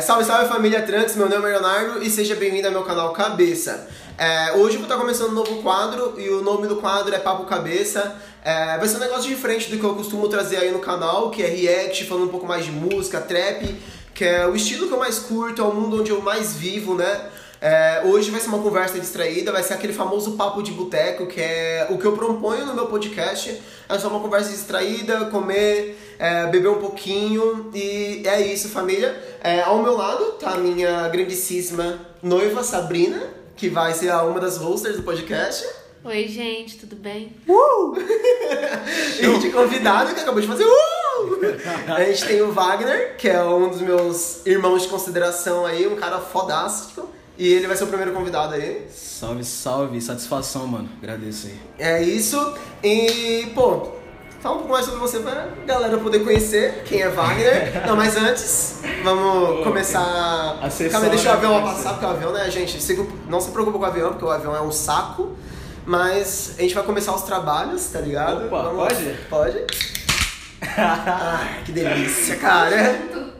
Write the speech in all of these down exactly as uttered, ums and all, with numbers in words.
Salve, salve família Trunks, meu nome é Leonardo e seja bem-vindo ao meu canal Cabeça. É, hoje eu vou estar começando um novo quadro e o nome do quadro é Papo Cabeça. É, vai ser um negócio diferente do que eu costumo trazer aí no canal, que é react, falando um pouco mais de música, trap, que é o estilo que eu mais curto, é o mundo onde eu mais vivo, né? É, hoje vai ser uma conversa distraída, vai ser aquele famoso papo de boteco, que é o que eu proponho no meu podcast. É só uma conversa distraída, comer, é, beber um pouquinho e é isso, família. É, ao meu lado tá a minha grandíssima noiva, Sabrina, que vai ser uma das hosters do podcast. Oi, gente, tudo bem? Uh! E de convidado que acabou de fazer uh! A gente tem o Wagner, que é um dos meus irmãos de consideração aí, um cara fodástico. E ele vai ser o primeiro convidado aí. Salve, salve, satisfação, mano. Agradeço aí. É isso. E, pô, fala um pouco mais sobre você pra galera poder conhecer quem é Wagner. Não, mas antes, vamos pô, começar. Calma aí, deixa o avião passar, porque o avião, né, gente? Não se preocupa com o avião, porque o avião é um saco. Mas a gente vai começar os trabalhos, tá ligado? Opa, vamos pode? Lá. Pode? Ai, que delícia, cara.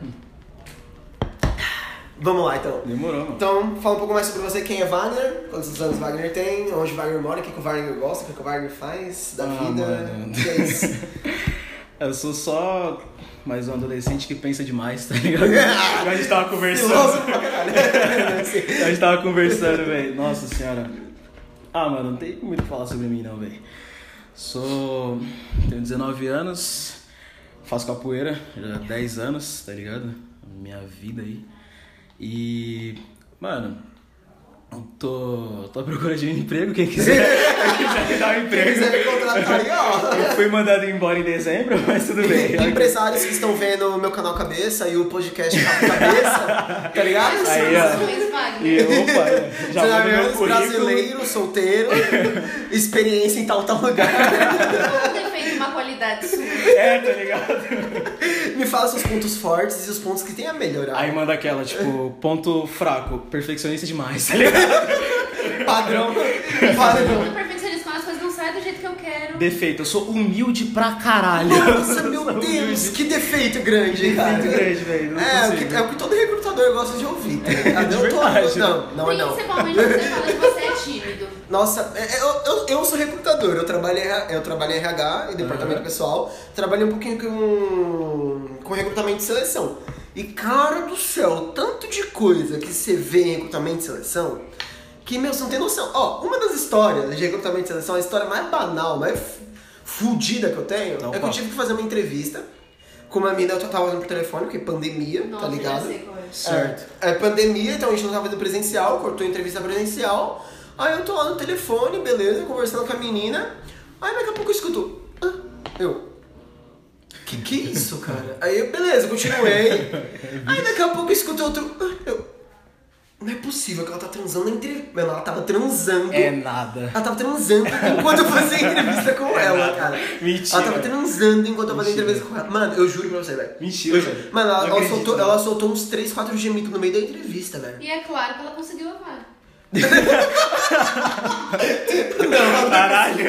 Vamos lá, então. Demorou, mano. Então, fala um pouco mais sobre você, quem é Wagner, quantos anos Wagner tem, onde Wagner mora, o que, que o Wagner gosta, o que, que o Wagner faz da ah, vida, mano. Que é isso? Eu sou só mais um adolescente que pensa demais, tá ligado? A gente tava conversando. A gente tava conversando, velho. Nossa senhora. Ah, mano, não tem muito o que falar sobre mim, não, velho. Sou... Tenho dezenove anos, faço capoeira já há dez anos, tá ligado? Minha vida aí. E, mano, tô, tô à procura de um emprego, quem quiser, quem quiser me dar um emprego. Quem quiser me contratar aí, ó. Eu fui mandado embora em dezembro, mas tudo bem. Empresários que estão vendo o meu canal Cabeça e o podcast Cabeça, tá ligado? Aí, ó. E, opa, já vou no meu currículo. Brasileiro, solteiro, experiência em tal, tal lugar. Defende uma qualidade sua. É, tá ligado? Me fala seus pontos fortes e os pontos que tem a melhorar. Aí manda aquela, tipo, ponto fraco, perfeccionista demais, tá ligado? Padrão. Padrão. Eu perfeccionista, as coisas não saem do jeito que eu quero. Defeito, eu sou humilde pra caralho. Nossa, meu Deus, humilde. Que defeito grande, cara. Defeito grande, velho. É, o que, é o que todo recrutador gosta de ouvir. Tá? É, de verdade. Não, não é não. Principalmente você fala que você é tímido. Nossa, eu, eu, eu sou recrutador, eu trabalho em, eu trabalho em R H, em departamento uhum. pessoal, trabalhei um pouquinho com, com recrutamento de seleção. E cara do céu, tanto de coisa que você vê em recrutamento de seleção, que, meu, você não tem noção. Ó, uma das histórias de recrutamento de seleção, a história mais banal, mais fudida que eu tenho, não, é que eu tive que fazer uma entrevista com uma mina, eu tava fazendo por telefone, porque pandemia, Nossa, tá ligado? Já sei qual é. Certo. É, é pandemia, então a gente não tava fazendo presencial, cortou a entrevista presencial. Aí eu tô lá no telefone, beleza, conversando com a menina. Aí daqui a pouco eu escuto. Ah, eu. Que que é isso, cara? Aí eu, beleza, continuei. Aí daqui a pouco eu escuto outro. Ah, eu. Não é possível que ela tá transando na entrevista. Mano, ela tava transando. É nada. Ela tava transando enquanto eu fazia entrevista com é ela, nada. cara. Mentira. Ela tava transando enquanto eu fazia entrevista com ela. Mano, eu juro pra você, velho. Mentira, velho. Mano, ela, ela, soltou, ela soltou uns três, quatro gemidos no meio da entrevista, velho. E é claro que ela conseguiu a vaga. Não, caralho.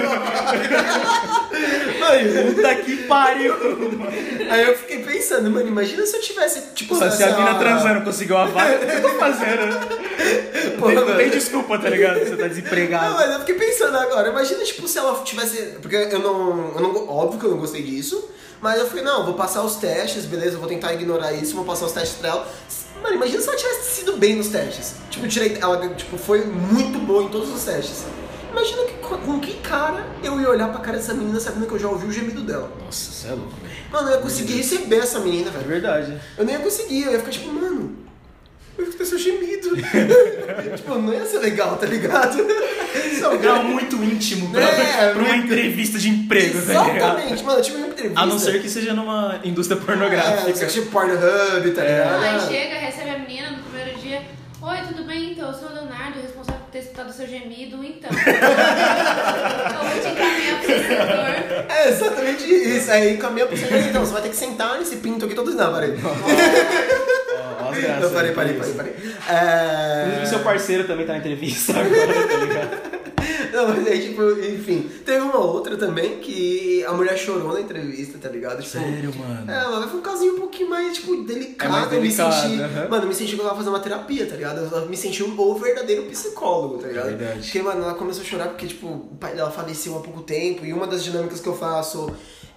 Mano, puta que pariu. Aí eu fiquei pensando, mano, imagina se eu tivesse, tipo... Pô, se a mina transando conseguiu a vaga, o que eu tô fazendo? Pô, não tem desculpa, tá ligado? Você tá desempregado. Não, mas eu fiquei pensando agora, imagina, tipo, se ela tivesse... Porque eu não, eu não... Óbvio que eu não gostei disso, mas eu falei, não, vou passar os testes, beleza, eu vou tentar ignorar isso, vou passar os testes pra ela. Mano, imagina se ela tivesse sido bem nos testes. Tipo, tirei, ela tipo, foi muito boa em todos os testes. Imagina que, com que cara eu ia olhar pra cara dessa menina sabendo que eu já ouvi o gemido dela. Nossa, você é louco, velho. Mano, eu ia conseguir receber essa menina, velho. É verdade. Eu nem ia conseguir, eu ia ficar tipo, mano, eu ia ter seu gemido. Tipo, não ia ser legal, tá ligado? Isso é um grau muito íntimo pra, é, pra uma entrevista de emprego, exatamente, tá ligado? Exatamente, mano, tipo uma entrevista. A não ser que seja numa indústria pornográfica. É, tipo Pornhub, tá ligado? Aí chega, recebe a menina no primeiro dia. Oi, tudo bem? Então, eu sou o Leonardo, responsável por ter escutado o seu gemido, então. Eu vou te encaminhar pro seu setor. É exatamente isso. Aí encaminha pro setor. Então, você vai ter que sentar nesse pinto aqui todos. Não, parei. Ó, as graças. Não, parei, parei, parei, parei. É... Inclusive, seu parceiro também tá na entrevista agora, tá ligado? Não, mas aí, tipo, enfim. Teve uma outra também que a mulher chorou na entrevista, tá ligado? Tipo, Sério, mano? É, mas foi um casinho um pouquinho mais, tipo, delicado. É mais delicado, eu me senti. uh-huh. Mano, eu me senti que eu tava fazendo uma terapia, tá ligado? Eu me senti um, o verdadeiro psicólogo, tá ligado? É verdade. Porque, mano, ela começou a chorar porque, tipo, o pai dela faleceu há pouco tempo. E uma das dinâmicas que eu faço,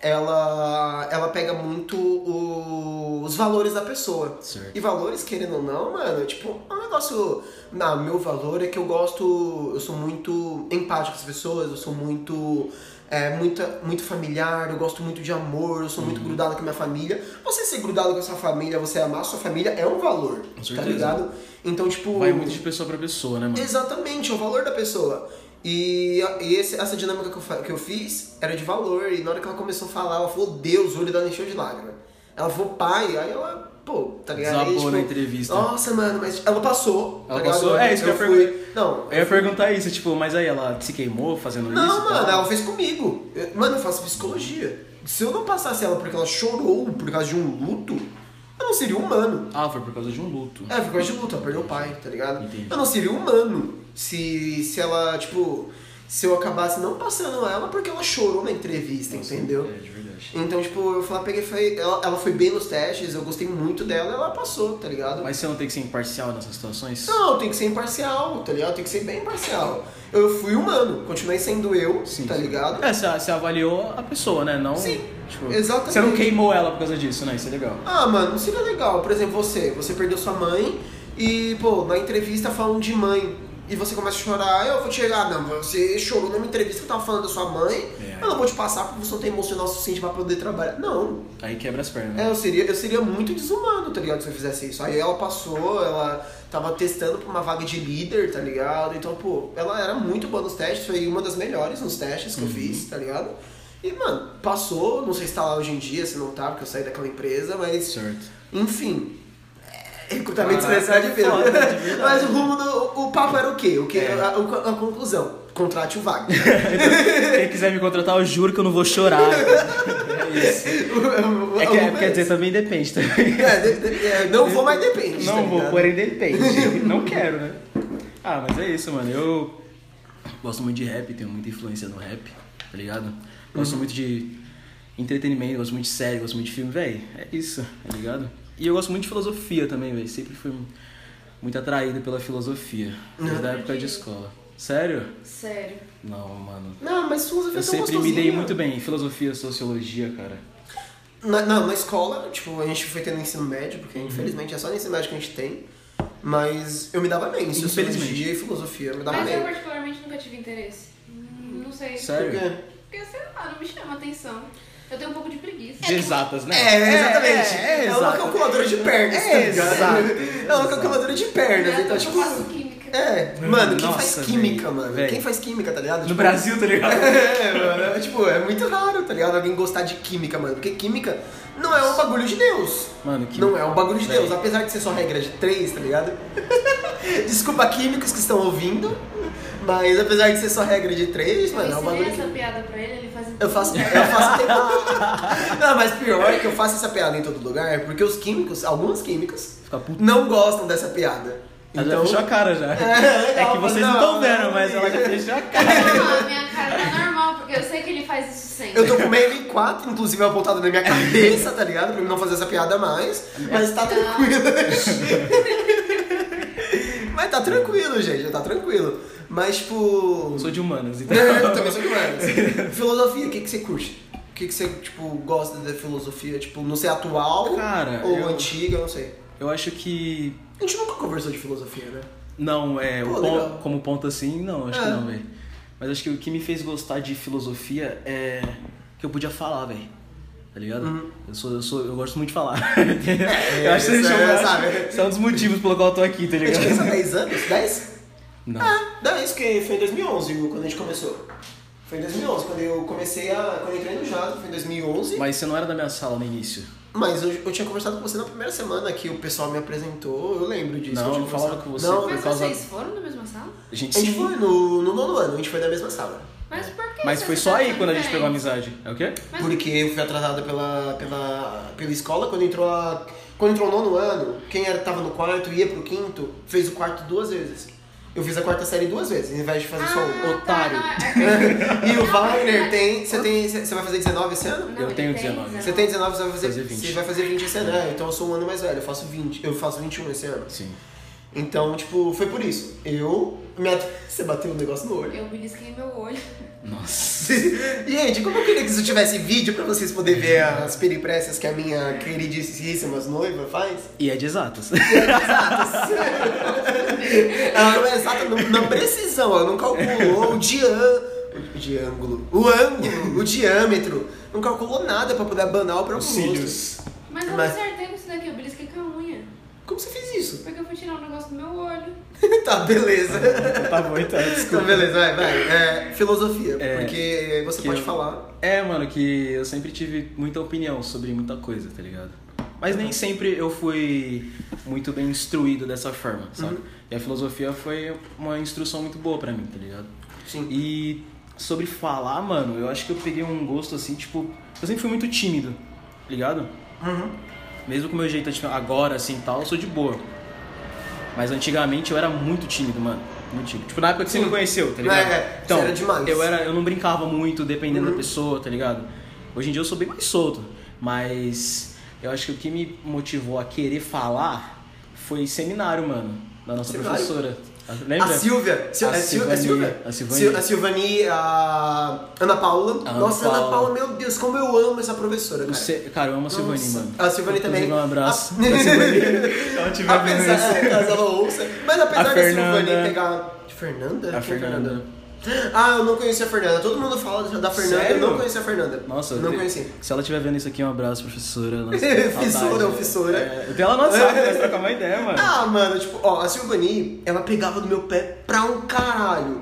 ela, ela pega muito o, os valores da pessoa. Certo. E valores, querendo ou não, mano, tipo, é um negócio. Não, meu valor é que eu gosto. Eu sou muito empático com as pessoas, eu sou muito. É, muita, muito familiar, eu gosto muito de amor, eu sou muito Uhum. grudado com a minha família. Você ser grudado com a sua família, você amar a sua família é um valor, Com tá certeza. ligado? Então, tipo... Vai muito de pessoa pra pessoa, né, mano? Exatamente, é o valor da pessoa. E, e esse, essa dinâmica que eu, fa- que eu fiz era de valor, e na hora que ela começou a falar, ela falou Deus, o olho dela encheu de lágrima. Ela falou pai, aí ela, pô, tá ligado? Aí, Desabou tipo, na entrevista. Nossa, mano, mas ela passou, Ela tá ligado? passou? É, isso que eu ia fui... Não, Eu ia perguntar isso, tipo, mas aí ela se queimou fazendo Não, isso? e mano, tal? ela fez comigo. Eu- Mano, eu faço psicologia. Se eu não passasse ela porque ela chorou por causa de um luto, eu não seria humano. Ah, foi por causa de um luto. É, foi por causa de luto, ela perdeu o pai, tá ligado? Entendi. Eu não seria humano se, se ela, tipo, se eu acabasse não passando ela porque ela chorou na entrevista, entendeu? É, de verdade. Então, tipo, eu fui lá, peguei, foi, ela, ela foi bem nos testes, eu gostei muito dela, ela passou, tá ligado? Mas você não tem que ser imparcial nessas situações? Não, tem que ser imparcial, tá ligado? Tem que ser bem imparcial. Eu fui humano, continuei sendo eu, Sim, tá sim. ligado? É, você, você avaliou a pessoa, né? Não, Sim, tipo, exatamente. Você não queimou ela por causa disso, né? Isso é legal. Ah, mano, não seria legal. Por exemplo, você, você perdeu sua mãe e, pô, na entrevista falam de mãe. E você começa a chorar, eu vou te chegar, não, você chorou numa entrevista que eu tava falando da sua mãe, É. eu não vou te passar porque você não tem emocional suficiente pra poder trabalhar. Não. Aí quebra as pernas. É, eu seria, eu seria muito desumano, tá ligado, se eu fizesse isso. Aí ela passou, ela tava testando pra uma vaga de líder, tá ligado? Então, pô, ela era muito boa nos testes, foi uma das melhores nos testes que eu fiz, tá ligado? E, mano, passou, não sei se tá lá hoje em dia, se não tá, porque eu saí daquela empresa, mas... Certo. Enfim... Recrutamento Caraca, estressado de foda, de pedro. verdade. Mas o rumo do o papo era o quê? O que É. a, a- a conclusão. Contrate o Wagner. Quem quiser me contratar, eu juro que eu não vou chorar. É isso. É que, é, quer dizer, também depende também. É, de- de- é, não vou, mas depende. tá Não vou, ligado? porém depende. Não quero, né? Ah, mas é isso, mano. Eu gosto muito de rap, tenho muita influência no rap, tá ligado? Gosto Uhum. muito de entretenimento, gosto muito de série, gosto muito de filme, velho. É isso, tá ligado? E eu gosto muito de filosofia também, velho. Sempre fui muito atraído pela filosofia, desde a época de escola. Sério? Sério. Não, mano. Não, mas filosofia Eu é tão sempre me dei gostosinha. muito bem em filosofia, sociologia, cara. Na, não, na escola, tipo, a gente foi tendo ensino médio, porque Uhum. infelizmente é só no ensino médio que a gente tem. Mas eu me dava bem em sociologia Infelizmente. e filosofia, eu me dava Mas eu bem. particularmente nunca tive interesse. Hum, Não sei. Sério? Por quê? Porque, sei lá, não me chama atenção. Eu tenho um pouco de preguiça. De exatas, né? É, exatamente. É, é, É uma exato. calculadora de pernas, É, tá ligado? exato. É uma calculadora de pernas, Eu então, tipo... faço química. É, mano, quem Nossa, faz química, véi. mano? Véi. Quem faz química, tá ligado? No Tipo, Brasil, tá ligado? É, mano, é, tipo, é muito raro, tá ligado? Alguém gostar de química, mano. Porque química não é um bagulho de Deus. Mano, que... Não é um bagulho de Véi. Deus, apesar de ser só regra de três, tá ligado? Desculpa químicos que estão ouvindo, mas apesar de ser só regra de três, Eu mano, é um ensinei bagulho essa que... piada pra ele, ele faz Eu faço, eu faço tempo. Não, mas pior é que eu faço essa piada em todo lugar, porque os químicos, alguns químicos, Fica puto. não gostam dessa piada. Ela Então, já fechou a cara já. É, legal, que vocês mas não não, estão vendo, não, mas não. ela já fechou a cara. Não, a minha cara tá normal, porque eu sei que ele faz isso sempre. eu tô com meio em quatro, inclusive apontado na minha cabeça, tá ligado? Pra eu não fazer essa piada mais. Mas tá tranquilo. Mas tá tranquilo, gente, tá tranquilo. Mas, tipo. Eu sou de humanas, então. É, eu também sou de humanas. Filosofia, o que, que você curte? O que, que você, tipo, gosta da filosofia? Tipo, não sei, atual Cara, ou eu- antiga, não sei. Eu acho que. A gente nunca conversou de filosofia, né? Não, é. Pô, o legal. pon- como ponto assim, não, acho É. que não, velho. Mas acho que o que me fez gostar de filosofia é que eu podia falar, velho. Tá ligado? Uhum. Eu, sou, eu, sou, eu gosto muito de falar. eu acho que isso você é, deixou, eu acho sabe? que esse é um dos motivos pelo qual eu tô aqui, tá A gente ligado? conheceu há dez anos? dez? Não. Ah, dez, que foi em dois mil e onze quando a gente começou. Foi em dois mil e onze, quando eu comecei a... Quando eu entrei no Jazz, foi em dois mil e onze. Mas, Mas você não era da minha sala no início. eu, eu tinha conversado com você na primeira semana que o pessoal me apresentou, eu lembro disso. Não, eu tinha não falava conversado. com você. Não, Por Mas causa- vocês foram na mesma sala? A gente a gente sim. foi no, no nono ano, a gente foi na mesma sala. Mas por que? Mas você foi tá só aí tão quando a gente diferente? pegou amizade. É o quê? Mas Porque eu fui atrasada pela, pela, pela escola, quando entrou a, quando entrou o nono ano, quem era, tava no quarto ia pro quinto, fez o quarto duas vezes. Eu fiz a quarta série duas vezes, ao invés de fazer ah, só um. Otário. Tá, não, é... E o Wagner tem. Você tem. Você vai fazer dezenove esse ano? Não, Eu ele tenho tem dezenove. Você tem dezenove, você vai fazer, Fazer vinte. Você vai fazer vinte esse ano. É, então eu sou um ano mais velho, eu faço vinte. Eu faço vinte e um esse ano. Sim. Então, tipo, foi por isso. Eu. Minha... Você bateu um negócio no olho. Eu belisquei meu olho. Nossa. Gente, como eu queria que isso tivesse vídeo pra vocês poderem ver as peripécias que a minha queridíssima noiva faz. E é de exatas. Ela não é exata na precisão, ela não calculou o diâmetro. O diângulo. O ângulo, o diâmetro. Não calculou nada pra poder abanar o próprio Os rosto. cílios. Mas eu Mas- acertei com isso daqui, eu belisquei com a unha. Como você fez isso? Porque eu fui tirar um negócio do meu olho. Tá, beleza. Tá bom, então, Tá, desculpa. beleza, vai, vai. É, filosofia, É, porque você que pode eu- falar. É, mano, que eu sempre tive muita opinião sobre muita coisa, tá ligado? Mas nem sempre eu fui muito bem instruído dessa forma, sabe? Uhum. E a filosofia foi uma instrução muito boa pra mim, tá ligado? Sim. E sobre falar, mano, eu acho que eu peguei um gosto assim, tipo... Eu sempre fui muito tímido, tá ligado? Uhum. Mesmo com o meu jeito de agora, assim, tal, eu sou de boa. Mas antigamente eu era muito tímido, mano. Muito tímido. Tipo, na época que você Sim. me conheceu, tá ligado? É, então, você era demais. Eu, era, eu não brincava muito, dependendo Uhum. da pessoa, tá ligado? Hoje em dia eu sou bem mais solto. Mas eu acho que o que me motivou a querer falar foi seminário, mano. Da nossa Seminário? professora. Lembra? A Silvia. Sil- A é Sil- é Silvani, Silvia? a Silvani. Sil- A Silvani, a Ana Paula. A Ana Nossa, Ana Paula. Paula, meu Deus, como eu amo essa professora, cara. Você, cara, eu amo a Silvani, Nossa. mano. A Silvani também. Inclusive, um abraço A- pra Silvani. Ela tiver vendo isso. Apesar, é, caso ela ouça. Mas apesar A da Fernanda. Silvani pegar... Fernanda? A Quem é Fernanda. Ah, eu não conhecia a Fernanda. Todo mundo fala da Fernanda, Sério? eu não conhecia a Fernanda. Nossa, não te- conhecia. Se ela estiver vendo isso aqui, um abraço, professora. Nossa, Fissura, saudade. ou fissura. É, eu tenho ela no WhatsApp, nós trocar uma ideia, mano. Ah, mano, tipo, ó, a Silvani, ela pegava no meu pé pra um caralho.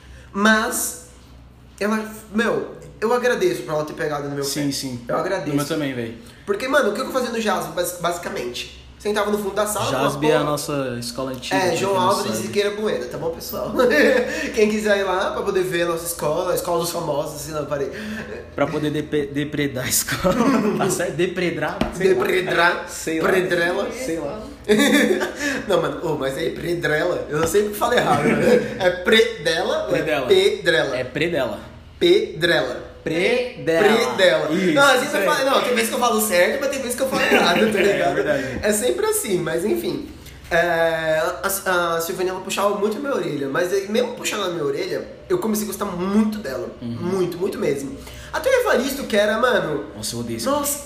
Mas, ela, meu, eu agradeço por ela ter pegado no meu Sim, pé. sim. Eu agradeço. No meu também, velho. Porque, mano, o que eu fazia no Jasb, bas- basicamente? Sentava no fundo da sala. Jasbe falava, é a pô, nossa escola antiga. É, pra João quem não Álvares e sabe. Siqueira Buena, tá bom, pessoal? Quem quiser ir lá pra poder ver a nossa escola, a escola dos famosos, assim, na parede. Pra poder dep- depredar a escola. Tá certo? Depredar? Sei lá. Depredrar, Sei lá. predrela. Sei lá. Não, mano, oh, mas aí, predrela, eu sempre falo errado, né? É predela ou é Predela. pedrela? É predela. Pedrela. Predela. Predela. Isso. Não, às vezes isso eu aí. falo, não, tem vezes que eu falo certo, mas tem vezes que eu falo errado, tá É, ligado? é verdade. É sempre assim, mas enfim. É, a, a Silvania, ela puxava muito a minha orelha, mas aí, mesmo puxando a minha orelha, eu comecei a gostar muito dela. Uhum. Muito, muito mesmo. Até o Evaristo, que era, mano. Nossa, eu odeio esse Nossa,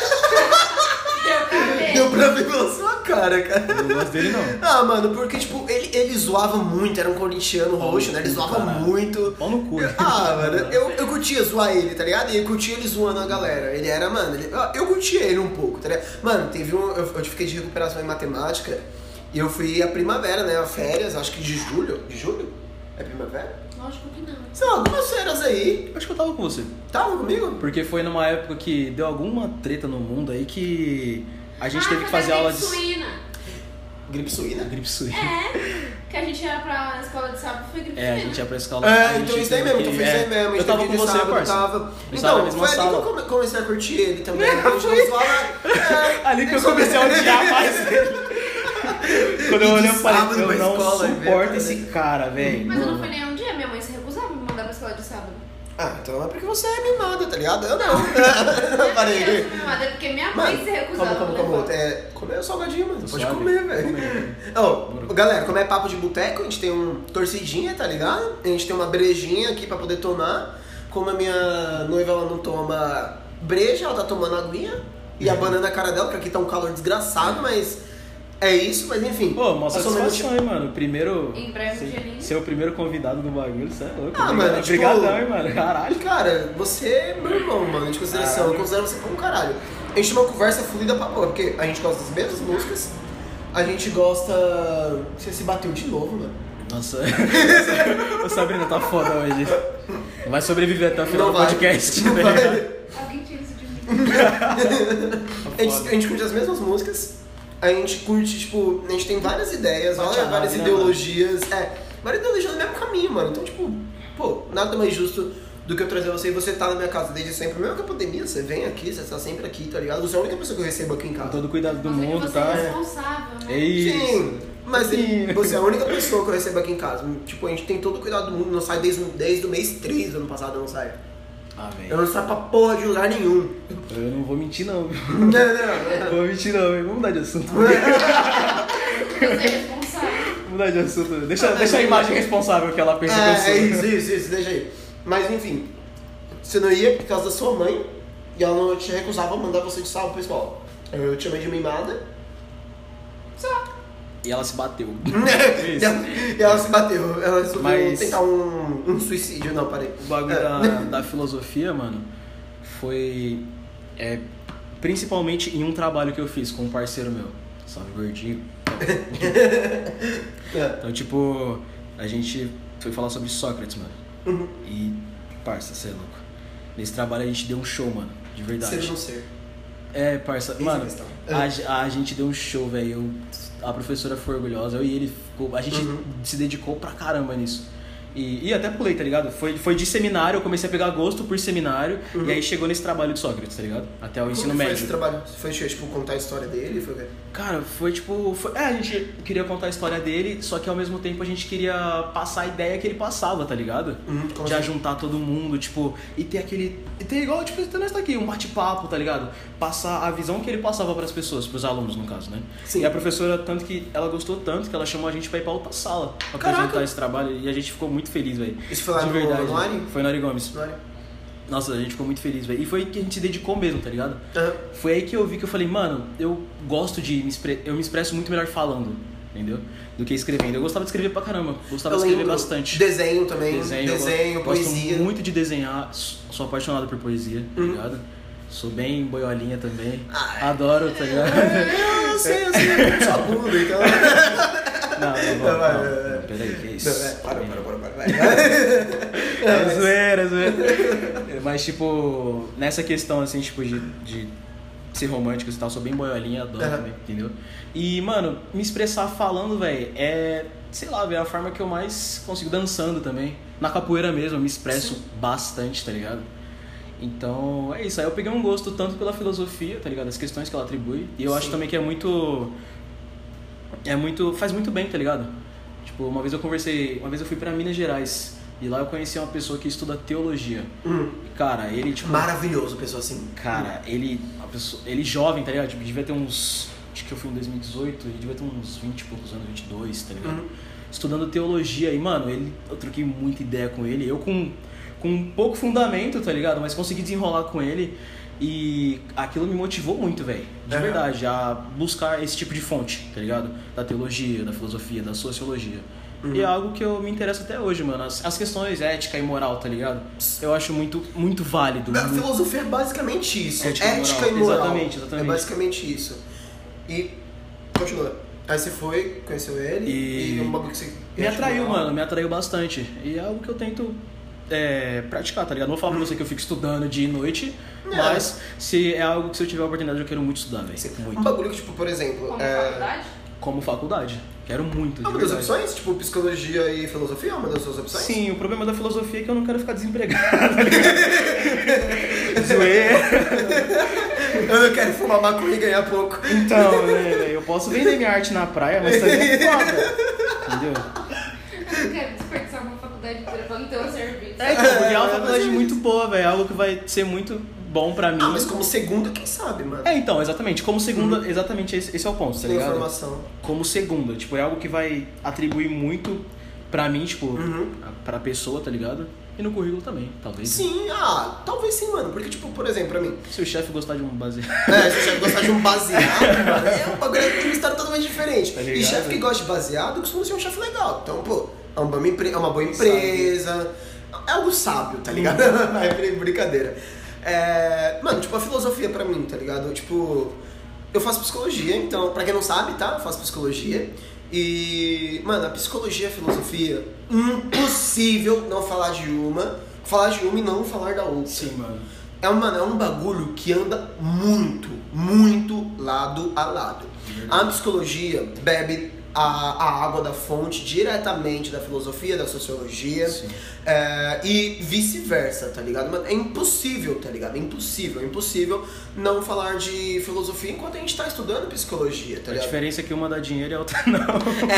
Deu cabelo. deu pra ver pela sua cara, cara. Eu não gosto dele, não. Ah, mano, porque, tipo, ele, ele zoava muito, era um corintiano roxo, né? Ele zoava Caralho. muito. Pau no cu. Ah, mano, eu, eu curtia zoar ele, tá ligado? E eu curtia ele zoando a galera. Ele era, mano, ele, eu, eu curtia ele um pouco, tá ligado? Mano, teve um. Eu, eu fiquei de recuperação em matemática e eu fui a primavera, né? A férias, acho que de julho. De julho? É primavera? Lógico que não. Sei lá, algumas férias aí. Acho que eu tava com você. Tava comigo? Porque foi numa época que deu alguma treta no mundo aí que a gente ah, teve que foi fazer da aula gripe de suína. Gripe suína? gripe suína. É, que a gente ia pra escola de sábado, foi gripe É, a suína. gente ia pra escola. É, a gente então isso aí teve mesmo, então que- foi isso aí é, mesmo. a gente Eu tava teve com dia de você, sábado, parça. tava. Eu estava na Então, mesma foi ali que sala. eu come- comecei a curtir ele também. A gente não zoava. É, Ali que eu comecei a odiar mais ele. Quando eu E de olhei, eu falei, sábado eu pra não escola, suporto velho. esse cara, velho. Mas eu não fui nem um dia, minha mãe se recusava a me mandar pra escola de sábado. Ah, então é porque você é mimada, tá ligado? Eu não. Parei. Eu fui mimada, é porque minha mãe Mano, se recusava como, como, a como? levar. É, comer o salgadinho, mano. Pode Suave. comer, velho. Comer. Ó, galera, como é papo de boteco, a gente tem um torcidinha, tá ligado? A gente tem uma brejinha aqui pra poder tomar. Como a minha noiva, ela não toma breja, ela tá tomando aguinha. E a banana na cara dela, porque aqui tá um calor desgraçado, mas é isso, mas enfim. Pô, uma Passou menos- satisfação, hein, mano. Primeiro. Em breve, ser- gelinho. Ser o primeiro convidado do bagulho, você é louco. Ah, Obrigado- mano, tipo- Obrigadão, hein, mano. Caralho. Cara, você é meu irmão, mano, de consideração. Caralho. Eu considero você como caralho. A gente tem uma conversa fluida pra porra, porque a gente gosta das mesmas músicas, a gente gosta. Você se bateu de novo, mano. Nossa, o Sabrina tá foda hoje. Vai sobreviver até o final Não do vai. podcast, Não tá vai. ligado? Alguém tira isso de mim. A gente, a gente curte as mesmas músicas, a gente curte, tipo, a gente tem várias ideias, Bate olha, a várias nave, né, ideologias. É, várias ideologias no mesmo caminho, mano. Então, tipo, pô, nada mais justo do que eu trazer você e você tá na minha casa desde sempre. Mesmo que a pandemia, você vem aqui, você tá sempre aqui, tá ligado? Você é a única pessoa que eu recebo aqui em casa. Com todo o cuidado do Mas é que mundo, você tá? é responsável, né? É isso. Sim, mas Sim. você é a única pessoa que eu recebo aqui em casa. Tipo, a gente tem todo o cuidado do mundo, não sai desde, desde o mês três do ano passado, eu não saio. Ah, Eu velho. não saio pra porra de lugar nenhum. Eu não vou mentir, não. viu? Não, não, Não vou mentir, não, velho. Vamos mudar de assunto. Você é responsável. Vamos mudar de assunto. Deixa, deixa a imagem responsável que ela pensa que eu É, sou. é isso, isso, isso, deixa aí. Mas enfim, você não ia por causa da sua mãe e ela não te recusava a mandar você de salvo pra escola. Eu te chamei de mimada. E ela se bateu. e, ela, e ela se bateu. Ela resolveu Mas- tentar um, um suicídio. Não, parei. O bagulho É. da, da filosofia, mano, foi é, principalmente em um trabalho que eu fiz com um parceiro meu. Salve, gordinho. É. Então, tipo, a gente foi falar sobre Sócrates, mano. Uhum. E, parça, você é louco. Nesse trabalho a gente deu um show, mano. De verdade. Ser ou não ser. É, parça, Essa é a mano, questão. a, a gente deu um show, velho. Eu- A professora foi orgulhosa, eu e ele ficou. A gente Uhum. se dedicou pra caramba nisso. E, e até pulei, tá ligado? Foi, foi de seminário, eu comecei a pegar gosto por seminário, Uhum. e aí chegou nesse trabalho de Sócrates, tá ligado? Até o Como ensino que foi médio. esse trabalho? Foi tipo contar a história dele? Foi o quê? Cara, foi tipo. Foi, é, a gente queria contar a história dele, só que ao mesmo tempo a gente queria passar a ideia que ele passava, tá ligado? Uhum, como De assim? juntar todo mundo, tipo, e ter aquele. E ter igual, tipo, nós tá aqui, um bate-papo, tá ligado? Passar a visão que ele passava pras pessoas, pros alunos, no caso, né? Sim. E a professora, tanto que ela gostou tanto que ela chamou a gente pra ir pra outra sala pra Caraca! apresentar esse trabalho e a gente ficou muito feliz, velho. Isso foi lá De no- verdade. no Ari? Foi no Ari Gomes. Não era? Nossa, a gente ficou muito feliz, velho. E foi que a gente se dedicou mesmo, tá ligado? Aham. Foi aí que eu vi que eu falei, mano, eu gosto de me expre... eu me expresso muito melhor falando, entendeu? Do que escrevendo. Eu gostava de escrever pra caramba, gostava Eu de escrever lembro. bastante. Desenho também. Desenho, Desenho, eu gosto poesia. muito de desenhar, sou apaixonado por poesia, tá Uhum. ligado? Sou bem boiolinha também. Ah, Adoro, tá ligado? Eu sei, eu sei, eu sou bunda, então. Não, não, Não, não, vai, não, vai, não, vai. peraí, que isso? Não, é, para, para, para, para, vai. É zoeira, é zoeira. Mas, tipo, nessa questão, assim, tipo, de, de ser romântico e tal, sou bem boiolinha, adoro Uhum. também, entendeu? E, mano, me expressar falando, velho, é, sei lá, velho, é a forma que eu mais consigo dançando também. Na capoeira mesmo, eu me expresso Sim. bastante, tá ligado? Então, é isso. Aí eu peguei um gosto tanto pela filosofia, tá ligado? As questões que ela atribui. E eu acho Sim. também que é muito... É muito... Faz muito bem, tá ligado? Tipo, uma vez eu conversei... Uma vez eu fui pra Minas Gerais. E lá eu conheci uma pessoa que estuda teologia. Hum, E, cara, ele, tipo... maravilhoso, pessoa assim. Cara, ele... Uma pessoa, ele jovem, tá ligado? Tipo, devia ter uns... Acho que eu fui em dois mil e dezoito. Ele devia ter uns vinte e poucos anos, vinte e dois, tá ligado? Uhum. Estudando teologia. E, mano, ele, eu troquei muita ideia com ele. Eu com... Com pouco fundamento, tá ligado? Mas consegui desenrolar com ele. E aquilo me motivou muito, velho. De Uhum. verdade, a buscar esse tipo de fonte, tá ligado? Da teologia, da filosofia, da sociologia. Uhum. E é algo que eu me interesso até hoje, mano. As, as questões ética e moral, tá ligado? Eu acho muito, muito válido. A muito- filosofia é basicamente isso. Ética e Ética e moral. moral. Exatamente, exatamente. É basicamente isso. E. Continua. Aí você foi, conheceu ele E- e, um bagulho que você. Me atraiu, moral. mano, me atraiu bastante. E é algo que eu tento é, praticar, tá ligado? Não vou falar pra você que eu fico estudando dia e noite, Não. mas se é algo que se eu tiver a oportunidade eu quero muito estudar, velho. Sim. Muito. Um bagulho que, tipo, por exemplo. Como é... faculdade? Como faculdade. Quero muito, É de uma das verdade. opções? Tipo, psicologia e filosofia é uma das suas opções? Sim, o problema da filosofia é que eu não quero ficar desempregado, tá ligado? Zoeira. Eu não quero fumar maconha e ganhar pouco. Então, né, velho, eu posso vender minha arte na praia, mas também é foda. Entendeu? Eu não quero desperdiçar uma faculdade inteira pra não ter um serviço. É, então, porque é uma mas faculdade é muito boa, velho. É algo que vai ser muito bom pra mim. Ah, mas como segunda, quem sabe, mano? É, então, exatamente. Como segunda, exatamente esse, esse é o ponto, tá Sem ligado? informação. Como segunda. Tipo, é algo que vai atribuir muito pra mim, tipo, Uhum. pra pessoa, tá ligado? E no currículo também, talvez. Sim, ah, talvez sim, mano. Porque, tipo, por exemplo, pra mim. Se o chefe gostar de um baseado. É, se o chefe gostar de um baseado, mano, é um bagulho de uma história totalmente diferente. Tá e ligado? chefe que gosta de baseado costuma ser um chefe legal. Então, pô, é uma boa, empre- é uma boa empresa. É algo sábio, tá ligado? Não é brin- brincadeira. É, mano, tipo, a filosofia pra mim, tá ligado? Tipo, eu faço psicologia, então, pra quem não sabe, tá? Eu faço psicologia. E, mano, a psicologia e a filosofia, impossível não falar de uma, falar de uma e não falar da outra. Sim, mano. É, mano, é um bagulho que anda muito, muito lado a lado. A psicologia bebe a, a água da fonte diretamente da filosofia, da sociologia, é, e vice-versa, tá ligado? Mas é impossível, tá ligado? É impossível, é impossível não falar de filosofia enquanto a gente tá estudando psicologia, tá ligado? A diferença é que uma dá dinheiro e a outra não.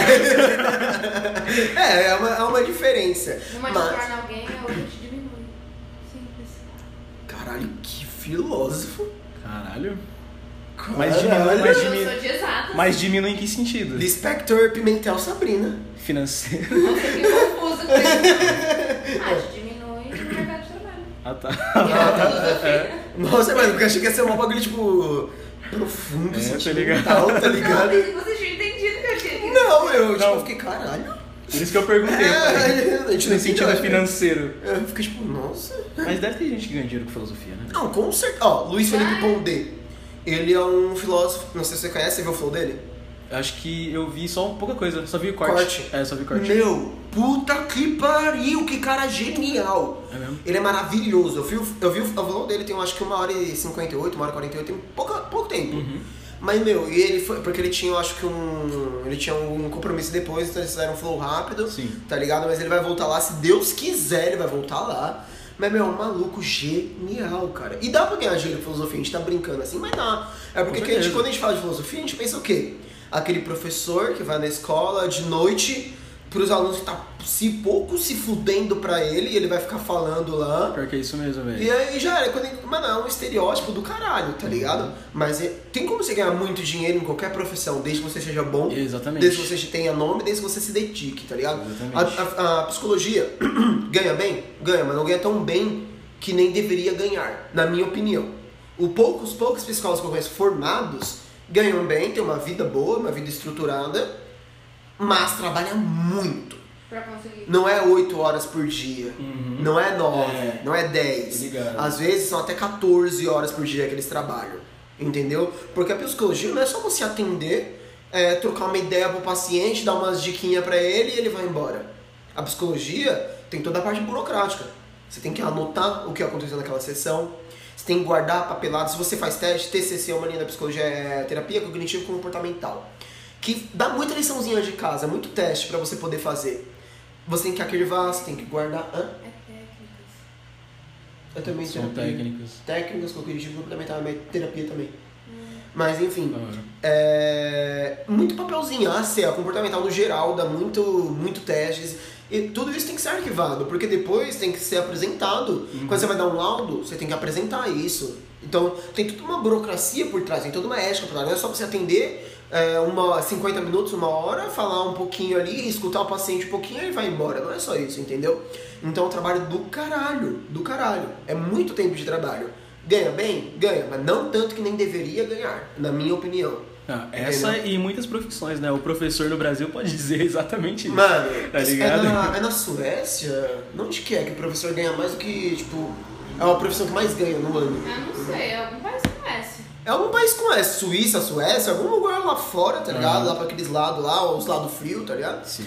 É, é uma, é uma diferença. Uma mas... te torna alguém, a outra te diminui. Simples. Caralho, que filósofo. Caralho. Caralho. Mas diminui, mas Eu diminui, sou de exatas. mas diminui em que sentido? Lispector Pimentel Sabrina. Financeiro. Nossa, que confuso com isso. Ah, te diminui no mercado de trabalho. Ah, tá. Filosofia. Nossa, mano, porque eu achei que ia ser um bagulho, tipo, profundo, É, tô sentimental, tá Não, ligado? mas você tinha entendido que eu achei que... Não, eu, tipo, Não. eu fiquei, caralho. Por isso que eu perguntei. eu falei, É, a gente não no sentido entendeu. financeiro. Eu fiquei tipo, nossa. Mas deve ter gente que ganha dinheiro com filosofia, né? Não, com certeza. Ó, Luiz Felipe Ah. Pondé. Ele é um filósofo, não sei se você conhece, você viu o flow dele? Acho que eu vi só pouca coisa, só vi o corte. Corte. É, só vi o corte. Meu, puta que pariu, que cara genial. É mesmo? Ele é maravilhoso. Eu vi, o- eu vi o flow dele, tem acho que uma hora e cinquenta e oito, uma hora e quarenta e oito, tem pouca, pouco tempo. Uhum. Mas, meu, e ele foi, porque ele tinha, eu acho que um, ele tinha um compromisso depois, então eles fizeram um flow rápido, Sim. tá ligado? Mas ele vai voltar lá, se Deus quiser, ele vai voltar lá. Mas, meu, é um maluco genial, cara. E dá pra ganhar dinheiro com filosofia, a gente tá brincando assim, mas dá. É porque Com que a gente, certeza. quando a gente fala de filosofia, a gente pensa o quê? Aquele professor que vai na escola de noite pros alunos que tá se pouco se fudendo pra ele e ele vai ficar falando lá. Pior que é isso mesmo, velho. E aí já era, quando ele, mano, é um estereótipo do caralho, tá ligado? Mas é- tem como você ganhar muito dinheiro em qualquer profissão, desde que você seja bom, Exatamente. desde que você tenha nome, desde que você se dedique, tá ligado? Exatamente. A, a- a psicologia ganha bem? Ganha, mas não ganha tão bem que nem deveria ganhar, na minha opinião. O poucos, poucos psicólogos que eu conheço formados ganham bem, têm uma vida boa, uma vida estruturada, mas trabalham muito. Pra conseguir. Não é oito horas por dia, Uhum. não é nove, É. não é dez. Tô ligado. Às vezes são até quatorze horas por dia que eles trabalham, entendeu? Porque a psicologia não é só você atender, é, trocar uma ideia pro paciente, dar umas diquinhas pra ele e ele vai embora. A psicologia tem toda a parte burocrática. Você tem que anotar o que aconteceu naquela sessão, você tem que guardar papelado. Se você faz teste, T C C é uma linha da psicologia, é terapia cognitivo-comportamental, que dá muita liçãozinha de casa, muito teste pra você poder fazer. Você tem que arquivar, você tem que guardar. Hã? É técnicas. Eu também São terapia. técnicas. Técnicas cognitivo-comportamental, mas terapia também. Mas enfim, Da hora. é, muito papelzinho, A C, a comportamental no geral, dá muito, muito testes. E tudo isso tem que ser arquivado, porque depois tem que ser apresentado. Quando você vai dar um laudo, você tem que apresentar isso. Então tem toda uma burocracia por trás, tem toda uma ética por trás. Não é só você atender é, uma, cinquenta minutos, uma hora, falar um pouquinho ali, escutar o paciente um pouquinho e vai embora. Não é só isso, entendeu? Então é um trabalho do caralho, do caralho. É muito tempo de trabalho. Ganha bem? Ganha, mas não tanto que nem deveria ganhar, na minha opinião. Ah, essa Entendeu? e muitas profissões, né? O professor no Brasil pode dizer exatamente isso. Mano, Tá isso ligado? É, na, é na Suécia? Onde que é que o professor ganha mais do que, tipo, é uma profissão que mais ganha no ano? Ah, não sei, algum país conhece. É algum país com essa, Suíça, Suécia, algum lugar lá fora, tá ligado? Uhum. Lá pra aqueles lados lá, os lados frios, tá ligado? Sim.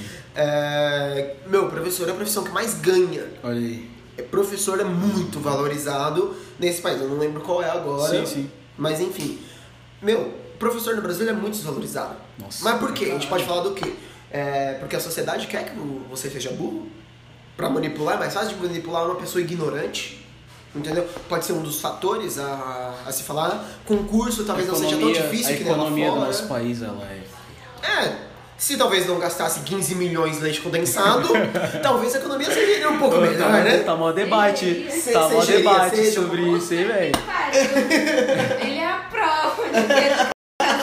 É, meu, professor é a profissão que mais ganha. Olha aí. É, professor é muito valorizado nesse país, eu não lembro qual é agora. Sim, sim. Mas enfim, meu, professor no Brasil é muito desvalorizado. Nossa. Mas por quê? A gente pode falar do quê? É porque a sociedade quer que você seja burro? Pra manipular, é mais fácil de manipular uma pessoa ignorante? Entendeu? Pode ser um dos fatores a, a se falar. Concurso talvez não seja tão difícil a que nem lá economia fora. do nosso país, ela é... É, se talvez não gastasse quinze milhões de leite condensado, talvez a economia seria um pouco melhor, tá, né? Tá mó debate. Cê- tá cê mó geria, debate cê- sobre isso aí, velho. Ele é a prova de que ele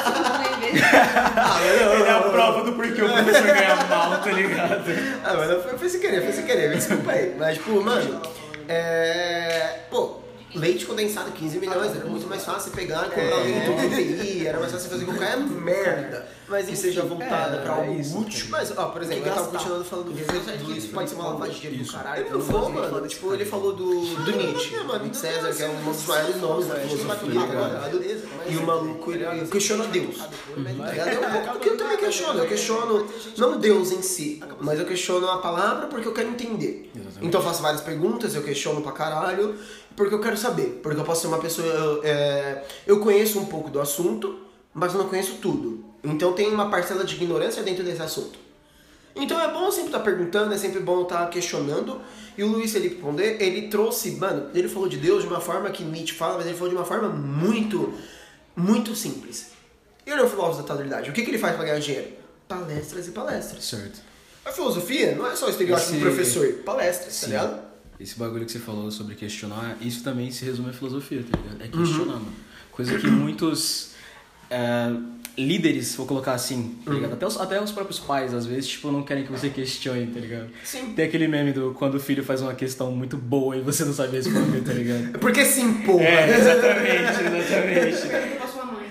Ah, mas não, Ele é a não, prova do porquê o professor ganha mal, tá ligado? Ah, mas não foi, foi sem querer, foi sem querer, me desculpa aí. Mas, tipo, mano, é. Pô, leite condensado, quinze milhões, era muito mais fácil pegar e comprar leite do U T I, era mais fácil fazer qualquer merda. Mas que seja voltada é, pra algo é isso, útil. Mas, ó, por exemplo, eu tava continuando falando do do Luiz, pode ser uma lavagem de dinheiro do caralho. Ele não falou, mano, tipo, ele falou do, do Nietzsche, Nietzsche César, que é um dos maiores nomes da filosofia, tá ligado? E o maluco, ele questiona Deus. Tá ligado? É um pouco do que eu também questiono. Eu questiono não Deus em si, mas eu questiono a palavra porque eu quero entender. Exatamente. Então eu faço várias perguntas, eu questiono pra caralho, porque eu quero saber. Porque eu posso ser uma pessoa. Eu, é, eu conheço um pouco do assunto, mas eu não conheço tudo. Então tem uma parcela de ignorância dentro desse assunto. Então é bom sempre estar perguntando, é sempre bom estar questionando. E o Luiz Felipe Pondé, ele trouxe, mano, ele falou de Deus de uma forma que Nietzsche fala, mas ele falou de uma forma muito, muito simples. Ele é um filósofo da atualidade. O que, que ele faz para ganhar dinheiro? Palestras e palestras. Certo. A filosofia não é só o estereótipo Esse... do professor, palestras, Sim. tá ligado? Esse bagulho que você falou sobre questionar, isso também se resume à filosofia, tá ligado? É questionar, uhum. mano. Coisa que muitos é, líderes, vou colocar assim, tá ligado? Até os, até os próprios pais, às vezes, tipo, não querem que você questione, tá ligado? Sim. Tem aquele meme do quando o filho faz uma questão muito boa e você não sabe responder, tá ligado? É porque sim, porra. É, exatamente, exatamente. Pergunta pra sua mãe.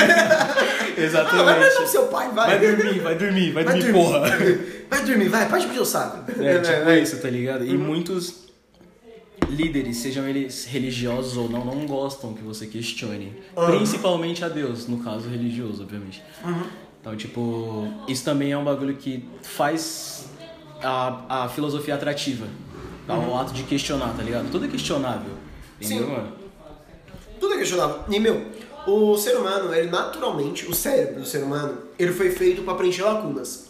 É. Exatamente. Ah, vai pro seu pai, vai. Vai dormir, vai dormir, vai, vai dormir, dormir, porra. Vai dormir, vai, pode pedir o saco. É, tipo é, isso, tá ligado? E uhum. muitos líderes, sejam eles religiosos ou não, não gostam que você questione. Uhum. Principalmente a Deus, no caso religioso, obviamente. Uhum. Então, tipo, isso também é um bagulho que faz a, a filosofia atrativa. Tá? Uhum. O ato de questionar, tá ligado? Tudo é questionável. Entendeu, Sim. mano? Tudo é questionável. E, meu, o ser humano, ele naturalmente, o cérebro do ser humano, ele foi feito pra preencher lacunas.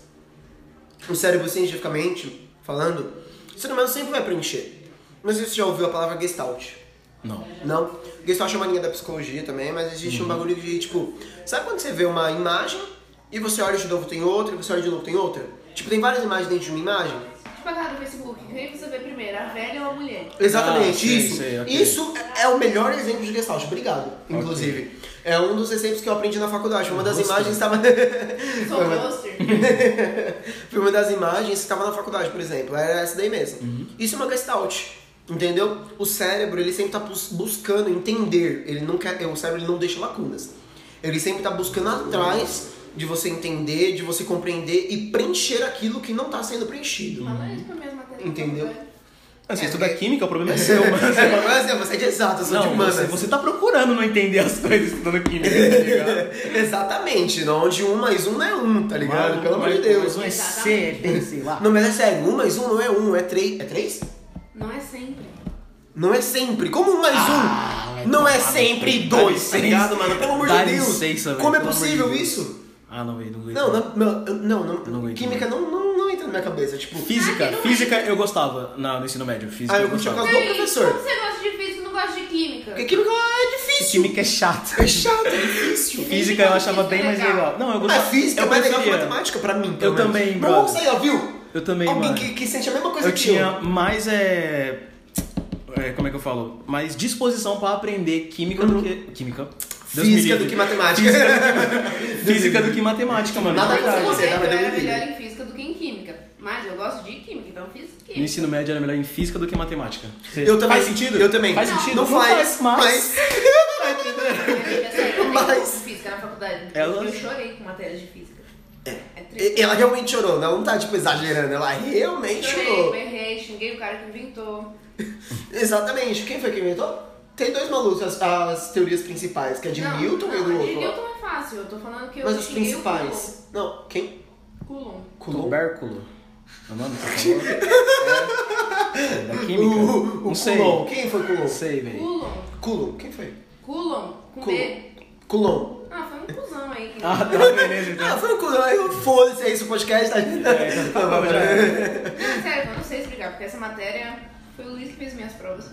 O cérebro, cientificamente falando, o ser humano sempre vai preencher. Não sei se você já ouviu a palavra Gestalt. Não. Não? Gestalt é uma linha da psicologia também, mas existe uhum. um bagulho de, tipo... Sabe quando você vê uma imagem e você olha de novo tem outra, e você olha de novo tem outra? Tipo, tem várias imagens dentro de uma imagem. Tipo aquela do Facebook, quem você vê primeiro, a velha ou a mulher? Exatamente, ah, sei, isso. Sei, okay. Isso é o melhor exemplo de Gestalt. Obrigado, inclusive. Okay. É um dos exemplos que eu aprendi na faculdade. Uma das Roster. imagens estava... Sou roster. Foi uma das imagens que estava na faculdade, por exemplo. Era essa daí mesmo. Uhum. Isso é uma Gestalt. Entendeu? O cérebro, ele sempre está buscando entender. Ele não quer, o cérebro ele não deixa lacunas. Ele sempre está buscando atrás de você entender, de você compreender e preencher aquilo que não está sendo preenchido. Fala isso pra minhas matérias. Entendeu? Assim, é, estuda é, química, o problema é seu, mano. É, o problema é seu, você é de exato, eu sou não, de humanas. Você, você tá procurando não entender as coisas estudando química, tá ligado? Exatamente, onde um mais um não é um, tá ligado? Mano, pelo amor de Deus. Um é C, B, sei lá. Não, mas é sério, um mais um não é um, é três. É três? Não é sempre. Não é sempre. Como um mais ah, um não é sempre dois, tá ligado, mano? Pelo amor de Deus. Licença, como véio, é possível de isso? Ah, não, velho, não aguento. Não, não, não, não, não aguento, química não, não, não entra na minha cabeça, tipo... Física, ah, física eu gostava na, no ensino médio. Física ah, eu eu curti por gostava. causa do professor. Como você gosta de física e não gosta de química? Porque química é difícil. Química é chato. É chato, é difícil. Física eu achava bem mais legal. Não, eu gostava. Ah, física é eu mais legal que preferia. matemática pra mim, pelo Eu menos. também, bro. Nossa, aí, ó, viu? Eu também, Alguém mano. que, que sente a mesma coisa eu que tinha eu. mais, é... é... Como é que eu falo? Mais disposição pra aprender química Uhum. do que... Química... Deus Física do que matemática. Física do que matemática, mano. Nada é contra verdade. você, tá? Eu Mas era eu melhor em física do que em química. Mas eu gosto de química, então fiz química. No ensino médio era melhor em física do que matemática. Você... Eu também. Faz sentido? Eu também. Faz Não, sentido? Não, faz, mas... mas... Tá entendendo? É sério, eu Mas- tenho física na faculdade. Ela- Eu chorei com matérias de física. É. É triste. Ela realmente chorou, ela não tá, tipo, exagerando. Ela realmente Chorei, chorou. berrei, xinguei o cara que inventou. Exatamente. Quem foi que inventou? Tem dois malucos, as, as teorias principais, que é de Não, Newton não, e do a de outro. Newton é fácil, eu tô falando que eu Mas os xinguei o principais. Não, quem? Coulomb. Coulomb. Tubérculo. É o nome que você falou? É. É da química? O, o, não o sei. Coulomb. Quem foi Coulomb? Não sei, velho. Coulomb. Coulomb. Quem foi? Coulomb. Com Coulomb. B. Coulomb. Ah, foi um cuzão aí. Que... Ah, tá, beleza, então. Ah, foi o Coulomb. Aí eu foda-se, é isso o podcast, tá? É, então tá bom, já. Não, sério, eu não sei explicar, porque essa matéria foi o Luiz que fez minhas provas.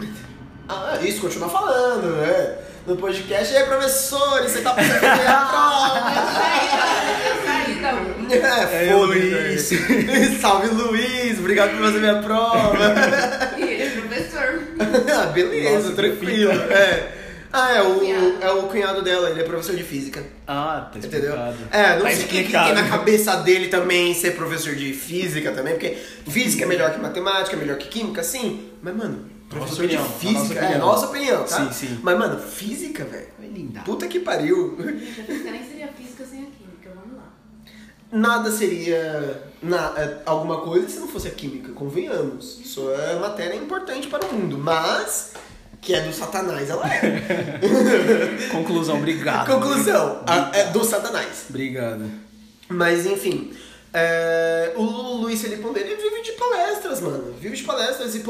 Ah, isso, continua falando, né? No podcast, e aí, professores, você tá pensando em a Eu saí da U. prova? É, É, Luiz. foda-se. Salve, Luiz. Obrigado por fazer minha prova. E ele é professor. Ah, beleza, Nossa, tranquilo. que fita. É. Ah, é o, Cunhado. é o cunhado dela, ele é professor de física. Ah, tá Entendeu? explicado. É, não Tá sei o que que explicado. tem na cabeça dele também ser professor de física também, porque física é melhor que matemática, é melhor que química, sim. Mas, mano, professor opinião, de a física, nossa é opinião. nossa opinião, tá? Sim, sim. Mas, mano, física, velho. É linda. Puta que pariu. Gente, a física nem seria física sem a química, vamos lá. Nada seria na, é, alguma coisa se não fosse a química, convenhamos. Isso é matéria importante para o mundo, mas que é do satanás, ela é. Conclusão, obrigado. Conclusão, a, é do satanás. Obrigado. Mas enfim, é, o Luiz Felipe Pondé, ele vive de palestras, mano. Vive de palestras e, pô,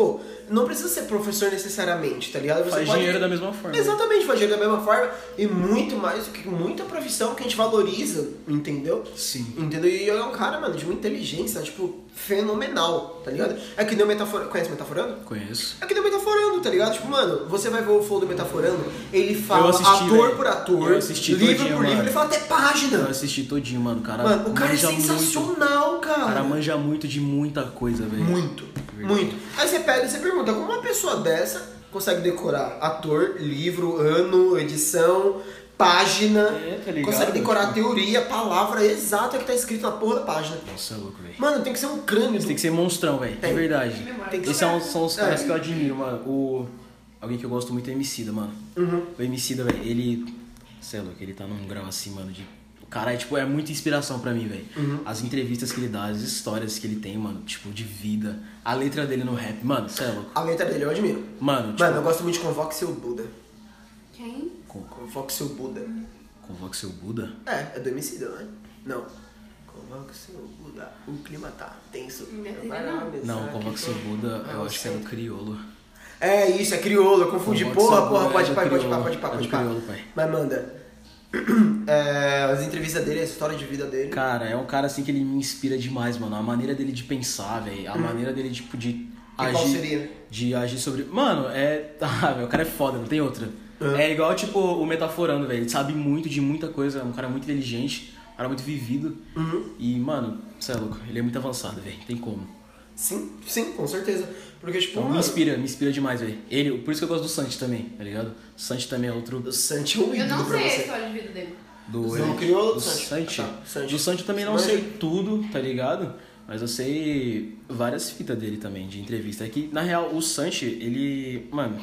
não precisa ser professor necessariamente, tá ligado? Você faz pode... dinheiro da mesma forma. Exatamente, faz dinheiro da mesma forma e muito mais do que muita profissão que a gente valoriza, entendeu? Sim. Entendeu? E ele é um cara, mano, de uma inteligência, tipo, fenomenal, tá ligado? É que nem o Metaforando. Conhece o Metaforando? Conheço. É que nem o Metaforando, tá ligado? Tipo, mano, você vai ver o flow do Metaforando, ele fala assisti, ator véio. por ator, Eu assisti livro todinho, por livro, mano. ele fala até página. Eu assisti todinho, mano. O cara Mano, o cara é manja sensacional, muito. cara. O cara manja muito de muita coisa, velho. Muito, Verdade. muito. Aí você pega e você pergunta, como uma pessoa dessa consegue decorar ator, livro, ano, edição, página, É, tá ligado? consegue decorar Tipo- a teoria, a palavra exata que tá escrita na porra da página. Nossa, é louco, velho. Mano, tem que ser um crânio. Você tem que ser monstrão, velho. É Tem. verdade. Tem que Esses ser- são, são os caras É. que eu admiro, mano. O... Alguém que eu gosto muito é o Emicida, mano. Uhum. O Emicida, velho, ele... Sei lá, ele tá num grau assim, mano, de... O cara é, tipo, é muita inspiração pra mim, velho. Uhum. As entrevistas que ele dá, as histórias que ele tem, mano, tipo, de vida. A letra dele no rap, mano, cê é louco. A letra dele eu admiro. Mano, tipo... Mano, eu gosto muito de Convoque Seu Buda. Quem? Con- Convoque Seu Buda. Convoque seu Buda? É, é do Emicida, né? Não. Convoque Seu Buda. O clima tá tenso. Não, Convoque seu Buda, eu Ah, acho que é do Criolo. É isso, é crioulo, eu confundi. Convoque Porra, Seu porra, Buda, pode é pá, do pode pá, crioulo. pode pá, É pode do pá. crioulo, pai. Mas manda. É, as entrevistas dele, a história de vida dele. Cara, é um cara assim que ele me inspira demais, mano. A maneira dele de pensar, velho. A maneira dele, tipo, de agir. qual seria? De agir sobre. Mano, é. Ah, velho, o cara é foda, não tem outra. Uhum. É igual, tipo, o Metaforando, velho. Ele sabe muito de muita coisa. É um cara muito inteligente, um cara muito vivido. Uhum. E, mano, você é louco. Ele é muito avançado, velho. Tem como. Sim, sim, com certeza. Porque, tipo, Então, me mano, inspira, me inspira demais, velho. Ele, por isso que eu gosto do Santi também, tá ligado? O Santi também é outro. o Santi é um Eu ídolo não pra sei a você. história de vida dele. Do, Do ele- crioulo ou do do Santi? Santi. Ah, tá, Santi. Do Santi eu também não Mas- sei tudo, tá ligado? Mas eu sei várias fitas dele também, de entrevista. É que, na real, o Santi, ele... Mano...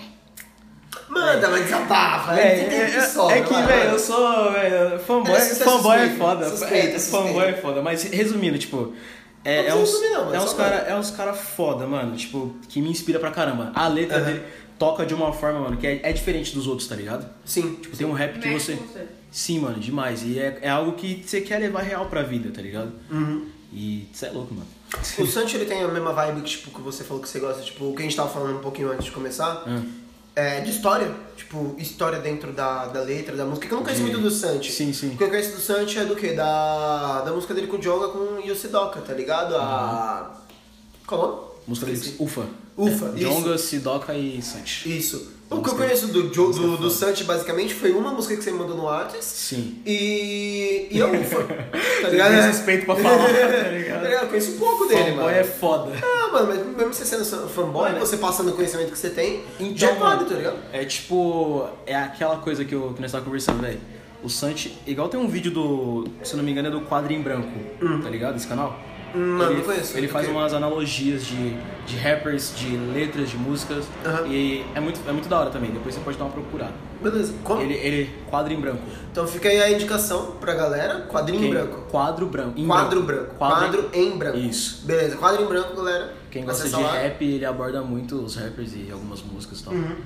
Manda, mas desabafa. É, Você tem é, que é, sobra, é que, vai, velho, vai. eu sou... Véio, fanboy, É, você é fanboy é suspeito, foda. suspeito, é, suspeito. fanboy é foda. Mas, resumindo, tipo... É, Não é uns, precisa resumir, não, mas é uns só cara, vai. é uns cara foda, mano. Tipo, que me inspira pra caramba. A letra Aham. dele toca de uma forma, mano, que é, é diferente dos outros, tá ligado? Sim. Tipo, tem um rap que Mexe você... com você. Sim, mano, demais. E é, é algo que você quer levar real pra vida, tá ligado? Uhum. E você é louco, mano. O Santi, ele tem a mesma vibe que, tipo, que você falou que você gosta, tipo, o que a gente tava falando um pouquinho antes de começar, Ah. é de história, tipo, história dentro da, da letra, da música, que eu não conheço De- muito do Santi. Sim, sim. O que eu conheço do Santi é do quê? Da, da música dele com o Djonga com o Yusidoka, tá ligado? A... Qual o nome? Música dele, Esqueci. Ufa. Ufa, é, isso. Jonga, Sidoca e Santi. Isso. A O que eu música- conheço do, Jo- música do, do foda. Santi, basicamente, foi uma música que você me mandou no Artes Sim. e, e a Ufa, tá Tem ligado? suspeito pra falar, tá Tá ligado? ligado? Eu conheço um pouco dele, Fanboy mano. é foda. Ah, mano, mas mesmo você sendo fanboy, Mano, você passando o conhecimento que você tem, Então, já é válido, mano, tá ligado? É tipo, é aquela coisa que, eu, que nós tava conversando, velho. O Santi, igual tem um vídeo do, se eu não me engano, é do Quadro em Branco, tá ligado? Esse canal? Hum, mano, ele, não conheço. Ele Do faz quê? umas analogias de, de rappers, de letras, de músicas. Aham. E é muito, é muito da hora também, depois você pode dar uma procurada. Beleza. Como? Ele, ele, Quadro em Branco. Então fica aí a indicação pra galera, quadrinho Quem- em branco. Quadro branco. em Quadro branco. Quadro, Quadro em branco. Isso. Beleza, quadro em branco, galera. Quem gosta Acessa de lá. rap, ele aborda muito os rappers e algumas músicas e tal. Uhum.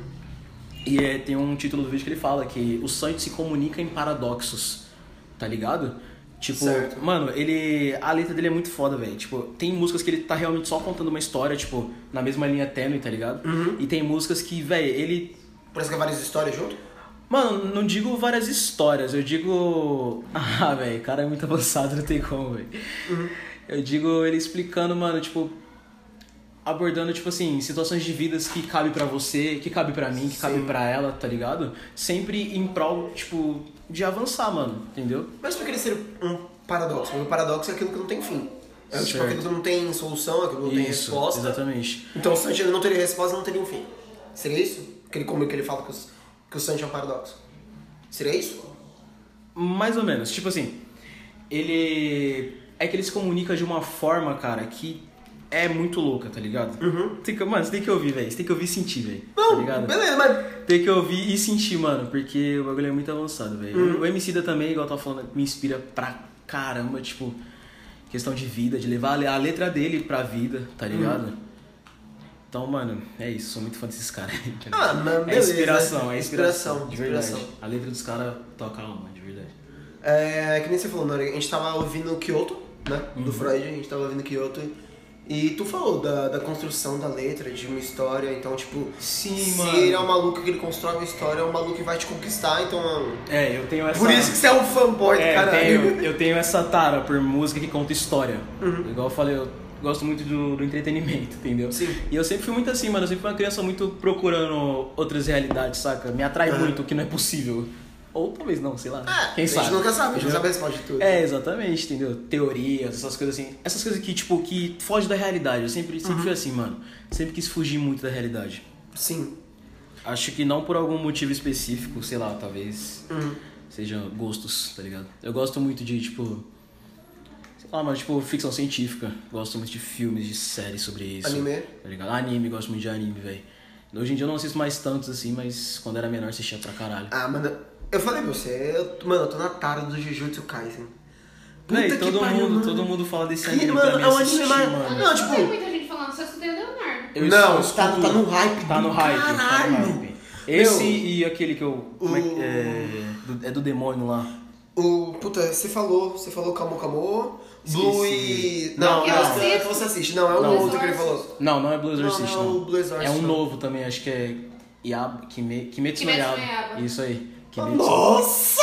E é, tem um título do vídeo que ele fala que o Santi se comunica em paradoxos, tá ligado? Tipo, Certo. mano, ele. A letra dele é muito foda, velho. Tipo, tem músicas que ele tá realmente só contando uma história, tipo, na mesma linha tênue, tá ligado? Uhum. E tem músicas que, velho, ele. Parece que é várias histórias junto? Mano, não digo várias histórias, eu digo. Ah, velho, o cara é muito avançado, não tem como, velho. Uhum. Eu digo ele explicando, mano, tipo. Abordando, tipo assim, situações de vidas que cabe pra você, que cabe pra mim, que Sim. cabe pra ela, tá ligado? Sempre em prol, tipo, de avançar, mano, entendeu? Mas por que ele ser um paradoxo? O paradoxo é aquilo que não tem fim. É tipo Certo. aquilo que não tem solução, aquilo que não tem Isso, resposta. exatamente. Então o Santi ele não teria resposta, não teria um fim. Seria isso? Aquele como que ele fala que, os, que o Santi é um paradoxo. Seria isso? Mais ou menos, tipo assim, ele. É que ele se comunica de uma forma, cara, que é muito louca, tá ligado? Uhum. Tem que, mano, você tem que ouvir, velho. Você tem que ouvir e sentir, velho. Não, Tá ligado? beleza, mas... Tem que ouvir e sentir, mano, porque o bagulho é muito avançado, velho. Uhum. O Emicida também, igual eu tava falando, me inspira pra caramba, tipo, questão de vida, de levar a letra dele pra vida, tá ligado? Uhum. Então, mano, é isso, sou muito fã desses caras. aí, tá Ah, ligado? mano, é beleza. inspiração, é inspiração, Inspiração, de verdade. inspiração. A letra dos caras toca alma, de verdade. É, que nem você falou, mano, a gente tava ouvindo Kyoto, né? Do Uhum. Freud, a gente tava ouvindo Kyoto. E tu falou da, da construção da letra, de uma história, então, tipo, Sim, se mano. ele é um maluco que ele constrói uma história, é um maluco que vai te conquistar, então... É, eu tenho essa... Por isso que você é um fanboy é, do caralho. Eu tenho, eu tenho essa tara por música que conta história. Uhum. Igual eu falei, eu gosto muito do, do entretenimento, entendeu? Sim. E eu sempre fui muito assim, mano. Eu sempre fui uma criança muito procurando outras realidades, saca? Me atrai uhum. muito o que não é possível. Ou talvez não, sei lá. É, quem sabe? A gente nunca sabe, a gente não sabe a resposta de tudo. É, exatamente, entendeu? Teorias, essas coisas assim. Essas coisas que, tipo, que fogem da realidade. Eu sempre, sempre uhum. fui assim, mano. Sempre quis fugir muito da realidade. Sim. Acho que não por algum motivo específico, sei lá, talvez uhum. seja gostos, tá ligado? Eu gosto muito de, tipo... Sei lá, mano, tipo, ficção científica. Gosto muito de filmes, de séries sobre isso. Anime? Tá ligado? Anime, gosto muito de anime, velho. Hoje em dia eu não assisto mais tantos assim, mas quando era menor assistia pra caralho. Ah, mano... Eu falei pra você, eu, mano, eu tô na tara do Jujutsu Kaisen. Puta Véi, todo pariu, mundo, mano. todo mundo fala desse anime mano, pra mim é um assistir, anime, mano. Não, não, tipo... tipo... Tem muita gente falando, só escutei o Leonardo. Eu não, escuto, tá, tá no hype Tá no hype, caralho. tá no hype. Esse Meu, e aquele que eu... Como é, que- é, do, é do demônio lá. O... Puta, você falou, você falou Kamo Kamo, Blue e... Não, Não, não. não, é que você assiste. Não, é o Não. outro que ele falou. Não, não é Blue Exorcist, Não, não é o Blue É Exorcist, um não. novo também, acho que é... Yab, Kime, Kimetsu no Kimetsu no Yaba. Yaiba. Isso aí. Kimetsu. Nossa!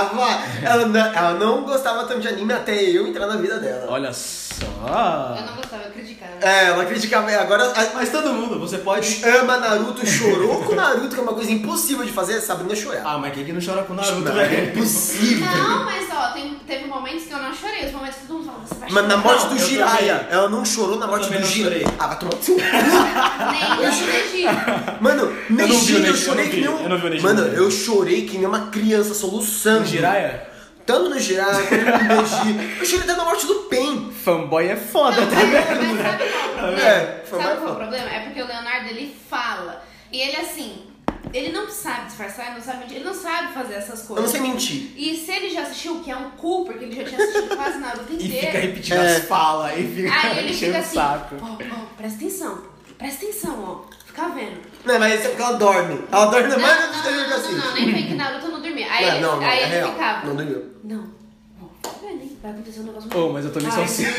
Ela não, ela não gostava tanto de anime até eu entrar na vida dela. Olha só. Eu não gostava, eu criticava. É, ela criticava. Agora, Mas todo mundo, você pode... ama Naruto, chorou com Naruto, que é uma coisa impossível de fazer, Sabrina chorar. Ah, mas quem que não chora com Naruto, Não, velho? é impossível. Não, mas ó, tem, teve momentos que eu não chorei. Os momentos que todo mundo fala, você vai Mas chorar. na morte Não, do eu Jiraiya, também. ela não chorou na morte também do não Jiraiya. chorei. Ah, vai tomar no seu cu. Nem eu chorei. Mano, não vi o Neji, eu, Neji, eu chorei não que vi, nem um... eu não vi o Neji Mano, morrer. eu chorei que nem uma criança soluçando. No Jiraiya? Tanto no Jiraiya quanto no Neji. Eu chorei até na morte do Pen. Fanboy é foda, Não, tá mas, ligado? mas sabe qual é o problema? É, foi sabe mais qual é o foda. problema? É porque o Leonardo, ele fala. E ele, assim, ele não sabe disfarçar, ele não sabe mentir, ele não sabe fazer essas coisas. Eu não sei mentir. E se ele já assistiu, que é um cu, porque ele já tinha assistido quase Naruto E inteiro. fica repetindo É. as falas, e fica Aí ele enchendo fica o assim, saco. ó, ó, presta atenção, presta atenção, ó. Fica vendo. Não, mas isso é porque ela dorme. Ela dorme na Não, maioria não, dos não, desenhos que não, não, assiste. nem foi que Naruto não dormia. Aí Não, ele, não, não, aí é ele real. ficava. Não dormiu. Não. Ó, tá vendo, hein? Vai acontecer um negócio Ô, mas eu também sou Ai. assim.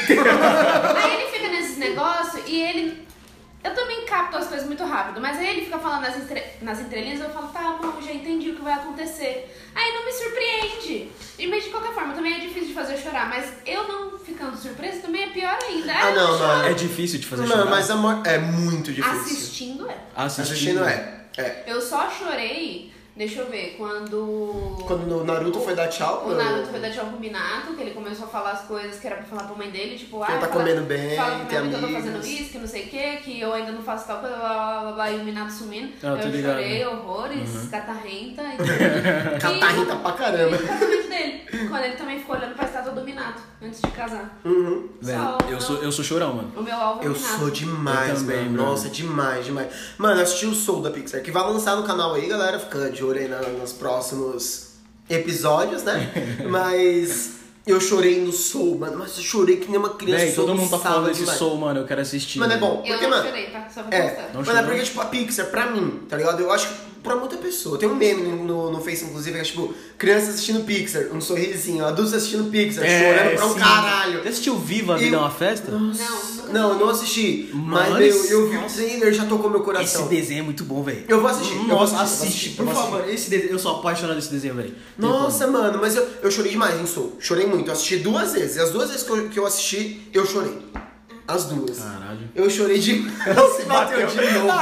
Aí ele fica nesses negócios e ele... Eu também capto as coisas muito rápido, mas aí ele fica falando nas, entre... nas entrelinhas e eu falo, tá bom, já entendi o que vai acontecer. Aí não me surpreende. E, mas de qualquer forma, também é difícil de fazer eu chorar, mas eu não ficando surpresa também é pior ainda. Ah, eu não, choro. não. É difícil de fazer Não, chorar. mas a mor... é muito difícil. Assistindo é. Assistindo é. É. Eu só chorei, deixa eu ver, quando... Quando o Naruto foi dar tchau. O eu- Naruto foi dar tchau pro Minato, que ele começou a falar as coisas que era pra falar pra mãe dele, tipo, ah, ele tá fala- comendo bem, fala pra tem minha mãe que eu tô amigos. fazendo isso, que não sei o que, que eu ainda não faço tal coisa, blá blá blá, blá e o Minato sumindo. Ah, tô eu ligado. chorei horrores, catarrenta, entendeu? Catarrenta pra caramba. E o casamento dele, quando ele também ficou olhando pra estátua do Minato, antes de casar. Uhum. Velho, Só eu não- sou, eu sou chorão, mano. O meu alvo é o Eu Minato. sou demais, Eu também, mano. mano. Nossa, demais, demais. Mano, eu assisti o Soul da Pixar, que vai lançar no canal aí, galera. Fica de olho aí na- nos próximos episódios, né? Mas eu chorei no Soul, mano. Mas eu chorei que nem uma criança. Véi, todo mundo tá falando desse demais. Soul, mano. Eu quero assistir. Mano, é velho. bom. Eu Porque, não mano. chorei, tá? Só pra É, constar. Não mas chorou? é porque, tipo, a Pixar, pra mim, tá ligado? Eu acho que pra muita pessoa. Tem um meme no, no Face, inclusive, que é tipo, crianças assistindo Pixar, um sorrisinho, adultos assistindo Pixar, chorando pra um sim. caralho. Você assistiu Viva, a Vida Eu- é uma Festa? Não, nunca Não, eu não assisti. Mas, Mas- meu, eu vi o trailer, já tocou meu coração. Esse desenho é muito bom, velho. Eu vou assistir, eu vou Nossa, assistir, eu vou assiste, assistir, por eu vou favor. Esse desenho, eu sou apaixonado desse desenho, velho. Tem Nossa, como. mano, mas eu, eu chorei demais em Soul. Chorei muito. Eu assisti duas vezes. E as duas vezes que eu, que eu assisti, eu chorei. As duas. Caralho. Eu chorei de... Ela se bateu de novo.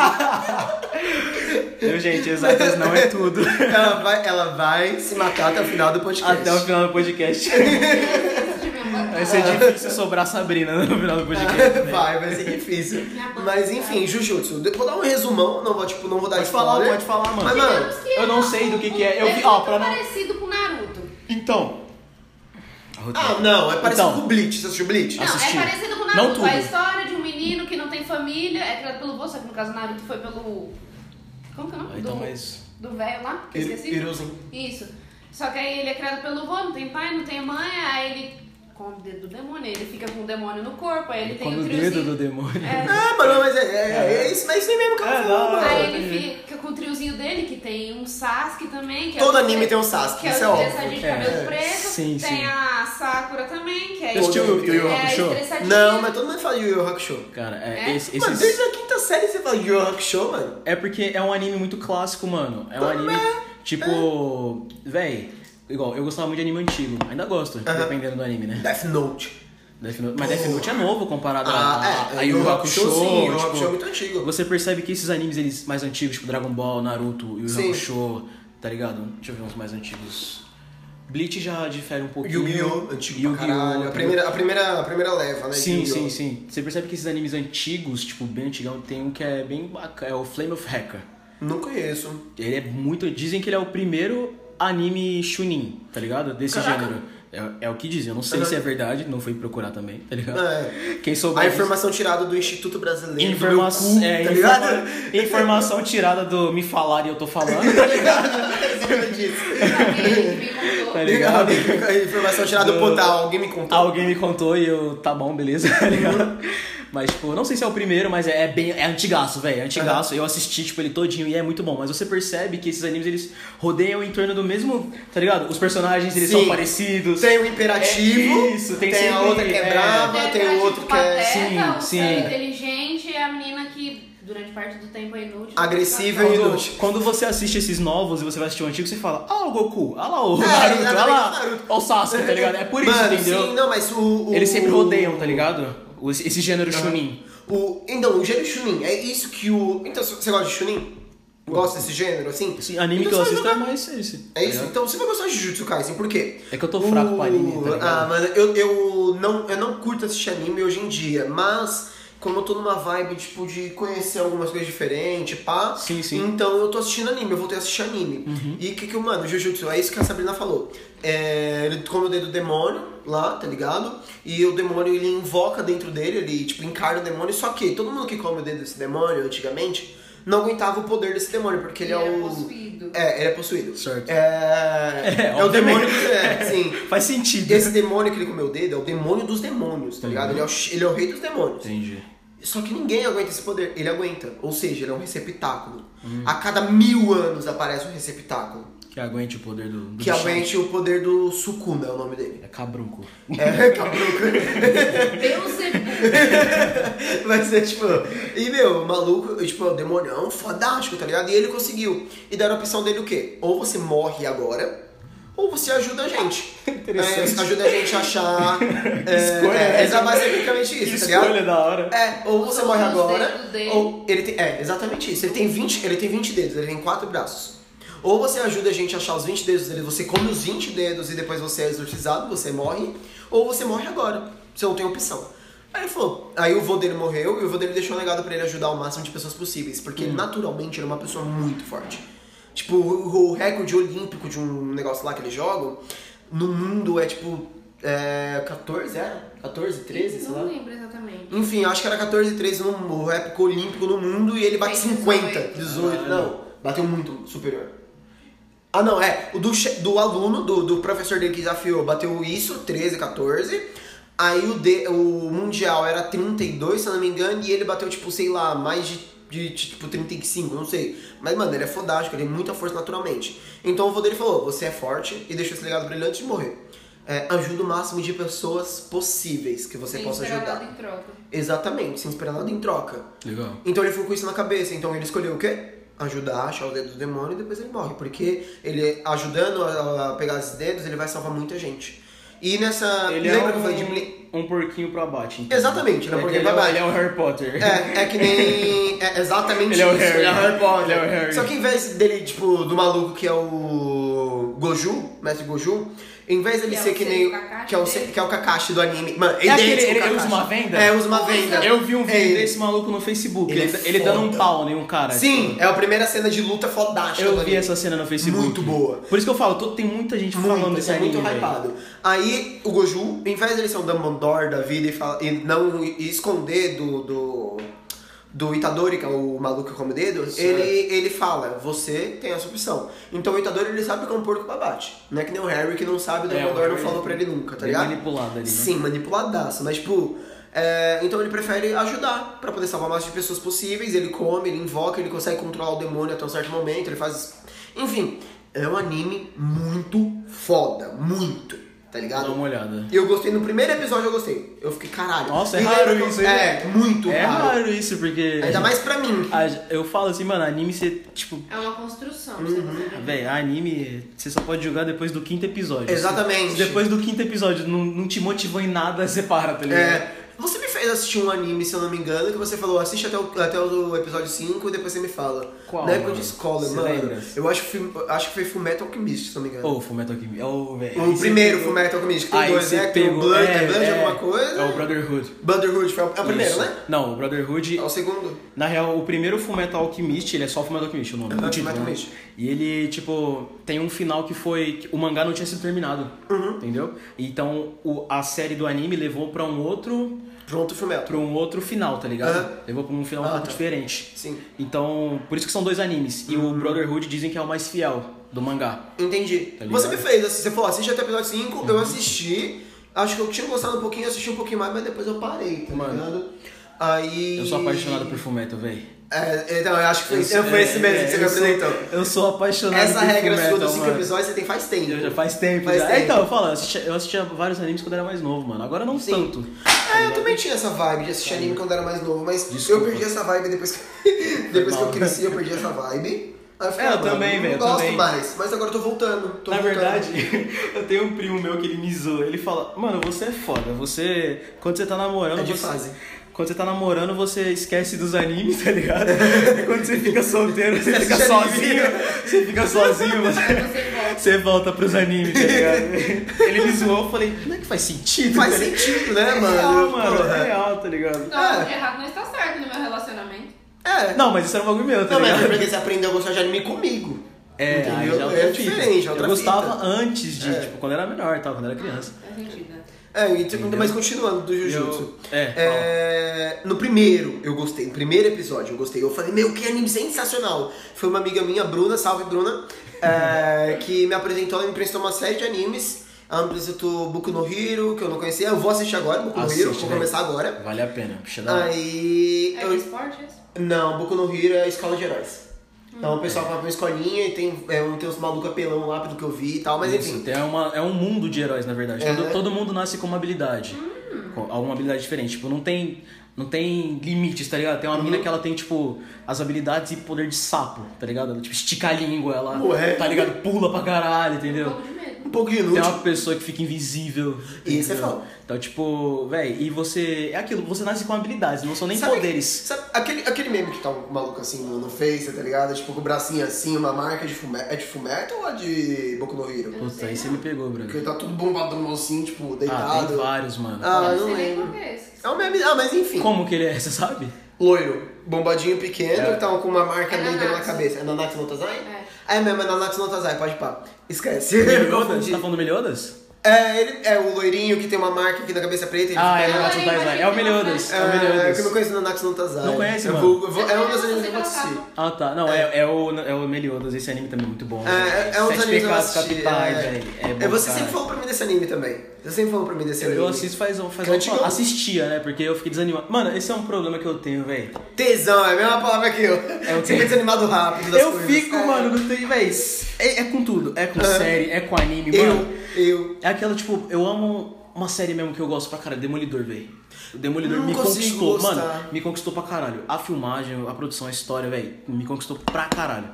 Viu, gente? Exatas não é tudo. Ela vai, ela vai se matar até o final do podcast. Até o final do podcast. Vai ser difícil sobrar Sabrina no final do podcast. né? Vai, vai ser difícil. Mas enfim, Jujutsu. Vou dar um resumão, não vou, tipo, não vou dar Pode falar, spoiler. pode falar, mano. Mas, mano, Digamos que eu não sei do que que é. Eu vi- é ó, muito pra não- parecido com Naruto. Então. ah, não, é parecido Então. com Bleach. Você assistiu Bleach? Não, Assisti. é parecido com Não Naruto. tudo. A história de um menino que não tem família, é criado pelo vô, só que no caso Naruto foi pelo... Como que é o nome? Então, do mas. do velho lá, que eu Ir- esqueci. Hiruzen. Isso. Só que aí ele é criado pelo vô, não tem pai, não tem mãe, aí ele... Com o dedo do demônio, ele fica com o demônio no corpo, aí ele tem Com o o triozinho. dedo do demônio. É. Ah, mano, mas é, é, é isso, mas é isso mesmo que ela É, falou, não, mano. Aí entendi. ele fica com o triozinho tiozinho dele, que tem um Sasuke também. Que Todo é anime pre... tem um Sasuke, que é isso é o óbvio. estressadinho de É. cabelo preto. Sim, tem sim. a Sakura também, que é Você assistiu Todo Yu Yu é Hakusho? estressadinha. Não, mas todo mundo fala Yu Yu Hakusho. Cara, é, É? esse, Mano, esses- desde a quinta série você fala Yu Yu Hakusho, mano. é porque é um anime muito clássico, mano. É um Também. anime, tipo... Véi, igual, eu gostava muito de anime antigo. Ainda gosto, Aham. dependendo do anime, né? Death Note. Death Note- Mas Death Note é novo comparado Ah, a, a, é, a Yu Yu Hakusho. sim, Yu Yu tipo, Hakusho é muito antigo. Você percebe que esses animes eles mais antigos, tipo Dragon Ball, Naruto, Yu Yu Sim. Hakusho, tá ligado? Deixa eu ver uns mais antigos. Bleach já difere um pouquinho. Yu-Gi-Oh! Antigo Yu-Gi-Oh! pra caralho. A primeira, a, primeira, a primeira leva, né? de Sim, Yu-Gi-Oh! sim, sim. Você percebe que esses animes antigos, tipo, bem antigão, tem um que é bem bacana, é o Flame of Hacker. Não conheço. Ele é muito... Dizem que ele é o primeiro anime Chunin, tá ligado? Desse Caraca. gênero. É, é o que dizem. Eu não sei Uhum. se é verdade, não fui procurar também, tá ligado? É. Quem souber... A disso- informação tirada do Instituto Brasileiro Informa do meu cu, é, tá informa- ligado? informação tirada do me falar e eu tô falando, tá ligado? Acima disso. Alguém me contou. Tá ligado? Informação tirada do portal, alguém me contou. Alguém me contou e eu, tá bom, beleza, tá ligado? Mas, tipo, não sei se é o primeiro, mas é, é bem, é antigaço, velho, é antigaço. Eu assisti, tipo, ele todinho e é muito bom. Mas você percebe que esses animes, eles rodeiam em torno do mesmo, tá ligado? Os personagens, eles Sim. são parecidos. Tem o imperativo, É isso, tem tem, a sempre- outra que é, é. brava, Tem tem o tipo, outro que é pateta, sim, o sim. cara inteligente e a menina que durante parte do tempo é inútil. Agressiva e Quando, inútil. quando você assiste esses novos e você vai assistir o antigo, você fala, ah, o Goku, ah lá o É, Naruto, nada ah a ver lá com o Naruto. o Sasuke, tá ligado? É por isso, Mano, entendeu? Sim, não, mas o... o Eles sempre rodeiam, tá ligado? O- Esse gênero Chunin. O, então, o gênero Chunin, é isso que o... Então, você gosta de Chunin? Gosta desse gênero, assim? Esse anime Então que eu você vai assisto é jogar- mais esse. É tá isso? ligado? Então você vai gostar de Jujutsu Kaisen, por quê? É que eu tô fraco pra anime, tá ligado? Ah, mano, eu, eu, não, eu não curto assistir anime hoje em dia, mas como eu tô numa vibe, tipo, de conhecer algumas coisas diferentes, pá, Sim, sim. então eu tô assistindo anime, eu voltei a assistir anime. E o que que eu, mano, Jujutsu, é isso que a Sabrina falou. É, ele come o dedo do demônio lá, tá ligado? E o demônio, ele invoca dentro dele, ele, tipo, encarna o demônio, só que todo mundo que come o dedo desse demônio, antigamente, não aguentava o poder desse demônio, porque ele, Ele é era o... possuído. É, ele é possuído. Certo. É, É, é o obviamente. demônio, é, sim. Faz sentido. Esse demônio que ele comeu o dedo é o demônio dos demônios, tá ligado? Ele é o, ele é o rei dos demônios. Entendi. Só que ninguém aguenta esse poder. Ele aguenta. Ou seja, ele é um receptáculo. A cada mil anos aparece um receptáculo. Que aguente o poder do, do Que bichão. aguente o poder do Sukuna, é o nome dele. É cabrunco. É, cabruco. Beelzebub. Vai ser tipo. E meu, o maluco, tipo, é o demonião fodástico, tá ligado? E ele conseguiu. E deram a opção dele o quê? Ou você morre agora, ou você ajuda a gente. Interessante. É, ajuda a gente a achar. É, Escolha, é, né? é basicamente isso, tá ligado? Escolha da hora. É, ou você Os morre dedos agora, dele. ou ele tem, é, exatamente isso. Ele tem vinte, ele tem vinte dedos, ele tem quatro braços. Ou você ajuda a gente a achar os vinte dedos dele, você come os vinte dedos e depois você é exorcizado, você morre, ou você morre agora. Você não tem opção. Aí ele falou, aí o vô dele morreu e o vô dele deixou um legado pra ele ajudar o máximo de pessoas possíveis, porque ele naturalmente era uma pessoa muito forte. Tipo, o, o recorde olímpico de um negócio lá que eles jogam, no mundo é tipo, é, quatorze, era? quatorze, treze, sei lá. Não lembro exatamente. Enfim, acho que era quatorze, treze no o recorde olímpico no mundo e ele bate Fez cinquenta, dezoito. dezoito, não, bateu muito superior. Ah não, é, o do, che- do aluno, do, do professor dele que desafiou, bateu isso, treze, quatorze. Aí o, de, o mundial era trinta e dois, se eu não me engano, e ele bateu, tipo, sei lá, mais de, de, tipo, trinta e cinco, não sei. Mas, mano, ele é fodástico, ele tem muita força naturalmente. Então o vô dele falou, você é forte e deixou esse legado pra ele antes de morrer. É, ajuda o máximo de pessoas possíveis que você Sem possa esperar ajudar. nada em troca. Exatamente, sem esperar nada em troca. Legal. Então ele ficou com isso na cabeça, então ele escolheu o quê? Ajudar a achar o dedo do demônio e depois ele morre. Porque ele, ajudando a, a pegar esses dedos, ele vai salvar muita gente. E nessa... Ele lembra é que eu um, falei de... Bli- um porquinho pro abate. Então. Exatamente, ele é um porquinho pro ele abate. Ele é o Harry Potter. É, é que nem... É exatamente Ele é o isso. Harry. Ele é o Harry Potter. Ele é o Harry. Só que em vez dele, tipo, do maluco que é o... Goju, mestre Goju, em vez dele Que é ser o que Sei- nem... o Kakashi que, é o, dele. que é o Kakashi do anime. Mano, É aquele, idêntico ele, ao ele usa Kakashi. uma venda? É, usa uma Usa. venda. Eu vi um vídeo É. desse maluco no Facebook. Ele Ele, é ele dando um foda. pau em um cara. Sim, tipo. é a primeira cena de luta fodástica Eu do vi anime. essa cena no Facebook. Muito boa. Por isso que eu falo, tô- tem muita gente falando Muito, desse é anime. muito velho. hypado. Aí o Goju, em vez dele ser um Dumbledore da vida e, fala, e não e esconder do, do, do Itadori, que é o maluco que come o dedo, ele, ele fala, você tem essa opção. Então o Itadori ele sabe que é um porco babate. Não é que nem o Harry que não sabe, o É, o Dumbledore não Harry falou pra ele nunca, tá bem ligado? manipulado ali, né? Sim, manipuladaço. Mas tipo, É, então ele prefere ajudar pra poder salvar o máximo de pessoas possíveis. Ele come, ele invoca, ele consegue controlar o demônio até um certo momento, ele faz... Enfim, é um anime muito foda, muito. Tá ligado? Dá uma olhada. Eu gostei, no primeiro episódio eu gostei. Eu fiquei, caralho. Nossa, é E raro lembra- isso aí. É, muito É raro. raro isso, porque... Ainda mais pra mim. a- Eu falo assim, mano, anime você, tipo... É uma construção. pra você fazer. Véi, anime você só pode jogar depois do quinto episódio. Exatamente. Se depois do quinto episódio não, não te motivou em nada, você para, tá ligado? É, você me fez assistir um anime, se eu não me engano, que você falou, assiste até o, até o episódio cinco e depois você me fala. Qual, Na época mano? de escola, Você mano. lembra? Eu acho que, foi- acho que foi Fullmetal Alchemist, se eu não me engano. Ô, Fullmetal Alchemist. Oh, véi, o aí você primeiro pegou- Fullmetal Alchemist, que tem Aí dois, você né? Que tem o pegou- Blood, é, é, Blood é, alguma coisa. É o Brotherhood. Brotherhood foi o é o primeiro, Isso. né? Não, o Brotherhood... É o segundo. Na real, o primeiro Fullmetal Alchemist, ele é só Fullmetal Alchemist, o nome. Aham, o título, Fullmetal né? Alchemist. E ele, tipo, tem um final que foi... que o mangá não tinha sido terminado, Uhum. entendeu? Então, o, a série do anime levou pra um outro... Pronto, Fullmetal. pra um outro final, tá ligado? Aham. Levou pra um final um Ah, pouco tá. diferente. Sim. Então, por isso que são dois animes. E o Brotherhood dizem que é o mais fiel do mangá. Entendi. Tá ligado? Você me fez, assim, você falou, assiste até o episódio cinco, eu assisti. Acho que eu tinha gostado um pouquinho, eu assisti um pouquinho mais, mas depois eu parei, tá Mano, ligado? Aí... Eu sou apaixonado por Fullmetal, véi. É, então, eu acho que foi, Eu sou- foi esse mesmo é, que você me eu sou- apresentou. Eu sou apaixonado Essa por regra sua Fullmetal, dos cinco mano. episódios você tem faz tempo. Eu já faz tempo. Faz já. tempo. É, então, eu falo, eu assistia, eu assistia vários animes quando eu era mais novo, mano. Agora não Sim. tanto. É, eu também tinha essa vibe de assistir anime quando eu era mais novo, mas Desculpa. eu perdi essa vibe depois que, depois que eu mal. cresci, eu perdi essa vibe. Aí fiquei, É, eu ah, mano, também, não velho, eu gosto também. mais, mas agora eu tô voltando. Tô Na voltando. verdade, eu tenho um primo meu que ele me zoa. Ele fala, mano, você é foda. Você. Quando você tá namorando. É de você... fase. Quando você tá namorando, você esquece dos animes, tá ligado? E quando você fica solteiro, você Você fica assiste sozinho. Você fica sozinho, você, Aí você volta. você volta pros animes, tá ligado? Ele me zoou, eu falei, não é que faz sentido? Faz tá ligado? sentido, né, É mano? real, mano, Porra. é real, tá ligado? Não, É. de errado não está certo no meu relacionamento. É. Não, mas isso era um bagulho meu, tá Não, mas é ligado? porque você aprendeu a gostar de anime comigo. É, entendeu? aí já é outra É fita. diferente, é outra Eu gostava fita. antes de, É. tipo, quando eu era menor e tal, quando eu era criança. Faz sentido, né? É, e, tipo, Entendeu? mas continuando do Jujutsu. Eu- é, É, no primeiro eu gostei, no primeiro episódio eu gostei. Eu falei, meu, que anime sensacional. Foi uma amiga minha, Bruna, salve Bruna, é, que me apresentou, ela me emprestou uma série de animes. Ela me apresentou Boku no Hero, que eu não conhecia. Eu vou assistir agora, Boku no Assiste, Hero, vou velho. começar agora. Vale a pena. Puxa da hora. Aí. É eu- de esporte esse? Não, Boku no Hero é a escola de heróis. Então o pessoal vai pra uma escolinha e tem, é, um- tem uns malucos apelão lá, pelo que eu vi e tal, mas Isso, enfim. tem uma, é um mundo de heróis, na verdade. É. Todo, todo mundo nasce com uma habilidade. Com alguma habilidade diferente. Tipo, não tem, não tem limites, tá ligado? Tem uma mina que ela tem, tipo, as habilidades e poder de sapo, tá ligado? Ela, tipo, estica a língua, ela, Ué. tá ligado? Pula pra caralho, Um entendeu? pouco de medo. Um pouco de Tem inútil. uma pessoa que fica invisível. Isso é entendeu? foda. Então, tipo, véi, e você. É aquilo, você nasce com habilidades, não são nem Sabe- poderes. Sabe, aquele, aquele meme que tá um maluco assim no, no Face, tá ligado? Tipo, com o bracinho assim, uma marca de fumeto. É de fumeto ou é de Boku no Hero? Puta, aí você me pegou, Porque Bruno. ele tá tudo bombadão assim, tipo, Ah, deitado. tem vários, mano. Ah, Eu eu não não sei nem lembro. qual que é esse. É um meme. Ah, mas enfim. Como que ele é, você sabe? Loiro, bombadinho pequeno, É. que tá com uma marca É negra na Nanatsu. cabeça. É Nanatsu no Tazai? É. É mesmo, é Nanatsu no Tazai, pode pá. Esquece. Meliodas? Confundi. Você tá falando Meliodas? É, ele é o loirinho que tem uma marca aqui na cabeça preta. Ele Ah, é o fica- Nanatsu no Taizai. É o Meliodas. É o É, que eu não Meliodas. conheço Nanatsu no Tazai. Não conhece, eu mano? Vou, eu vou- é um dos Eu animes que eu vou sei assistir. colocar. Ah, tá. Não, é, é, o, é o Meliodas. Esse anime também é muito bom. É, é um dos Sete animes que eu Pecados assisti. Capitais, é. velho. É bom, É, você cara. sempre falou pra mim desse anime também. Você sempre falou pra mim desse Eu, anime. eu assisto faz, faz Que um antigão. Assistia, né? Porque eu fiquei desanimado. Mano, esse é um problema que eu tenho, velho. Tesão, é a mesma palavra que eu. o Você quê? fica desanimado rápido das Eu coisas. fico, É. mano, não tem, véi. É, é com tudo. É com série, é com anime, mano. Eu, eu. É aquela, tipo, eu amo uma série mesmo que eu gosto pra caralho, Demolidor, velho. O Demolidor Não me consigo conquistou, gostar. mano, me conquistou pra caralho. A filmagem, a produção, a história, velho, me conquistou pra caralho.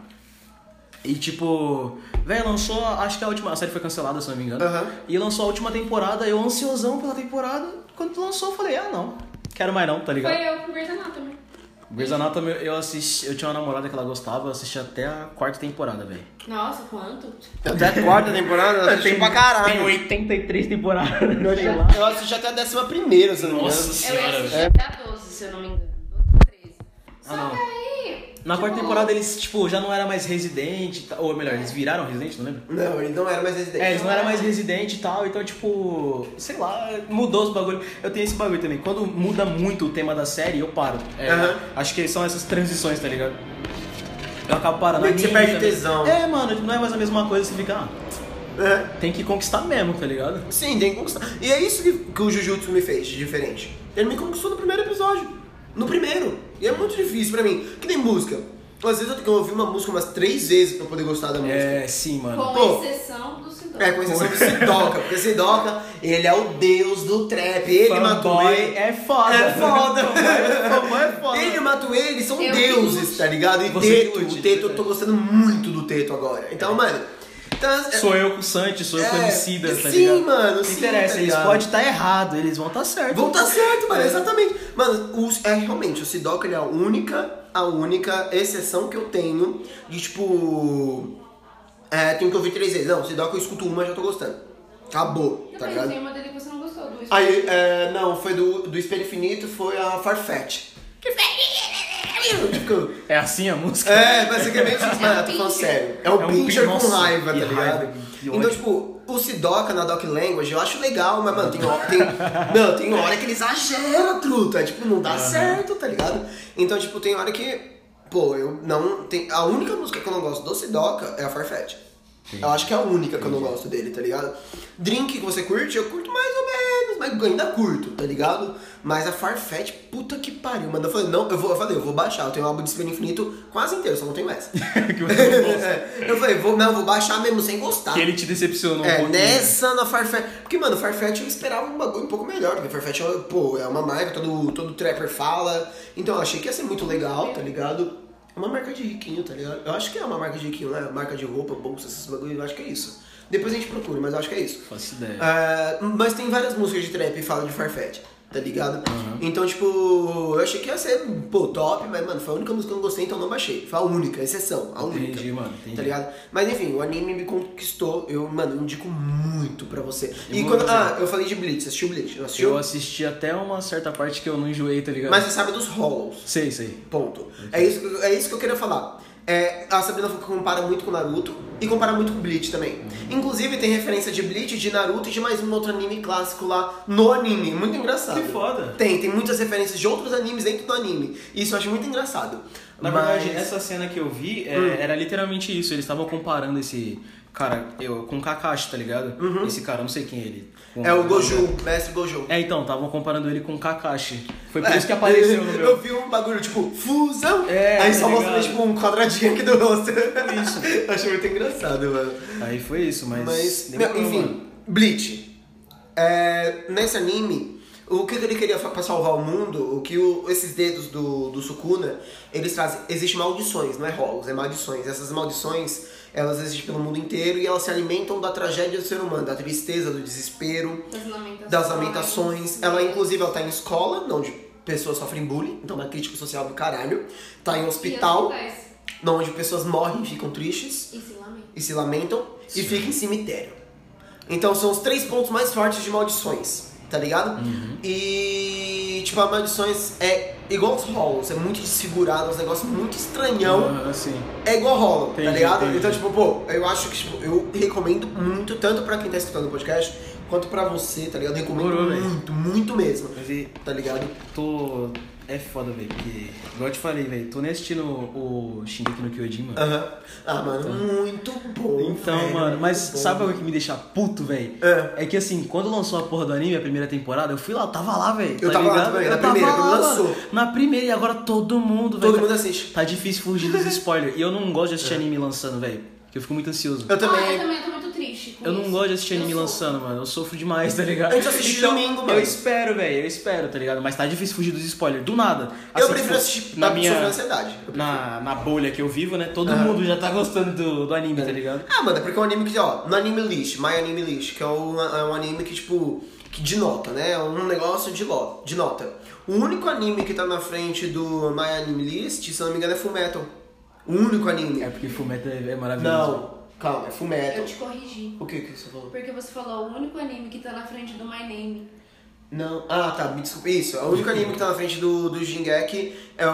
E tipo, velho, lançou, acho que a última, a série foi cancelada, se não me engano. Aham. E lançou a última temporada, eu ansiosão pela temporada. Quando lançou, eu falei, ah, não, quero mais não, tá ligado? Foi eu com Grey's Anatomy. Grey's Anatomy, eu assisti, eu tinha uma namorada que ela gostava, eu assisti até a quarta temporada, velho. Nossa, quanto? Até a quarta temporada, eu assisti pra Tem caralho. oitenta e três temporadas, olha lá. Eu assisti até a décima primeira, se eu não me engano. Nossa Eu ia senhora, assistir velho. até a doze, se eu não me engano. doze ou treze. Só Ah, não. que aí... Na quarta tipo, temporada eles, tipo, já não era mais residente, e tal, ou melhor, eles viraram residente, não lembro? Não, ele não era mais residente. É, eles não eram mais residente e tal, então, tipo, sei lá, mudou os bagulhos. Eu tenho esse bagulho também. Quando muda muito o tema da série, eu paro. É, Aham. Acho que são essas transições, tá ligado? Eu acabo parando. Meio que você Anime perde também. tesão. É, mano, não é mais a mesma coisa, você fica, ah, É. tem que conquistar mesmo, tá ligado? Sim, tem que conquistar. E é isso que, que o Jujutsu me fez de diferente. Ele me conquistou no primeiro episódio. No primeiro. E é muito difícil pra mim. Que nem música. Às vezes eu tenho que ouvir uma música umas três vezes pra poder gostar da música. É, sim, mano. Com Pô, exceção do Sidoca. É, com exceção do Sidoca. Porque Sidoca, ele é o deus do trap. Ele e Matuê é foda. É foda. Fanboy é foda. Ele e Matuê, eles são Eu deuses, que tá ligado? E Você Teto, curte, o Teto, né? eu tô gostando muito do Teto agora. Então, mano... Então, Sou eu com o Santi, sou eu com o É, Emicida, tá sim, ligado? mano, Não sim, interessa, tá eles ligado? podem estar errado, eles vão estar certo. Vão tá certo, mano, É. exatamente. Mano, os, é realmente, o Sidoca, ele é a única, a única exceção que eu tenho de, tipo... É, tenho que ouvir três vezes. Não, o Sidoca eu escuto uma e já tô gostando. Acabou, Eu tá pensei ligado? em uma dele que você não gostou, do Aí, é, não, foi do, do Espelho Infinito, foi a Farfetch. Que Tipo, É assim a música? é, basicamente isso, mano, eu tô falando Pincher. sério. É o É um Pincher Pincher, com nossa, raiva, tá que ligado? raiva, que Então, ódio. tipo, o Sidoca na Doc Language eu acho legal, mas, mano, tem hora, tem, não, tem hora que ele exagera, truta. Tipo, não dá Aham. certo, tá ligado? Então, tipo, tem hora que, pô, eu não. Tem, a única música que eu não gosto do Sidoca é a Farfetch. Eu acho que é a única que eu não gosto dele, tá ligado? Drink que você curte, eu curto mais ou menos, mas eu ainda curto, tá ligado? Mas a Farfetch, puta que pariu, mano. Eu falei, não, eu, vou, eu falei, eu vou baixar, eu tenho o álbum de Espelho Infinito quase inteiro, só não tenho essa. Que você não gosta. É, eu falei, vou, não, vou baixar mesmo sem gostar. Que ele te decepcionou um É, pouquinho. nessa na Farfetch. Porque, mano, Farfetch eu esperava um bagulho um pouco melhor, porque Farfetch, é, pô, é uma marca, todo, todo trapper fala. Então eu achei que ia ser muito legal, tá ligado? É uma marca de riquinho, tá ligado? Eu acho que é uma marca de riquinho, né? Marca de roupa, bolsa, esses bagulho, eu acho que é isso. Depois a gente procura, mas eu acho que é isso. Faço ideia. É, mas tem várias músicas de trap que falam de Farfetch, tá ligado? Uhum. Então, tipo, eu achei que ia ser, pô, top, mas, mano, foi a única música que eu não gostei, então eu não baixei. Foi a única, a exceção, a única. Entendi, mano, entendi. Tá ligado? Mas enfim, o anime me conquistou, eu, mano, indico muito pra você. E Eu quando. vou- Ah, eu falei de Bleach, assistiu Bleach? Não assistiu? Eu assisti até uma certa parte que eu não enjoei, tá ligado? Mas você sabe dos Hollows. Sei, sei. Ponto. É isso, que- é isso que eu queria falar. É, a Sabrina compara muito com Naruto e compara muito com Bleach também. Inclusive tem referência de Bleach, de Naruto e de mais um outro anime clássico lá no anime. Muito engraçado. Que foda. Tem, tem muitas referências de outros animes dentro do anime. Isso eu acho muito engraçado. Na Mas- verdade, essa cena que eu vi é, Hum. era literalmente isso. Eles estavam comparando esse cara eu, com o Kakashi, tá ligado? Esse cara, não sei quem é ele. Com- Uhum. É o Gojo, mestre Gojo. É, então, estavam comparando ele com o Kakashi. Foi por É, isso que apareceu no meu. Eu vi um bagulho tipo, fusão. É, aí tá só mostra ligado? tipo um quadradinho aqui do rosto. Isso. Achei muito engraçado, mano. Aí foi isso, mas. Mas, demorou, enfim, mano. Bleach. É, nesse anime, o que ele queria fa- pra salvar o mundo, o que o- esses dedos do, do Sukuna, eles trazem. Existem maldições, não é rolos, é maldições. Essas maldições, elas existem pelo mundo inteiro e elas se alimentam da tragédia do ser humano, da tristeza, do desespero, Das lamentações. das lamentações. Ela, inclusive, ela tá em escola, onde pessoas sofrem bullying, então uma crítica social do caralho. Tá em hospital, E hospitais. onde pessoas morrem e ficam tristes E se lamenta. e se lamentam e fica em cemitério. Então são os três pontos mais fortes de maldições, tá ligado? Uhum. E tipo, as maldições é igual os Hollows, é muito desfigurado, é um negócio muito estranhão. Ah, assim. É igual Hollow, tá Entendi, ligado? entendi. Então, tipo, pô, eu acho que tipo, eu recomendo muito, tanto pra quem tá escutando o podcast, quanto pra você, tá ligado? Eu recomendo Demorou, velho. muito, muito mesmo, Mas e, tá ligado? tô. É foda, velho, porque. Igual eu te falei, velho, tô nem assistindo o Shingeki no Kyojin, mano. Aham. Ah, mano, muito bom. Então, velho, mano, mas muito bom. sabe o que me deixa puto, velho? É. É que assim, quando lançou a porra do anime, a primeira temporada, eu fui lá, eu tava lá, velho. Eu tá tava lá ligado? também, eu na tava primeira, lá, quando lançou. mano. Na primeira, e agora todo mundo, velho. Todo tá- mundo assiste. Tá difícil fugir dos spoilers. E eu não gosto de assistir anime lançando, velho. Porque eu fico muito ansioso. Eu também. Ah, eu também tô muito triste com Eu não isso. gosto de assistir Eu anime sou. lançando, mano. Eu sofro demais, tá ligado? A gente assiste domingo, mano. Eu espero, velho. Eu espero, tá ligado? Mas tá difícil fugir dos spoilers. Do nada. Eu Assim, prefiro tipo, assistir na pra minha sofrer ansiedade. Eu prefiro. na, na bolha que eu vivo, né? Todo Aham. mundo já tá gostando do, do anime, tá ligado? Ah, mano, é porque é um anime que, ó, no Anime List, My Anime List, que é um, é um anime que, tipo, que de nota, né? É um negócio de, lo, de nota. O único anime que tá na frente do My Anime List, se eu não me engano, é Fullmetal. O único anime. É porque Fullmetal é, é maravilhoso. Não, calma, é Fullmetal. Eu te corrigi. O que que você falou? Porque você falou o único anime que tá na frente do My Name. Não. Ah, tá, me desculpa. Isso, o único anime que tá na frente do, do Shingeki é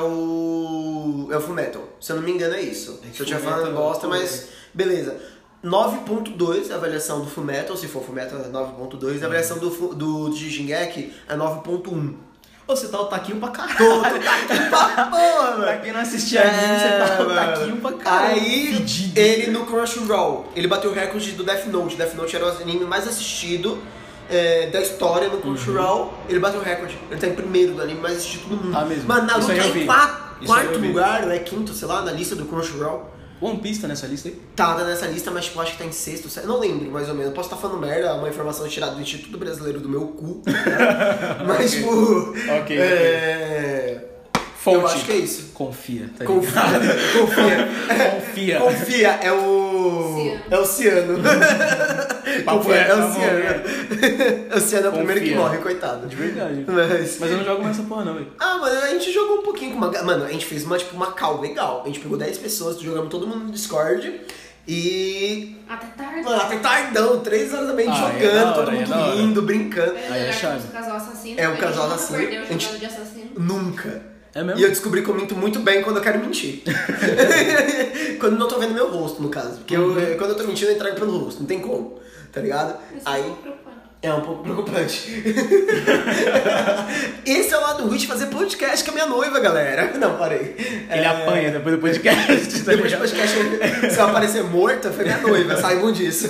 o. É o Fullmetal. Se eu não me engano, é isso. É que Se eu tiver Fullmetal falando é bosta, outro, mas. Beleza. nove ponto dois é a avaliação do Fullmetal, se for Fullmetal é nove ponto dois, a avaliação do, fu- do de Shingeki é nove ponto um. Ô, você tá o taquinho pra caralho. Tô, tô aqui pra porra, Pra mano. quem não assistia anime, você tá o É, taquinho mano. pra caralho. Aí, Fedido. ele no Crunchyroll, ele bateu o recorde do Death Note. Death Note era o anime mais assistido é, da história no Crunchyroll. Uhum. Ele bateu o recorde. Ele tá em primeiro do anime mais assistido do mundo. Ah, mesmo? Mano, Naruto tá em quatro, quarto lugar, né? Quinto, sei lá, na lista do Crunchyroll. One Piece tá nessa lista aí? Tá, tá nessa lista, mas tipo, acho que tá em sexto, sétimo. Não lembro, mais ou menos. Posso estar falando merda, uma informação tirada do Instituto Brasileiro do meu cu. Né? Mas, okay. tipo... Ok, é... Fonte. Eu acho que é isso. Confia, tá Confia. Confia. Confia. Confia, é o... Ciano. É o Ciano. Confia, é o Ciano. É o Ciano é o primeiro que morre, coitado. De verdade. Mas... Mas eu não jogo mais essa porra não, velho. Ah, mano, a gente jogou um pouquinho com uma... Mano, a gente fez uma, tipo, uma call legal. A gente pegou dez pessoas, jogamos todo mundo no Discord e... Até tarde. Mano, até tardão, três horas da manhã Ah, jogando, é da hora, todo é mundo da hora. rindo, brincando. Aí é chave. O casal assassino. É um a gente casal nunca assassino. perdeu A gente- jogando de assassino. Nunca. É mesmo? E eu descobri que eu minto muito bem quando eu quero mentir. Quando eu não tô vendo meu rosto, no caso. Porque eu, Uhum. quando eu tô mentindo, eu entrego pelo rosto, não tem como. Tá ligado? Isso é Aí... um pouco preocupante. É um pouco preocupante. Esse é o lado ruim de fazer podcast com a minha noiva, galera. Não, parei. Ele É, apanha depois do podcast. Tá Depois do ligado? podcast, se eu aparecer morta, foi minha noiva, saibam disso.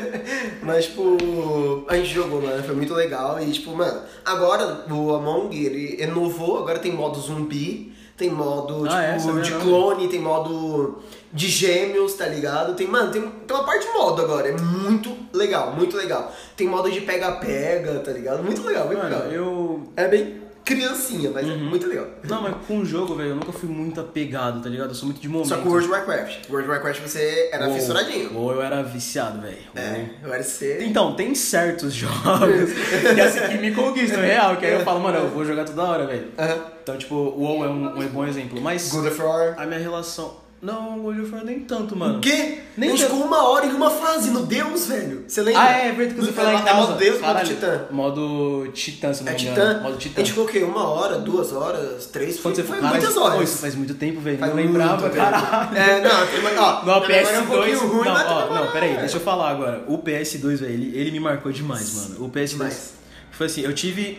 Mas, tipo, a gente jogou, mano, foi muito legal. E, tipo, mano, agora o Among, ele inovou, agora tem modo zumbi, tem modo, Ah, é? tipo, Sabia de não. clone, tem modo de gêmeos, tá ligado? Tem, mano, tem, tem uma parte de modo agora, é muito legal, muito legal. Tem modo de pega-pega, tá ligado? Muito legal, muito Mano, legal. eu... É bem criancinha, mas é muito legal. Não, mas com o jogo, velho, eu nunca fui muito apegado, tá ligado? Eu sou muito de momento. Só que o World of Warcraft. World of Warcraft você era Uou. fissuradinho. Ou eu era viciado, velho. É, eu era ser. Então, tem certos jogos que, assim, que me conquistam, é real, que aí eu falo, mano, eu vou jogar toda hora, velho. Aham. Então, tipo, o WoW é um, um bom exemplo. Mas God of War. a minha relação... Não, o God of War nem tanto, mano. O quê? Nem a gente tanto. ficou uma hora em uma fase no Deus, velho. Você lembra? Ah, é, é verdade que você No- falou em é casa. modo Deus, modo Caralho, Titã. Modo Titã, se não É me engano. Titã. Modo A Titã. gente ficou o quê? Uma hora, duas horas, três? Foi, Quando você foi Caralho, muitas pô, horas. isso faz muito tempo, velho. Faz Não lembrava, muito, velho. caralho. É, não, tem uma, ó, No minha P S memória é um dois. pouquinho ruim, não, mas tem ó, memória. não, peraí, deixa eu falar agora. O P S dois, velho, ele, ele me marcou demais, mano. O P S dois. Demais. Foi assim, eu tive.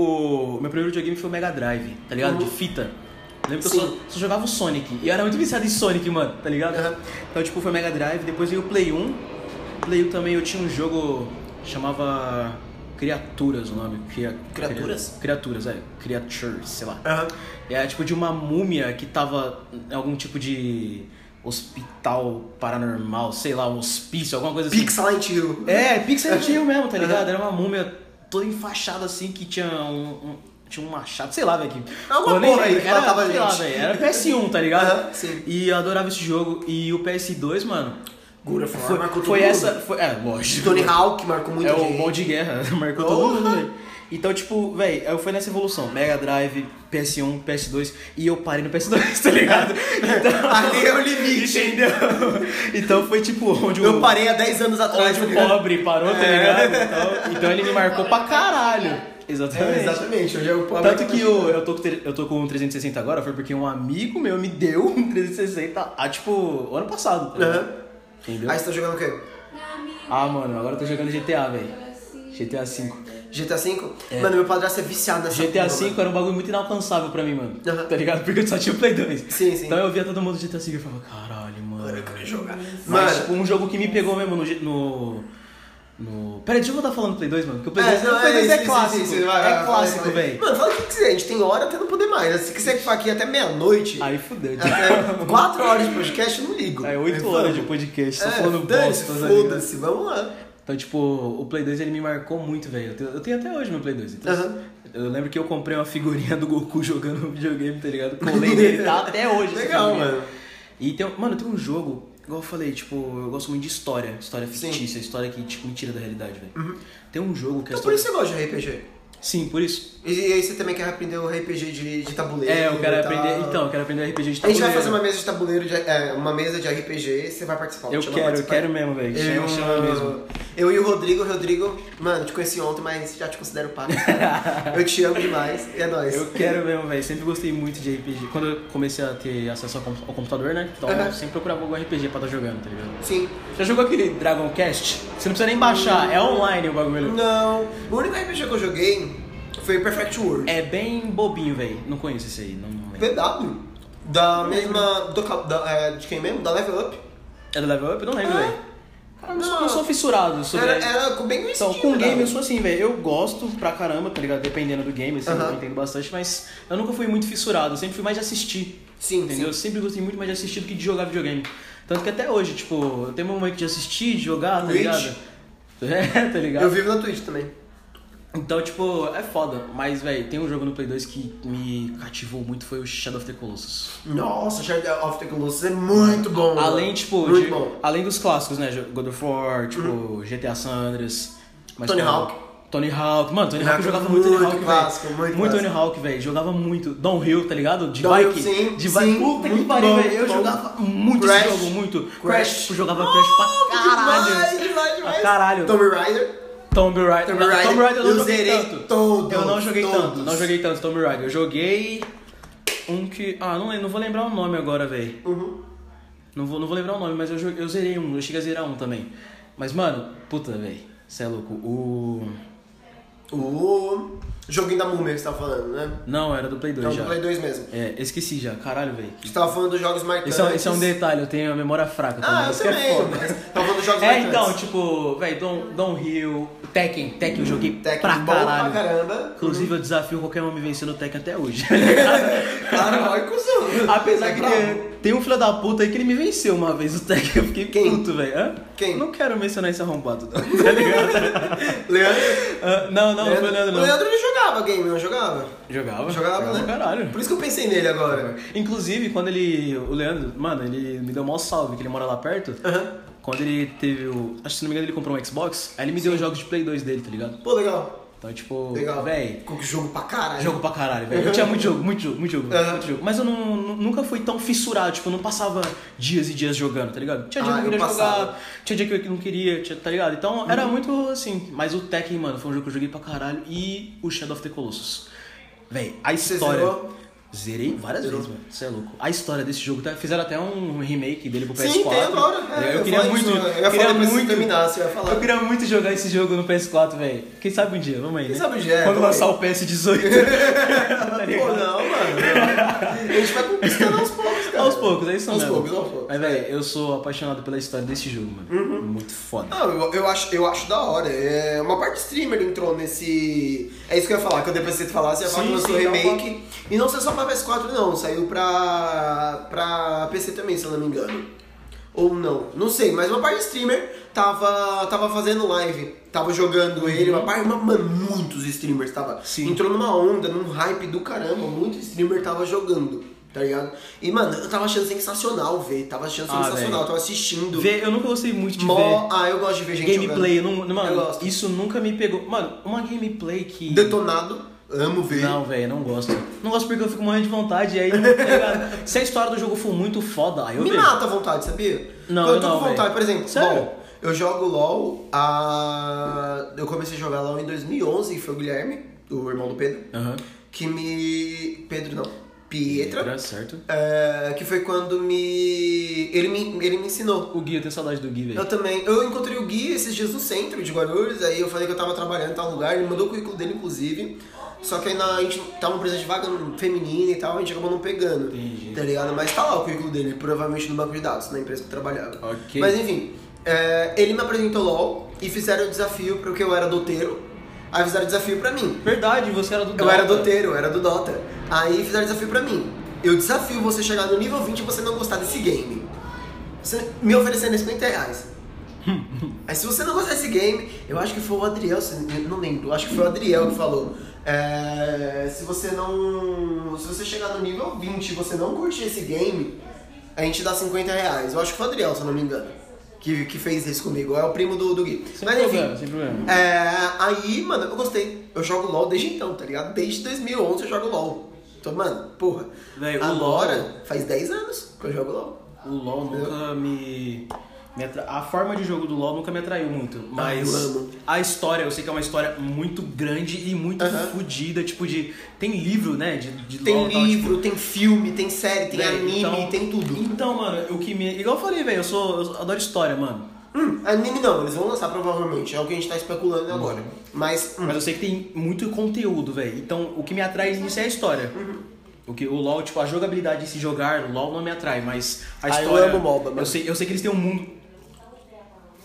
O meu primeiro videogame foi o Mega Drive, tá ligado? Uhum. De fita. Eu lembro que Sim. eu só, só jogava o Sonic. E eu era muito viciado em Sonic, mano, tá ligado? Uhum. Então, tipo, foi o Mega Drive, depois veio o Play um. Play um também eu tinha um jogo. Chamava. Criaturas o nome. Cria, Criaturas? Cria, criaturas, é. Creatures, sei lá. Aham. É tipo de uma múmia que tava em algum tipo de hospital paranormal, sei lá, um hospício, alguma coisa assim. Pixelint Hill. É, Pixel Hill mesmo, tá ligado? Era uma múmia toda enfaixada assim que tinha um, um- tinha um machado, sei lá, velho. que- É uma eu nem porra aí lembro, que era, matava sei lá, gente. velho, era P S um, tá ligado? Aham, sim. E eu adorava esse jogo. E o P S dois, mano, God of War foi, marcou todo foi mundo. essa. Foi, é, lógico. Tony Hawk marcou muito É o gente. bom de guerra, marcou todo mundo, velho. Então, tipo, velho, foi nessa evolução. Mega Drive, P S um, P S dois, e eu parei no P S dois, tá ligado? Então, Ali é o limite. entendeu? Então foi tipo onde o, Eu parei há dez anos atrás. onde tá o ligado? pobre parou, tá ligado? Então, então ele me marcou pra caralho. Exatamente. É, exatamente. Onde é o pobre Tanto que eu, eu, tô, com tre- eu tô com um trezentos e sessenta agora, foi porque um amigo meu me deu um trezentos e sessenta há, tipo, ano passado. Tá ligado? Aham. Entendeu? Aí você tá jogando o quê? Ah, mano, agora eu tô jogando G T A, velho. G T A cinco. G T A cinco? Mano, meu padrasto é viciado nessa G T A porra, cinco era um bagulho muito inalcançável pra mim, mano. Aham. Tá ligado? Porque eu só tinha o Play dois. Sim, sim. Então eu via todo mundo G T A cinco e eu falava, caralho, mano. Mano, eu quero jogar. Mas, Mano, tipo, um jogo que me pegou mesmo no... G- no... no... Peraí, deixa eu voltar falando do Play dois, mano. Porque o Play dois, não, o Play dois é, sim, clássico. sim, sim, vai, vai, é vai, clássico, vai. velho. Mano, fala o que quiser, a gente tem hora até não poder mais. Se quiser ficar aqui até meia-noite, Aí fudeu. até quatro horas de podcast, eu não ligo. É oito Vamos. horas de podcast, só É, falando dane-se, bosta, tá ligado? foda-se, vamos lá. Então, tipo, o Play dois ele me marcou muito, velho. Eu tenho, eu tenho até hoje meu Play dois. Então, Aham. eu lembro que eu comprei uma figurinha do Goku jogando videogame, tá ligado? Colei nele, tá até hoje. essa Legal, figurinha. mano. E tem, mano, tem um jogo, igual eu falei, tipo, eu gosto muito de história. História Sim. fictícia, história que, tipo, me tira da realidade, velho. Tem um jogo que a Então por história... isso você gosta de R P G. Sim, por isso. E, e aí você também quer aprender o R P G de, de tabuleiro. É, eu quero e tal. aprender... Então, eu quero aprender R P G de A gente tabuleiro. vai fazer uma mesa de tabuleiro, de, é, uma mesa de R P G, você vai participar. Eu te chama quero, pra eu participar. quero mesmo, velho. Eu, Chama, chama mesmo. eu e o Rodrigo, Rodrigo, mano, te conheci ontem, mas já te considero pai. Eu te amo demais, e é nóis. Eu quero mesmo, velho. Sempre gostei muito de R P G. Quando eu comecei a ter acesso ao com- ao computador, né? Então Uhum. eu sempre procurava algum R P G pra estar jogando, tá ligado? Sim. Já jogou aquele Dragon Quest? Você não precisa nem baixar, é online o bagulho. Não, o único R P G que eu joguei foi Perfect World. É bem bobinho, velho. Não conheço esse aí, não, não lembro. P W. Da mesma. Do, ca- da, é, de quem mesmo? Da Level Up. É do Level Up? Eu não lembro, Ah. velho. Cara, eu não, sou, não sou fissurado sobre... Era, era bem conhecido. Então, com game eu sou assim, velho. Eu gosto pra caramba, tá ligado? Dependendo do game, assim, uh-huh. eu entendo bastante, mas eu nunca fui muito fissurado. Eu sempre fui mais de assistir. Sim, entendeu? sim. Eu sempre gostei muito mais de assistir do que de jogar videogame. Tanto que até hoje, tipo, eu tenho um momento de assistir, de jogar, tá Twitch. ligado? É, tá ligado? Eu vivo na Twitch também. Então, tipo, é foda. Mas, velho, tem um jogo no Play dois que me cativou muito, foi o Shadow of the Colossus. Nossa, Shadow of the Colossus é muito bom. Além, mano. tipo, muito de, bom. além dos clássicos, né? God of War, tipo, uhum. G T A San Andreas. Mas, Tony como, Hawk. Tony Hawk. Mano, Tony Hawk eu jogava muito, muito Tony Hawk, clássico, velho. Muito, muito clássico. Tony Hawk, velho. Jogava muito. Downhill, tá ligado? De Downhill, bike. sim, de bike. sim, Puta que muito pariu, bom, velho. Eu bom. jogava muito Crash. esse jogo, muito. Crash. Crash. Eu jogava Crash pra caralho. Demais, demais, demais. Pra caralho. Tomb Raider. Tomb Raider. Tomb Raider. Tomb Raider eu não eu joguei zerei tanto. Todos, eu não joguei todos. tanto. Não joguei tanto Tomb Raider. Eu joguei um que... Ah, não, não vou lembrar o nome agora, velho. Uhum. Não vou, não vou lembrar o nome, mas eu, joguei, eu zerei um. Eu cheguei a zerar um também. Mas, mano, puta, velho. Cê é louco. O... O joguinho da múmia que você tava falando, né? Não, era do Play dois Não, já. do Play dois mesmo. É, esqueci já. Caralho, velho. Você tava falando dos jogos marcantes. Esse é, esse é um detalhe, eu tenho a memória fraca também. Ah, eu isso também. que é foda. Mas tava falando dos jogos É, marcantes. então, tipo, velho, Don, Downhill, Tekken. Tekken eu joguei Tekken pra bom caralho. pra caramba. Inclusive, eu desafio qualquer um me vencer no Tekken até hoje. Claro, olha cuzão. Apesar que Bravo. tem, tem um filho da puta aí que ele me venceu uma vez no Tekken. Eu fiquei Quem? puto, velho. Hã? Quem? Não quero mencionar esse arrombado, não, tá ligado? Leandro? Ah, não, não, não foi o Leandro, O não. Leandro ele jogava game, não jogava? Jogava? Jogava, né? pra caralho. Por isso que eu pensei nele agora. Inclusive, quando ele... O Leandro, mano, ele me deu um maior salve, que ele mora lá perto. Aham. Quando ele teve o... Acho que se não me engano ele comprou um Xbox. Aí ele me deu os jogos de Play dois dele, tá ligado? Pô, legal. Então, tipo... Legal. Véi... Com jogo pra caralho. Jogo pra caralho, velho. Eu tinha muito jogo, muito jogo, muito jogo, Uhum. muito jogo. Mas eu não, nu- nunca fui tão fissurado, tipo, eu não passava dias e dias jogando, tá ligado? Tinha dia Ah, que eu eu queria passava. jogar, tinha dia que eu não queria, tinha- tá ligado? Então era muito assim. Mas o Tekken, mano, foi um jogo que eu joguei pra caralho. E o Shadow of the Colossus. Véi, a Você história. zerou? Zerei várias Zerou. vezes, mano. Você é louco. A história desse jogo, tá? Fizeram até um remake dele pro P S Sim, quatro. tem agora. É, eu, eu queria falei muito. isso, eu ia queria falar depois que muito você terminasse, eu ia falar. Eu queria muito jogar esse jogo no P S quatro, velho. Quem sabe um dia, vamos aí, Quem né? sabe um dia, Quando vamos lançar aí. o P S dezoito. tá ligado? Pô, não, mano. Não. A gente vai conquistando aos poucos, cara. Aos poucos, é isso Aos mesmo. poucos, aos poucos. Mas, velho, eu sou apaixonado pela história desse jogo, mano. Muito foda. Não, eu, eu, acho, eu acho da hora. É, uma parte de streamer entrou nesse. É isso que eu ia falar, que eu depois você falasse, ia falar Sim, que lançou sim, remake. E não saiu só pra P S quatro, não, saiu pra. pra P C também, se eu não me engano. Ou não, não sei, mas uma parte de streamer tava, tava fazendo live, tava jogando ele, uma parte, uma- mano, muitos streamers tava. Sim. Entrou numa onda, num hype do caramba, muito streamer tava jogando, tá ligado? E, mano, eu tava achando sensacional ver, tava achando Ah, sensacional, velho. tava assistindo. Ver, eu nunca gostei muito de Mó- ver Ah, eu gosto de ver gente gameplay. Eu jogando. não, mano, Eu gosto. isso nunca me pegou. Mano, uma gameplay que. Detonado, amo ver. Não, velho, não gosto. Não gosto porque eu fico morrendo de vontade. E aí, tá ligado? Se a história do jogo for muito foda, aí eu Me vejo. mata a vontade, sabia? Não, Quando eu eu tô não, com vontade, velho. por exemplo, Sério? LOL. Eu jogo LOL, a... eu comecei a jogar LOL em dois mil e onze, foi o Guilherme, o irmão do Pedro, Aham. que me... Pedro não, Pietra, Era certo. é, que foi quando me... Ele, me... ele me ensinou. O Gui, eu tenho saudade do Gui, velho. Eu também. Eu encontrei o Gui esses dias no centro de Guarulhos, aí eu falei que eu tava trabalhando em tal lugar, ele mandou o currículo dele, inclusive. Só que aí na, a gente tava precisando de vaga feminina e tal, a gente acabou não pegando. Entendi. Tá ligado? Mas tá lá o currículo dele, provavelmente no banco de dados, na empresa que eu trabalhava. Ok. Mas enfim, é, ele me apresentou LOL e fizeram o desafio porque eu era doteiro. Aí fizeram o desafio pra mim. Verdade, você era do Eu Dota. era doteiro, eu era do Dota. Aí fizeram o desafio pra mim. Eu desafio você chegar no nível vinte e você não gostar desse game. Você me oferecendo cinquenta reais. Aí se você não gostar desse game, eu acho que foi o Adriel, se- eu não lembro, eu acho que foi o Adriel que falou. É, se você não. Se você chegar no nível vinte e você não curtir esse game, a gente dá cinquenta reais. Eu acho que foi o Adriel, se eu não me engano. Que, que fez isso comigo, é o primo do, do Gui. Sem Mas problema, enfim. sem problema. É, aí, mano, eu gostei. Eu jogo LOL desde então, tá ligado? Desde dois mil e onze eu jogo LOL. Então, mano, porra. Véi, o agora, LOL- faz dez anos que eu jogo LOL. O LoL nunca me... me atra... A forma de jogo do LoL nunca me atraiu muito. Mas eu amo. a história, eu sei que é uma história muito grande e muito Aham. fodida. Tipo, de... Tem livro, né? De, de Tem LoL, tal, livro, tipo... tem filme, tem série, tem Véi, anime, então- tem tudo. Então, mano, o que me... Igual eu falei, velho, eu sou... Eu adoro história, mano. Hum, anime não, eles vão lançar provavelmente, é o que a gente tá especulando agora. Mas, hum, Mas eu sei que tem muito conteúdo, velho. Então, o que me atrai nisso é a história. O que o LoL, tipo, a jogabilidade de se jogar, o LoL não me atrai, mas a Ah, eu história... amo MOBA, mano. eu sei, eu sei que eles têm um mundo...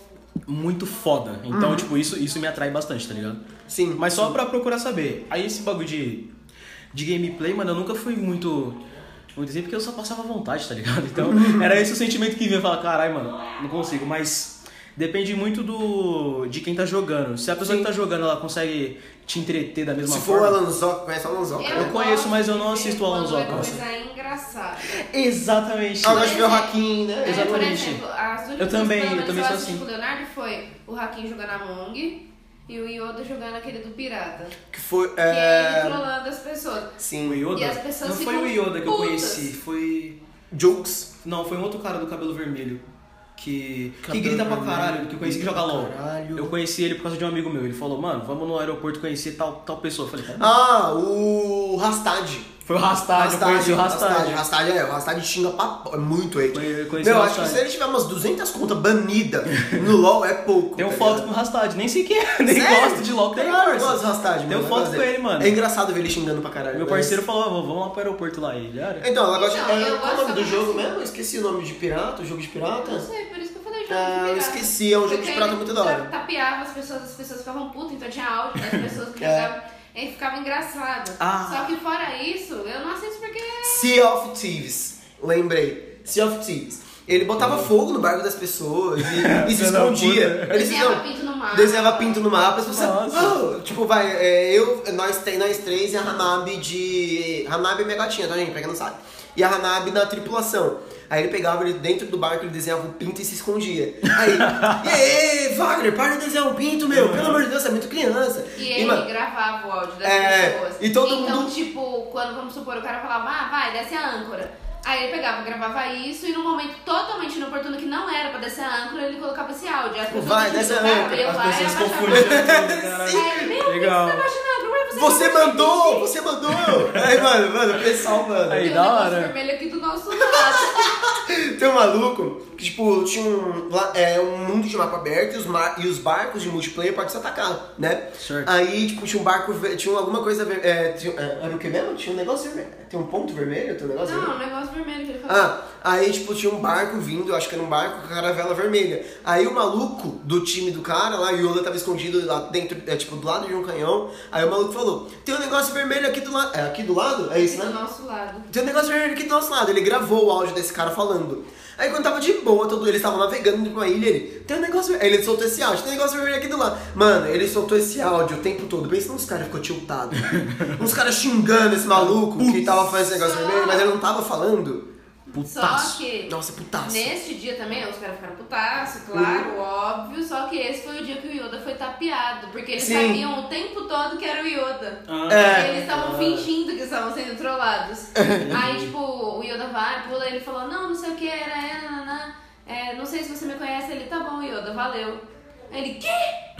muito foda. Então, Uhum. tipo, isso, isso me atrai bastante, tá ligado? Sim. Mas só sim. pra procurar saber. Aí esse bagulho de, de gameplay, mano, eu nunca fui muito... Muito assim, porque eu só passava vontade, tá ligado? Então, era esse o sentimento que vinha falar, caralho, mano, não consigo. Mas depende muito do de quem tá jogando. Se a pessoa Sim. que tá jogando, ela consegue te entreter da mesma Se for o forma... Alan Zoca, conhece o Alan Zoca? Eu conheço, mas eu não assisto o Alan Zoca. Zoca. Coisa engraçada. Exatamente. Ah, eu gosto de ver o Hakim, né? É, por Exatamente. exemplo, as únicas Eu também, pelo eu menos também eu sou assisti assim. com o Leonardo foi o Hakim jogando Among e o Yoda jogando aquele do Pirata. Que foi. Que é ele É... trolando as pessoas. Sim. O Yoda? E as pessoas Não foi ficam o Yoda que eu putas. conheci, foi... Jokes. Não, foi um outro cara do cabelo vermelho. Que, que Cabelo grita pra vermelho, caralho, que eu conheci que joga grita pra LOL. caralho. Eu conheci ele por causa de um amigo meu. Ele falou, mano, vamos no aeroporto conhecer tal, tal pessoa. Eu falei, cara, Ah, o Rastad. foi o Rastad, eu conheci o Rastad. Rastad, é, o Rastad xinga pra... é muito hate. Eu conheci Meu, o acho que Rastad. se ele tiver umas duzentas contas banidas no LoL é pouco. Tem um tá foto ligado? com o Rastad, nem sei quem é, nem Sério? gosto de LOL, tem Eu parça. gosto do Rastad, mano. Tem eu foto gosto com dele. ele, mano. É engraçado ver ele xingando pra caralho. Meu mas- parceiro falou, "Ó, vamos lá pro aeroporto lá, e já era. Então, ela gosta de... Então, é, eu qual é o gosto nome do também jogo assim. mesmo? Eu esqueci o nome de pirata, o jogo de pirata. Não sei, por isso que eu falei jogo Ah, de eu pirata. esqueci, é um jogo de Porque pirata ele muito da hora. tapeava as pessoas, as pessoas ficavam putas, então tinha áudio das pessoas que É. jogavam. E ficava engraçado. Ah. Só que fora isso, eu não assisto porque. Sea of Thieves. Lembrei. Sea of Thieves. Ele botava fogo no barco das pessoas e, e se Filho da escondia. puta. Ele se Desenhava não, pinto no mar. desenhava pinto no mapa. As pessoas, Nossa. "Ah", tipo, vai, é, eu, nós, tem, nós três e a Hanabi de... Hanabi é minha gatinha, tá, gente? Pra quem não sabe. E a Hanabi na tripulação. Aí ele pegava ele dentro do barco, ele desenhava o pinto e se escondia. Aí, e aí, Wagner, para de desenhar um pinto, meu. Pelo amor de Deus, você é muito criança. E ele mano, gravava o áudio das É, pessoas. e todo então, mundo- tipo, quando, vamos supor, o cara falava, ah, vai, desce a âncora. Aí ele pegava, gravava isso e num momento totalmente inoportuno que não era pra descer a âncora, ele colocava esse áudio. As pessoas Vai, que desce a jogavam, âncora. iam As lá e pessoas abaixavam. confundiam tudo, caralho. Aí, meu, Legal. por que você tá baixando a âncora? Ué, você você tá mandou, baixando você mandou. Aí, mano, mano, o pessoal, mano. Aí, Tem um da negócio hora. vermelho aqui do nosso lado. Tem um maluco que, tipo, tinha um, lá- é, um mundo de mapa aberto e os, mar, e os barcos de multiplayer podem se atacar, né? Certo. Aí, tipo, tinha um barco, ver- tinha alguma coisa, ver- é, tinha, é, era o que mesmo? Tinha um negócio vermelho, tem um ponto vermelho, tem um negócio Não, vermelho? um negócio vermelho que ele falou. Ah, aí, tipo, tinha um barco vindo, eu acho que era um barco com a caravela vermelha. Aí o maluco do time do cara lá, o Yoda tava escondido lá dentro, é, tipo, do lado de um canhão. Aí o maluco falou, tem um negócio vermelho aqui do lado, é aqui do lado? É isso, Aqui né? do nosso lado. Tem um negócio vermelho aqui do nosso lado. Ele gravou o áudio desse cara falando. Aí quando tava de boa, todo, eles estavam navegando indo pra uma ilha, ele... Tem um negócio vermelho. Aí ele soltou esse áudio. Tem um negócio vermelho aqui do lado. Mano, ele soltou esse áudio o tempo todo. Pensa nos caras ficou tiltado. Uns caras xingando esse maluco que tava fazendo esse negócio Só. vermelho, mas ele não tava falando. Putaço. Só que Nossa, putaço. neste dia também, os caras ficaram putaço, claro, óbvio. Só que esse foi o dia que o Yoda foi tapeado. Porque eles Sim. sabiam o tempo todo que era o Yoda. Ah, É. Eles estavam fingindo que estavam sendo trollados. Aí, tipo, o Yoda vai, pula, ele falou, não, não sei o que, era ela, nanã. É, não sei se você me conhece. Ele, tá bom, Yoda, valeu. Ele, quê?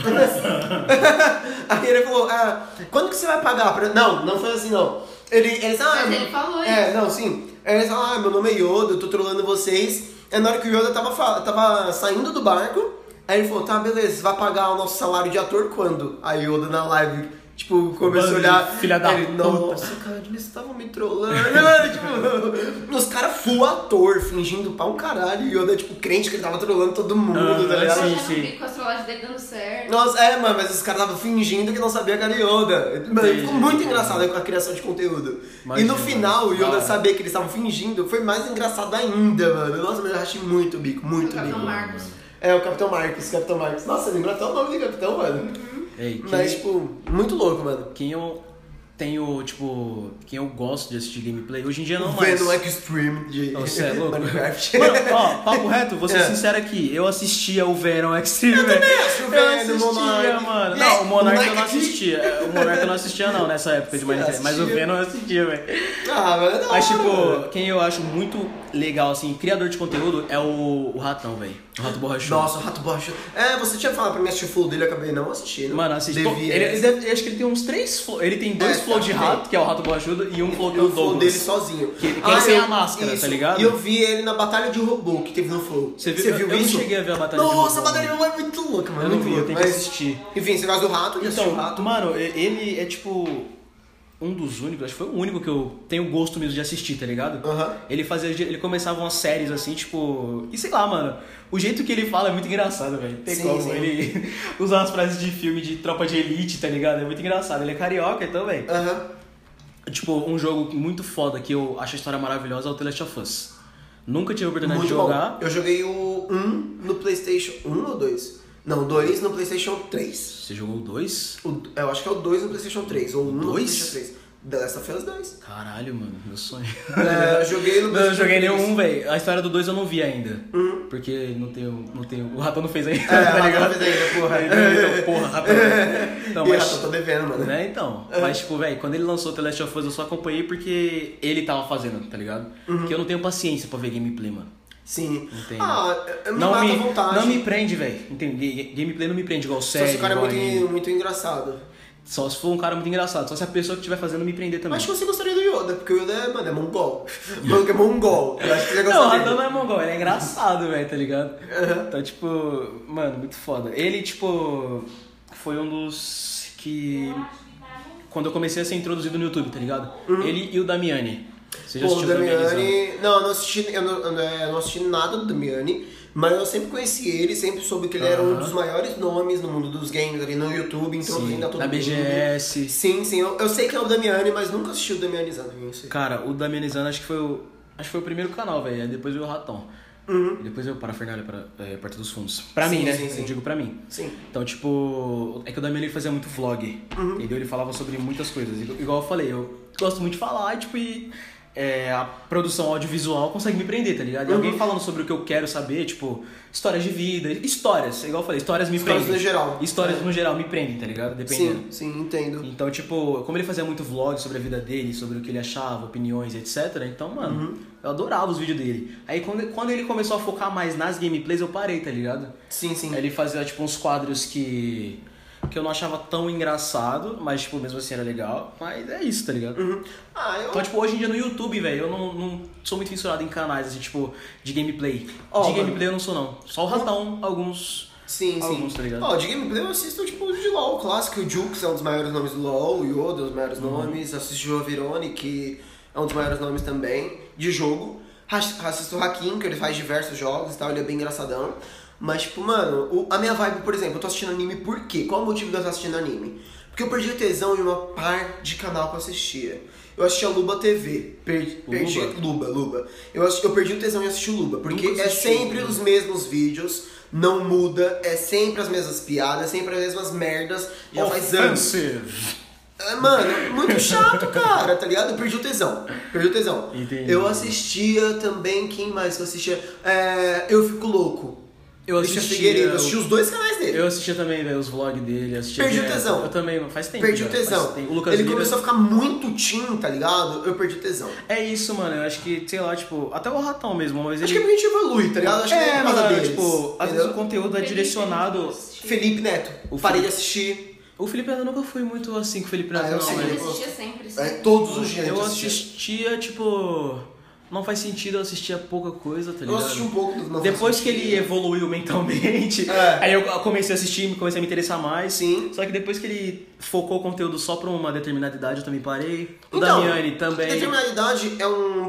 Aí ele falou, ah, quando que você vai pagar? Pra... Não, não foi assim não. Ele, eles, ah, Mas ele falou É, isso. não, sim. Aí eles falaram, ah, meu nome é Yoda, eu tô trollando vocês. É na hora que o Yoda tava, fa- tava saindo do barco, aí ele falou, tá, beleza, você vai pagar o nosso salário de ator quando? Aí o Yoda na live, tipo, começou a Bando olhar. de filha da ele, puta. Nossa, cara, eles estavam me trollando. tipo, os caras full ator, fingindo pra um caralho. E o Yoda, tipo, crente que ele tava trollando todo mundo, Ah, tá ligado? sim, Eu já sim. não vi com as trollagens dele dando certo. Nossa, é, mano, mas os caras estavam fingindo que não sabia que era Yoda. Mano, Entendi. ficou muito engraçado com a criação de conteúdo. Imagina, e no final, o mano. Da Yoda hora. saber que eles estavam fingindo foi mais engraçado ainda, mano. Nossa, mas eu achei muito o bico, muito O Capitão bico. Marcos. É, o Capitão Marcos, Capitão Marcos. Nossa, lembra até o nome do Capitão, mano. Ei, quem, Mas, tipo, muito louco, mano. quem eu tenho, tipo, quem eu gosto de assistir gameplay, hoje em dia não mais. Venom Extreme de Você é louco? Minecraft. Mano, ó, papo reto, vou ser É. sincero aqui, eu assistia o Venom Extreme. Eu assisti o Eu Venom, assistia, Monark. mano. E Não, aí, o Monark eu não Monark aqui? assistia. É, O Monark eu não assistia não, nessa época de Você Minecraft. Mas o assistia? Venom eu assistia, velho. Ah, mano, é da Mas, hora, mano. tipo, quem eu acho muito legal, assim, criador de conteúdo é o, o Ratão, velho. O Rato Borrachudo. Nossa, o Rato Borrachudo. É, você tinha falado pra mim assistir o flow dele, eu acabei não assistindo. Mano, assiste. Pô, Devia. Ele, ele deve- eu acho que ele tem uns três flow. Ele tem dois É, flow de tem. rato, que é o Rato Borrachudo, e um flow que é E o o flow Douglas. dele sozinho. Que- que é sem eu- a máscara, tá ligado? E eu vi ele na batalha de robô que teve no flow. Você viu, eu, eu isso? não cheguei a ver a batalha de Nossa, a robô, batalha de mano. robô é muito louca, mano. Eu não muito vi, eu louca, tenho que mas- assistir. Enfim, você gosta do rato? Já assistiu Então, o rato? mano, ele é tipo... um dos únicos, acho que foi o único que eu tenho gosto mesmo de assistir, tá ligado? Aham. Ele fazia, ele começava umas séries assim, tipo... E sei lá, mano, o jeito que ele fala é muito engraçado, velho. Tem Sim, como, sim. ele usa umas frases de filme de tropa de elite, tá ligado? É muito engraçado, ele é carioca então, velho. Aham. Tipo, um jogo muito foda que eu acho a história maravilhosa é o The Last of Us. Nunca tive a oportunidade Muito de jogar. bom. Eu joguei o um no PlayStation... um ou dois? Não, dois no PlayStation três. Você jogou o dois? O, eu acho que é o dois no PlayStation três, ou o um no dois? PlayStation três. The Last of Us dois. Caralho, mano, meu sonho. É, eu joguei no Não, eu joguei três. nenhum, velho. A história do dois eu não vi ainda. Uhum. Porque não tenho, não tenho... O Ratão não fez ainda, É, tá Ratão ligado? não fez ainda, porra. Então, porra, Ratão. Não, E mas... Ratão, tô devendo, mano. Né, então. Mas, tipo, velho, quando ele lançou The Last of Us, eu só acompanhei porque ele tava fazendo, tá ligado? Uhum. Porque eu não tenho paciência pra ver gameplay, mano. Sim. Entendo. Ah, me Não mata me, à vontade. não me prende, velho. Entende? Gameplay não me prende igual Só série, se o cara é igual muito, anime. muito engraçado. Só se for um cara muito engraçado. Só se a pessoa que estiver fazendo me prender também. Acho que você gostaria do Yoda, porque o Yoda é, mano, é mongol. O maluco é mongol. Eu acho que você Não, o gostaria. Ratão não é mongol, ele é engraçado, velho, tá ligado? Uhum. Então, tipo, mano, muito foda. Ele, tipo, foi um dos que... Quando eu comecei a ser introduzido no YouTube, tá ligado? Ele e o Damiani. Você já Pô, o assistiu o Damiani? Damiani... Não, eu não assisti, eu não, eu não- eu não assisti nada do Damiani, mas eu sempre conheci ele, sempre soube que ele era um Aham. dos maiores nomes no mundo dos games ali no YouTube, introduzindo a todo Na mundo. B G S. Sim, sim, eu, eu sei que é o Damiani, mas nunca assisti o Damianizando, não sei. Cara, o Damianizando acho que foi o... Acho que foi o primeiro canal, velho. Aí depois veio o Ratão. Uhum. E depois veio o Parafernália pra, é, Porta dos Fundos. Pra Sim, mim, né? sim, sim. Eu digo pra mim. Sim. Então, tipo, é que o Damiani ele fazia muito vlog, entendeu? Ele falava sobre muitas coisas. Igual eu falei, eu gosto muito de falar e, tipo, e, é, a produção audiovisual consegue me prender, tá ligado? E Uhum. alguém falando sobre o que eu quero saber, tipo, histórias de vida, histórias, igual eu falei, histórias me Histórias prendem. no geral. Histórias É. no geral me prendem, tá ligado? Dependendo. Sim, sim, entendo. Então, tipo, como ele fazia muito vlog sobre a vida dele, sobre o que ele achava, opiniões, etcétera. Então, mano, Uhum. eu adorava os vídeos dele. Aí, quando, quando ele começou a focar mais nas gameplays, eu parei, tá ligado? Sim, sim. Aí ele fazia, tipo, uns quadros que... que eu não achava tão engraçado, mas, tipo, mesmo assim era legal. Mas é isso, tá ligado? Uhum. Ah, eu... Então, tipo, hoje em dia no YouTube, velho, eu não, não sou muito fissurado em canais, assim, tipo, de gameplay. Ó, de mano. gameplay eu não sou, não. Só o Ratão, alguns... Sim, sim. Alguns, tá ligado? Ó, de gameplay eu assisto, tipo, de LoL, o clássico. O Jukes é um dos maiores nomes do LoL, o Yoda é um dos maiores Uhum. nomes. Assisto o Verone, que é um dos maiores nomes também, de jogo. Ass- Assisto o Hakim, que ele faz diversos jogos e tal, ele é bem engraçadão. Mas, tipo, mano, o- a minha vibe, por exemplo, eu tô assistindo anime por quê? Qual o motivo de eu estar assistindo anime? Porque eu perdi o tesão em uma par de canal que eu assistia. Eu assistia Luba T V. Perdi, perdi Luba? Luba, Luba. Eu, assisti, eu perdi o tesão em assistir Luba. Porque Nunca é assisti sempre Luba. os mesmos vídeos, não muda, é sempre as mesmas piadas, é sempre as mesmas merdas. Já faz anos. Offensive. É, mano, muito chato, cara, tá ligado? Eu perdi o tesão. Perdi o tesão. Entendi. Eu assistia também, quem mais que eu assistia? É, eu Fico Louco. Eu Christian assistia... Figueiredo, eu assisti os dois canais dele. Eu assistia também, velho, os vlogs dele, assistia Perdi o direto. tesão. Eu também, faz tempo. Perdi já, o tesão. faz tempo. O Lucas Ele Lira- começou a ficar muito teen, tá ligado? Eu perdi o tesão. É isso, mano, eu acho que, sei lá, tipo, até o Ratão mesmo, mas Acho ele... que a gente evolui, tá ligado? Acho que é, é, por causa mano, deles. tipo, às vezes o conteúdo é Felipe, direcionado... eu assisti. Felipe Neto. O Parei Felipe- de assistir. O Felipe Neto nunca foi muito assim com o Felipe Neto, Ah, eu não, sei, Mas velho. ele assistia sempre, sim. É, todos os dias. Eu a gente assistia, tipo... Não faz sentido, eu assistia pouca coisa, tá Eu ligado? assisti um pouco do Não Depois Faz que ele Sentido. evoluiu mentalmente, É. aí eu comecei a assistir, comecei a me interessar mais. Sim. Só que depois que ele focou o conteúdo só pra uma determinada idade, eu também parei. O Então, Damiani também. Determinada idade é um,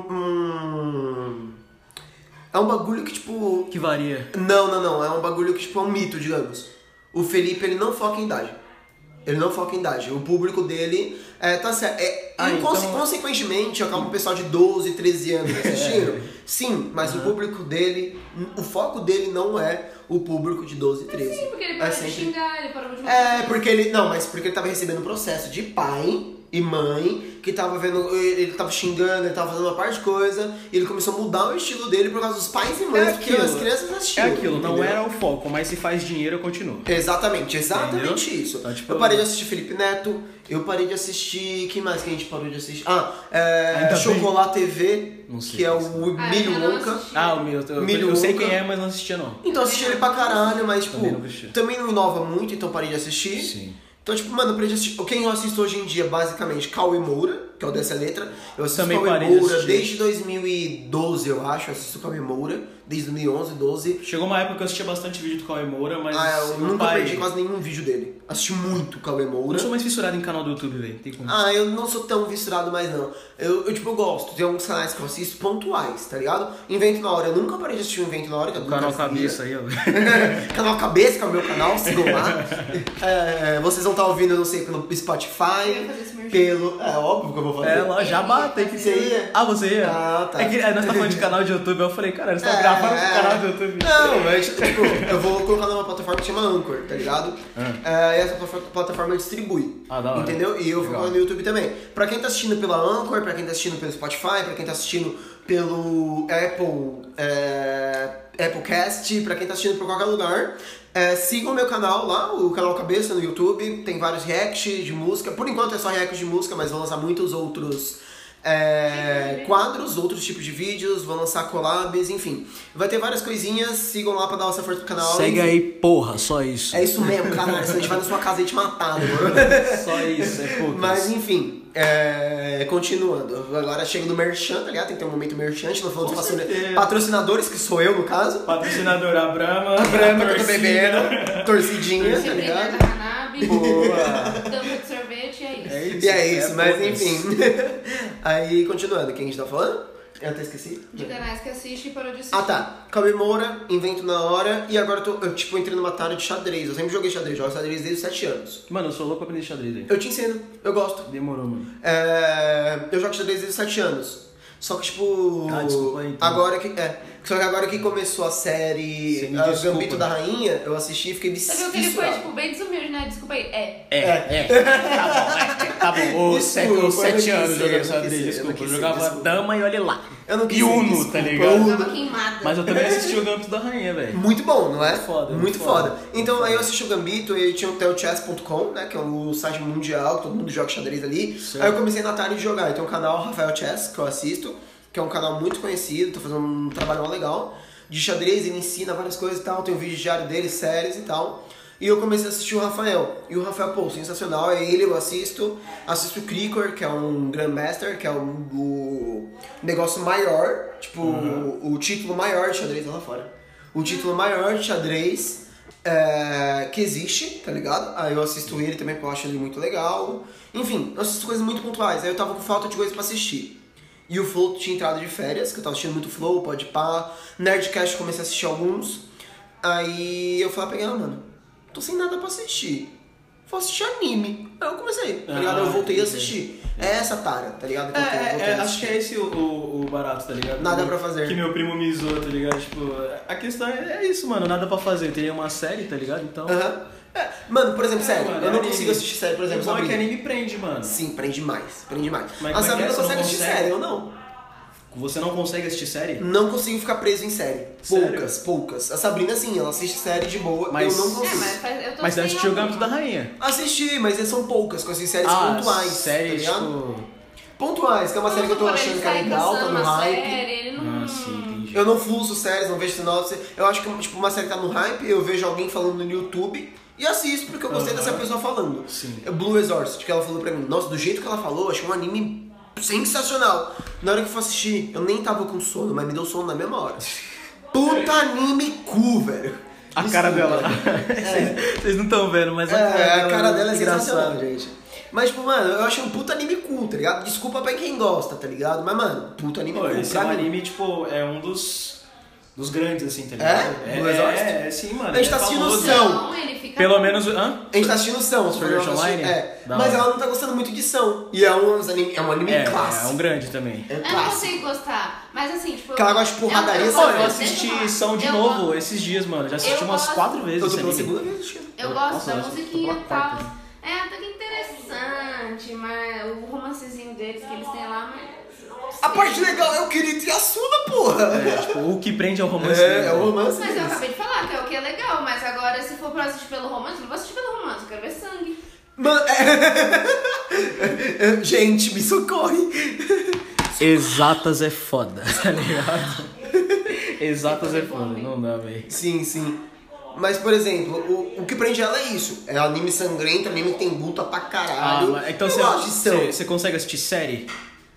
um... É um bagulho que, tipo... Que varia. Não, não, não. É um bagulho que, tipo, é um mito, digamos. O Felipe, ele não foca em idade. Ele não foca em idade. O público dele é, tá certo. É, Ah, inconse- então- Consequentemente, acaba um pessoal de doze, treze anos assistindo. Sim, mas o público dele, o foco dele não é o público de doze, treze. Sim, porque ele é parou sempre... de xingar, ele parou de... É, porque ele. Não, mas porque ele tava recebendo um processo de pai e mãe, que tava vendo. Ele tava xingando, ele tava fazendo uma parte de coisa, e ele começou a mudar o estilo dele por causa dos pais e mães É que aquilo. as crianças assistiam. É aquilo, não entendeu? era o foco, mas se faz dinheiro, eu continuo. Exatamente, exatamente Entendeu? isso. Então, tipo, eu parei de assistir Felipe Neto, eu parei de assistir. Quem mais que a gente parou de assistir? Ah, é. Ainda bem. Chocolate T V, Não sei que é quem o Ah, Milho eu não Wonka. assisti. Ah, o meu, eu, Milho eu sei Wonka. quem é, mas não assistia não. Então eu assisti ele pra caralho, mas tipo, Também não assisti. também não inova muito, então parei de assistir. Sim. Então, tipo, mano, eu parei de assistir. Quem eu assisto hoje em dia, basicamente, Cauê Moura. que é o Dessa Letra. Eu assisto Também o Cauê parei de Moura assistir. desde dois mil e doze, eu acho. Eu assisto o Cauê Moura desde dois mil e onze, doze. Chegou uma época que eu assistia bastante vídeo do Cauê Moura, mas Ah, eu meu nunca pai... perdi quase nenhum vídeo dele. Assisti muito o Cauê Eu Moura. não sou mais fissurado em canal do YouTube, velho. Tem como. Ah, eu não sou tão viscerado mais não. Eu, eu, tipo, eu gosto. Tem alguns canais que eu assisto pontuais, tá ligado? Invento na Hora. Eu nunca parei de assistir o Invento na Hora. Que eu O nunca canal assistia. Cabeça aí, ó. Canal Cabeça, que é o meu canal, sigam lá. É, vocês vão estar ouvindo, eu não sei, pelo Eu Spotify, ia fazer esse merchan. pelo... É óbvio que eu vou fazer. É, lá, já bate, tem que Você ia? Ah, você ia? Ah, tá. É que é, nós tá falando de canal de YouTube, eu falei, cara, você tá É, gravando é. pro canal do YouTube. Não, mas tipo, eu vou colocar numa plataforma que chama Anchor, tá ligado? Ah. É, e essa plataforma- plataforma distribui. Ah, da hora. Entendeu? E eu vou Legal. colocar no YouTube também. Pra quem tá assistindo pela Anchor, pra quem tá assistindo pelo Spotify, pra quem tá assistindo pelo Apple, é, Apple Cast, pra quem tá assistindo por qualquer lugar, é, sigam o meu canal lá, o canal Cabeça no YouTube. Tem vários reacts de música. Por enquanto é só reacts de música, mas vou lançar muitos outros é, quadros, outros tipos de vídeos, vou lançar collabs, enfim. Vai ter várias coisinhas, sigam lá pra dar essa força pro canal. Segue E- aí, porra, só isso. É isso mesmo, caralho, senão a gente vai na sua casa e te matar, né, mano? Só isso, é pouco. Mas enfim, é, continuando. Agora chega no merchan, tá ligado? Tem que ter um momento merchan, a gente não falou Com dos patrocina- certeza. patrocinadores, que sou eu no caso. Patrocinador a Brahma. A Brahma que eu tô torcida. bebendo, torcidinha, tá Sempre ligado? da cannabis, Boa. tampa de sorvete, é isso. É isso. E é isso, mas poucas. enfim. Aí, continuando, quem a gente tá falando? Eu até esqueci. De canais que assiste e parou de assistir. Ah tá, Cauê Moura, Invento na Hora, e agora eu, tô, eu tipo entrei numa batalha de xadrez. Eu sempre joguei xadrez, jogo xadrez desde os sete anos. Mano, eu sou louco pra aprender xadrez aí. Eu te ensino, eu gosto. Demorou, mano. É, eu jogo xadrez desde os sete anos. Só que, tipo. Ah, desculpa aí, então. Agora que. É. Só que agora que começou a Você série me a desculpa. Gambito da Rainha, eu assisti e fiquei Você viu que ele foi, fissurado. tipo, bem desumilde, né? Desculpa aí. É. É, é. Tá bom, é. Tá bom. Os sete, Desculpa, os sete eu não anos quis ser, eu jogando não xadrez, quis ser, eu desculpa. não quis Eu ser, jogava desculpa. dama e olha lá. Eu não quis E ser, Uno, desculpa, tá ligado? Uno. Tava queimada. Mas eu também assisti o Gambito da Rainha, velho. Muito bom, não é? Muito foda, Muito, muito foda. foda. Então aí eu assisti o Gambito e tinha o telchess ponto com, né? Que é o site mundial, que todo mundo joga xadrez ali. Certo. Aí eu comecei na tarde de jogar. Tem um canal Rafael Chess, que eu assisto, que é um canal muito conhecido, tô fazendo um trabalho mó legal. De xadrez, ele ensina várias coisas e tal, tem um vídeo diário dele, séries e tal. E eu comecei a assistir o Rafael. E o Rafael, pô, sensacional, é ele, eu assisto. Assisto o Krikor, que é um Grandmaster, que é um, o negócio maior, tipo, o, o título maior de xadrez lá fora. O título maior de xadrez é, que existe, tá ligado? Aí eu assisto ele também, porque eu acho ele muito legal. Enfim, eu assisto coisas muito pontuais. Aí eu tava com falta de coisas pra assistir. E o Flow tinha entrado de férias, que eu tava assistindo muito Flow, Podpah, Nerdcast eu comecei a assistir alguns. Aí eu falei, peguei, ah, mano, tô sem nada pra assistir. Vou assistir anime. Aí eu comecei, tá ligado? Ah, Eu voltei a entendi. assistir. É essa tara, tá ligado? Que É, eu tenho, é, voltei é, a acho assistir. que é esse o, o, o barato, tá ligado? Nada Que- pra fazer. Que meu primo me zoou, tá ligado? Tipo, a questão é, é isso, mano, nada pra fazer. Teria uma série, tá ligado? Então. Aham. É, mano, por exemplo, É, sério, mano, eu não anime. consigo assistir série, por exemplo, o bom é que Sabrina. anime prende, mano. Sim, prende mais, prende mais. Mas a como é que Sabrina é? Você consegue não assistir consegue? série, eu não. Você não consegue assistir série? Não consigo ficar preso em série. Sério? Poucas, poucas. A Sabrina, sim, ela assiste série de boa, Mas- eu não É, consigo. mas faz- eu tô Mas você sem assistiu o alguma. Gambito da Rainha. Assisti, mas são poucas, com essas séries Ah, pontuais, série, tá ligado? tipo... Pontuais, que é uma série que eu tô Vamos supor, achando ele que é sai legal, tá caçando no uma hype. série, ele não... Ah, sim, entendi. Eu não fuço séries, não vejo sinopse. Eu acho que, tipo, uma série tá no hype, eu vejo alguém falando no YouTube e assisto, porque eu gostei Aham. dessa pessoa falando. Sim. Blue Exorcist, que ela falou pra mim. Nossa, do jeito que ela falou, eu achei um anime sensacional. Na hora que eu fui assistir, eu nem tava com sono, mas me deu sono na mesma hora. Puta anime cu, velho. A cara dela. É. Vocês não estão vendo, mas a cara É, dela a cara dela é engraçada. sensacional, gente. Mas, tipo, mano, eu achei um puta anime cool, tá ligado? Desculpa pra quem gosta, tá ligado? Mas, mano, puta anime Pô, cool. esse pra é um mim. anime, tipo, é um dos, dos grandes, assim, tá É? ligado? Do É, Exorcist? é, é, sim, mano. A gente é tá assistindo famoso. o São. Não, ele fica... Pelo menos... Hã? A gente tá assistindo São, Sword Art Online? É, Da mas hora. ela não tá gostando muito de São. E é um anime, é um anime É, clássico. é um grande também. É Eu não clássico. consigo gostar, mas assim, tipo... Que ela gosta de porradaria, eu, você Pô, Olha, eu gosto, assisti São de eu novo gosto- esses dias, mano. Já assisti eu umas gosto- quatro vezes Eu tô esse pela anime. segunda vez assistindo. Eu gosto Nossa, da eu acho que musiquinha tô e pela tal. quarta. É até que interessante, mas o romancezinho deles que eles têm lá, mas... A parte legal é o Kirito e a Suna, porra. É, tipo, o que prende é o romance. É, mesmo. é o romance Mas eu deles. acabei de falar que é o que é legal, mas agora se for pra assistir pelo romance, eu não vou assistir pelo romance, eu quero ver sangue. Mano, é... Gente, me socorre. Exatas é foda, tá ligado? Exatas é foda, não dá, velho. Sim, sim. Mas, por exemplo, o, o que prende ela é isso. É anime sangrento, anime que tem luta pra caralho. Ah, então eu você, gosto de ação. você, você consegue assistir série?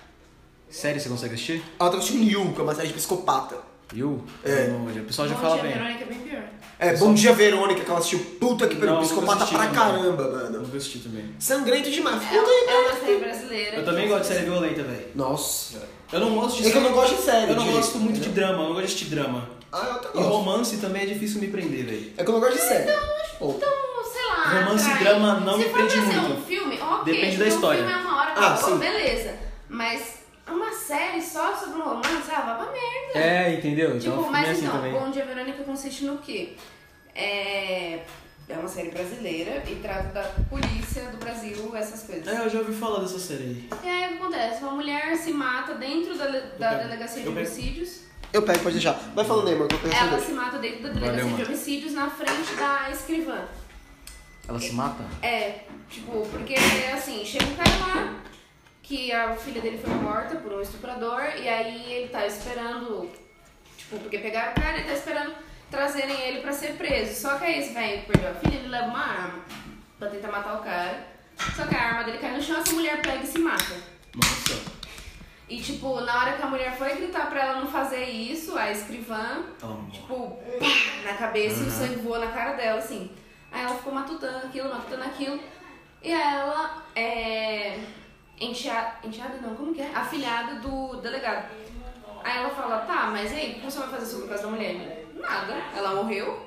Série você consegue assistir? Ela tá assistindo Yu, que é uma série de psicopata. Yu? É. Não, o pessoal já Bom fala Dia, bem. Verônica é bem pior. É, Bom Dia Verônica, que ela assistiu. Puta que pariu, Não, psicopata nunca assisti pra também. caramba, mano. Nunca assisti também. Sangrento demais. É, Puta que é uma pariu. série brasileira. Eu também gosto de série violenta, velho. Nossa. Eu não gosto de É que eu não gosto de série. Eu não de- gosto muito de drama, eu não gosto de assistir drama. Ah, eu até E gosto. romance também é difícil me prender, velho. É que eu não gosto de série. Pô. Então, sei lá. Romance e atrai. drama não Se me for prende pra ser muito. um filme, ok. Depende tipo, da história. Um filme é uma hora, Ah, acabou, sim. beleza. Mas uma série só sobre um romance, ah, vai pra merda. É, entendeu? Tipo, então, mas é assim então, também. Bom Dia Verônica consiste no quê? É... é uma série brasileira e trata da polícia do Brasil, essas coisas. É, eu já ouvi falar dessa série aí. E aí o que acontece? Uma mulher se mata dentro da, da pego. delegacia de Eu pego. homicídios. Eu pego, pode deixar. Vai falando aí, mano, que eu penso Ela nisso. se mata dentro da Valeu, delegacia de mano. homicídios na frente da escrivã. Ela se mata? É, tipo, porque assim, chega um cara lá que a filha dele foi morta por um estuprador e aí ele tá esperando, tipo, porque pegaram o cara e ele tá esperando trazerem ele pra ser preso. Só que aí esse velho que perdeu a filha, ele leva uma arma pra tentar matar o cara. Só que a arma dele cai no chão, essa mulher pega e se mata. Nossa. E tipo, na hora que a mulher foi gritar pra ela não fazer isso, a escrivã, Oh, tipo, pá, na cabeça e o sangue voou na cara dela, assim. Aí ela ficou matutando aquilo, matutando aquilo. E ela é enteada, enteada não, como que é? Afilhada do delegado. Aí ela fala, tá, mas e aí, o que você vai fazer sobre o caso da mulher? Nada, ela morreu.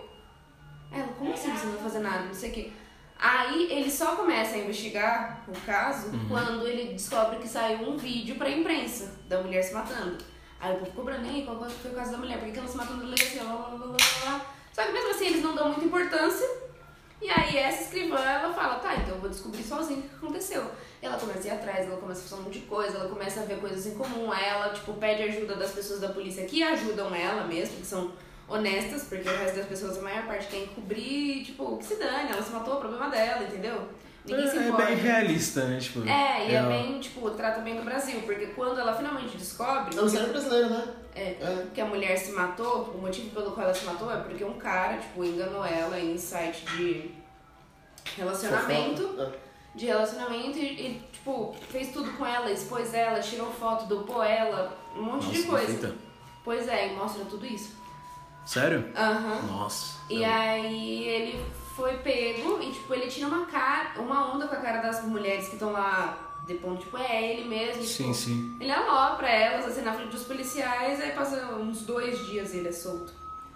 Aí ela, como assim você não vai fazer nada, não sei o quê. Aí ele só começa a investigar o caso Uhum. quando ele descobre que saiu um vídeo pra imprensa da mulher se matando. Aí o povo ficou cobrando, aí, qual foi o caso da mulher? Por que ela se matou na delegacia? Lá, lá, lá, lá, lá. Só que mesmo assim eles não dão muita importância. E aí essa escrivã, ela fala, tá, então eu vou descobrir sozinho o que aconteceu. E ela começa a ir atrás, ela começa a fazer um monte de coisa, ela começa a ver coisas em comum. Aí ela, tipo, pede ajuda das pessoas da polícia que ajudam ela mesmo, que são honestas, porque o resto das pessoas, a maior parte, quer encobrir, tipo, que se dane, ela se matou, o problema dela, entendeu? Ninguém se É, é importa. bem realista, né? Tipo, É, e é real. bem, tipo, trata bem do Brasil, porque quando ela finalmente descobre É uma série brasileira, né? é, É. que a mulher se matou, o motivo pelo qual ela se matou é porque um cara, tipo, enganou ela em site de relacionamento, Fofoca. de relacionamento e, e, tipo, fez tudo com ela, expôs ela, tirou foto, dopou ela, um monte Nossa, de coisa. perfeita. Pois é, e mostra tudo isso. Sério? Aham. Nossa. E aí ele foi pego e, tipo, ele tira uma cara, uma onda com a cara das mulheres que estão lá depondo, tipo, é ele mesmo. e, Sim, tipo, sim. ele alopra elas, assim, na frente dos policiais, aí passa uns dois dias e ele é solto.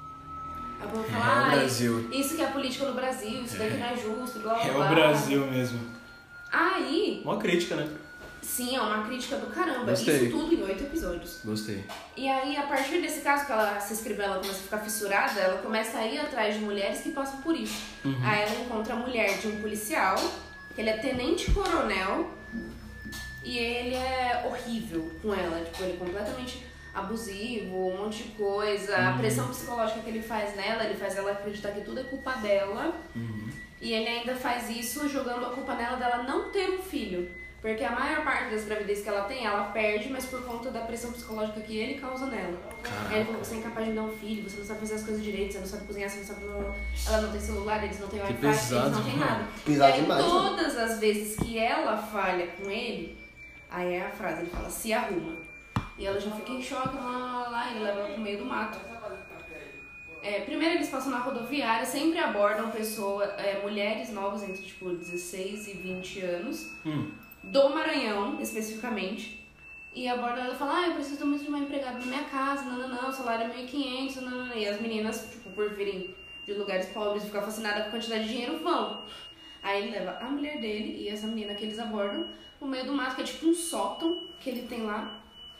Aí o povo É, fala, o ah, Brasil. isso que é a política no Brasil, isso daqui não é justo, blá blá É blá. o Brasil mesmo. Aí, Uma crítica, né? sim, é uma crítica do caramba. Gostei. Isso tudo em oito episódios. Gostei. E aí, a partir desse caso, que ela se inscreveu, ela começa a ficar fissurada, ela começa a ir atrás de mulheres que passam por isso. Uhum. Aí ela encontra a mulher de um policial, que ele é tenente-coronel, e ele é horrível com ela. Tipo, ele é completamente abusivo, um monte de coisa. A pressão psicológica que ele faz nela, ele faz ela acreditar que tudo é culpa dela. Uhum. E ele ainda faz isso jogando a culpa nela dela não ter um filho. Porque a maior parte das gravidez que ela tem, ela perde, mas por conta da pressão psicológica que ele causa nela. Caraca. Aí ele falou, você é incapaz de me dar um filho, você não sabe fazer as coisas direito, você não sabe cozinhar, você não sabe... Ela não tem celular, eles não têm Wi-Fi, eles pesado, não têm mano. nada. Pesado e aí demais, todas as vezes que ela falha com ele, aí é a frase, ele fala, se arruma. E ela já fica em choque, lá, lá, lá, lá, e ele leva ela pro meio do mato. É, primeiro eles passam na rodoviária, sempre abordam pessoas, é, mulheres novas entre tipo dezesseis e vinte anos, Hum. do Maranhão especificamente, e abordam ela e falam, ah, eu preciso muito de uma empregada na minha casa, não, não, não, o salário é mil e quinhentos, não, não, não. E as meninas, tipo, por virem de lugares pobres e ficar fascinadas com a quantidade de dinheiro, vão. Aí ele leva a mulher dele e essa menina que eles abordam no meio do mato, que é tipo um sótão que ele tem lá.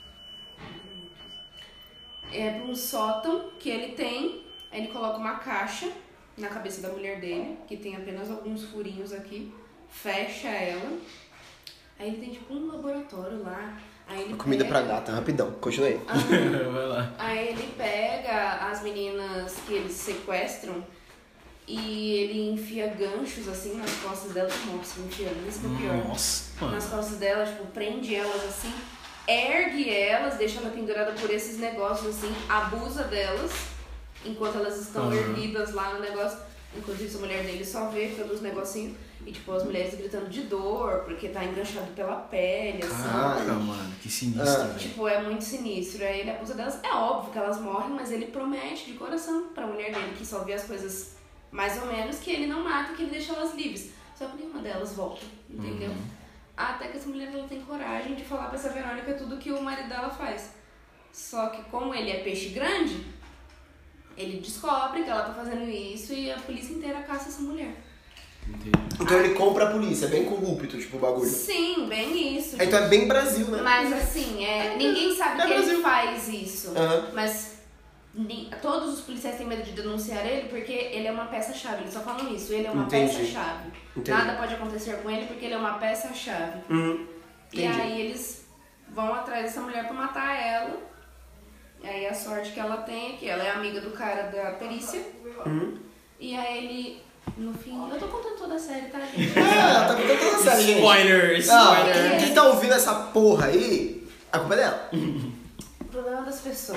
É pra um sótão que ele tem. Aí ele coloca uma caixa na cabeça da mulher dele, que tem apenas alguns furinhos aqui, fecha ela. Aí ele tem tipo um laboratório lá. Aí ele Comida pega... pra gata, rapidão. Continua aí. Vai lá. Aí ele pega as meninas que eles sequestram e ele enfia ganchos assim nas costas delas. Nossa, enfiando, isso que é o pior. Nossa, mano. Nas costas delas, tipo, prende elas assim, ergue elas, deixa ela pendurada por esses negócios assim, abusa delas. enquanto elas estão uhum. erguidas lá no negócio. Enquanto isso, a mulher dele só vê pelos negocinhos. E, tipo, as mulheres gritando de dor, porque tá enganchado pela pele, assim. Caraca, mano, que sinistro, velho. Tipo, é muito sinistro. Aí ele acusa delas. É óbvio que elas morrem, mas ele promete de coração pra mulher dele, que só vê as coisas mais ou menos, que ele não mata, que ele deixa elas livres. Só que nenhuma delas volta, entendeu? Uhum. Até que essa mulher ela tem coragem de falar pra essa Verônica tudo que o marido dela faz. Só que como ele é peixe grande, ele descobre que ela tá fazendo isso e a polícia inteira caça essa mulher. Entendi. Então ah. ele compra a polícia, é bem corrupto, tipo, o bagulho. Sim, bem isso. Tipo, então é bem Brasil, né? Mas assim, é, ninguém sabe é que Brasil. Ele faz isso. Uhum. Mas todos os policiais têm medo de denunciar ele porque ele é uma peça-chave. Eles só falam isso, ele é uma Entendi. peça-chave. Entendi. Nada pode acontecer com ele porque ele é uma peça-chave. Uhum. E aí eles vão atrás dessa mulher pra matar ela. E aí a sorte que ela tem é que ela é amiga do cara da perícia. Uhum. E aí ele, no fim... Eu tô contando toda a série, tá, gente? Ah, tá contando toda a série, gente. Spoiler, spoiler. Ah, quem tá ouvindo essa porra aí, a culpa é dela. O problema das pessoas.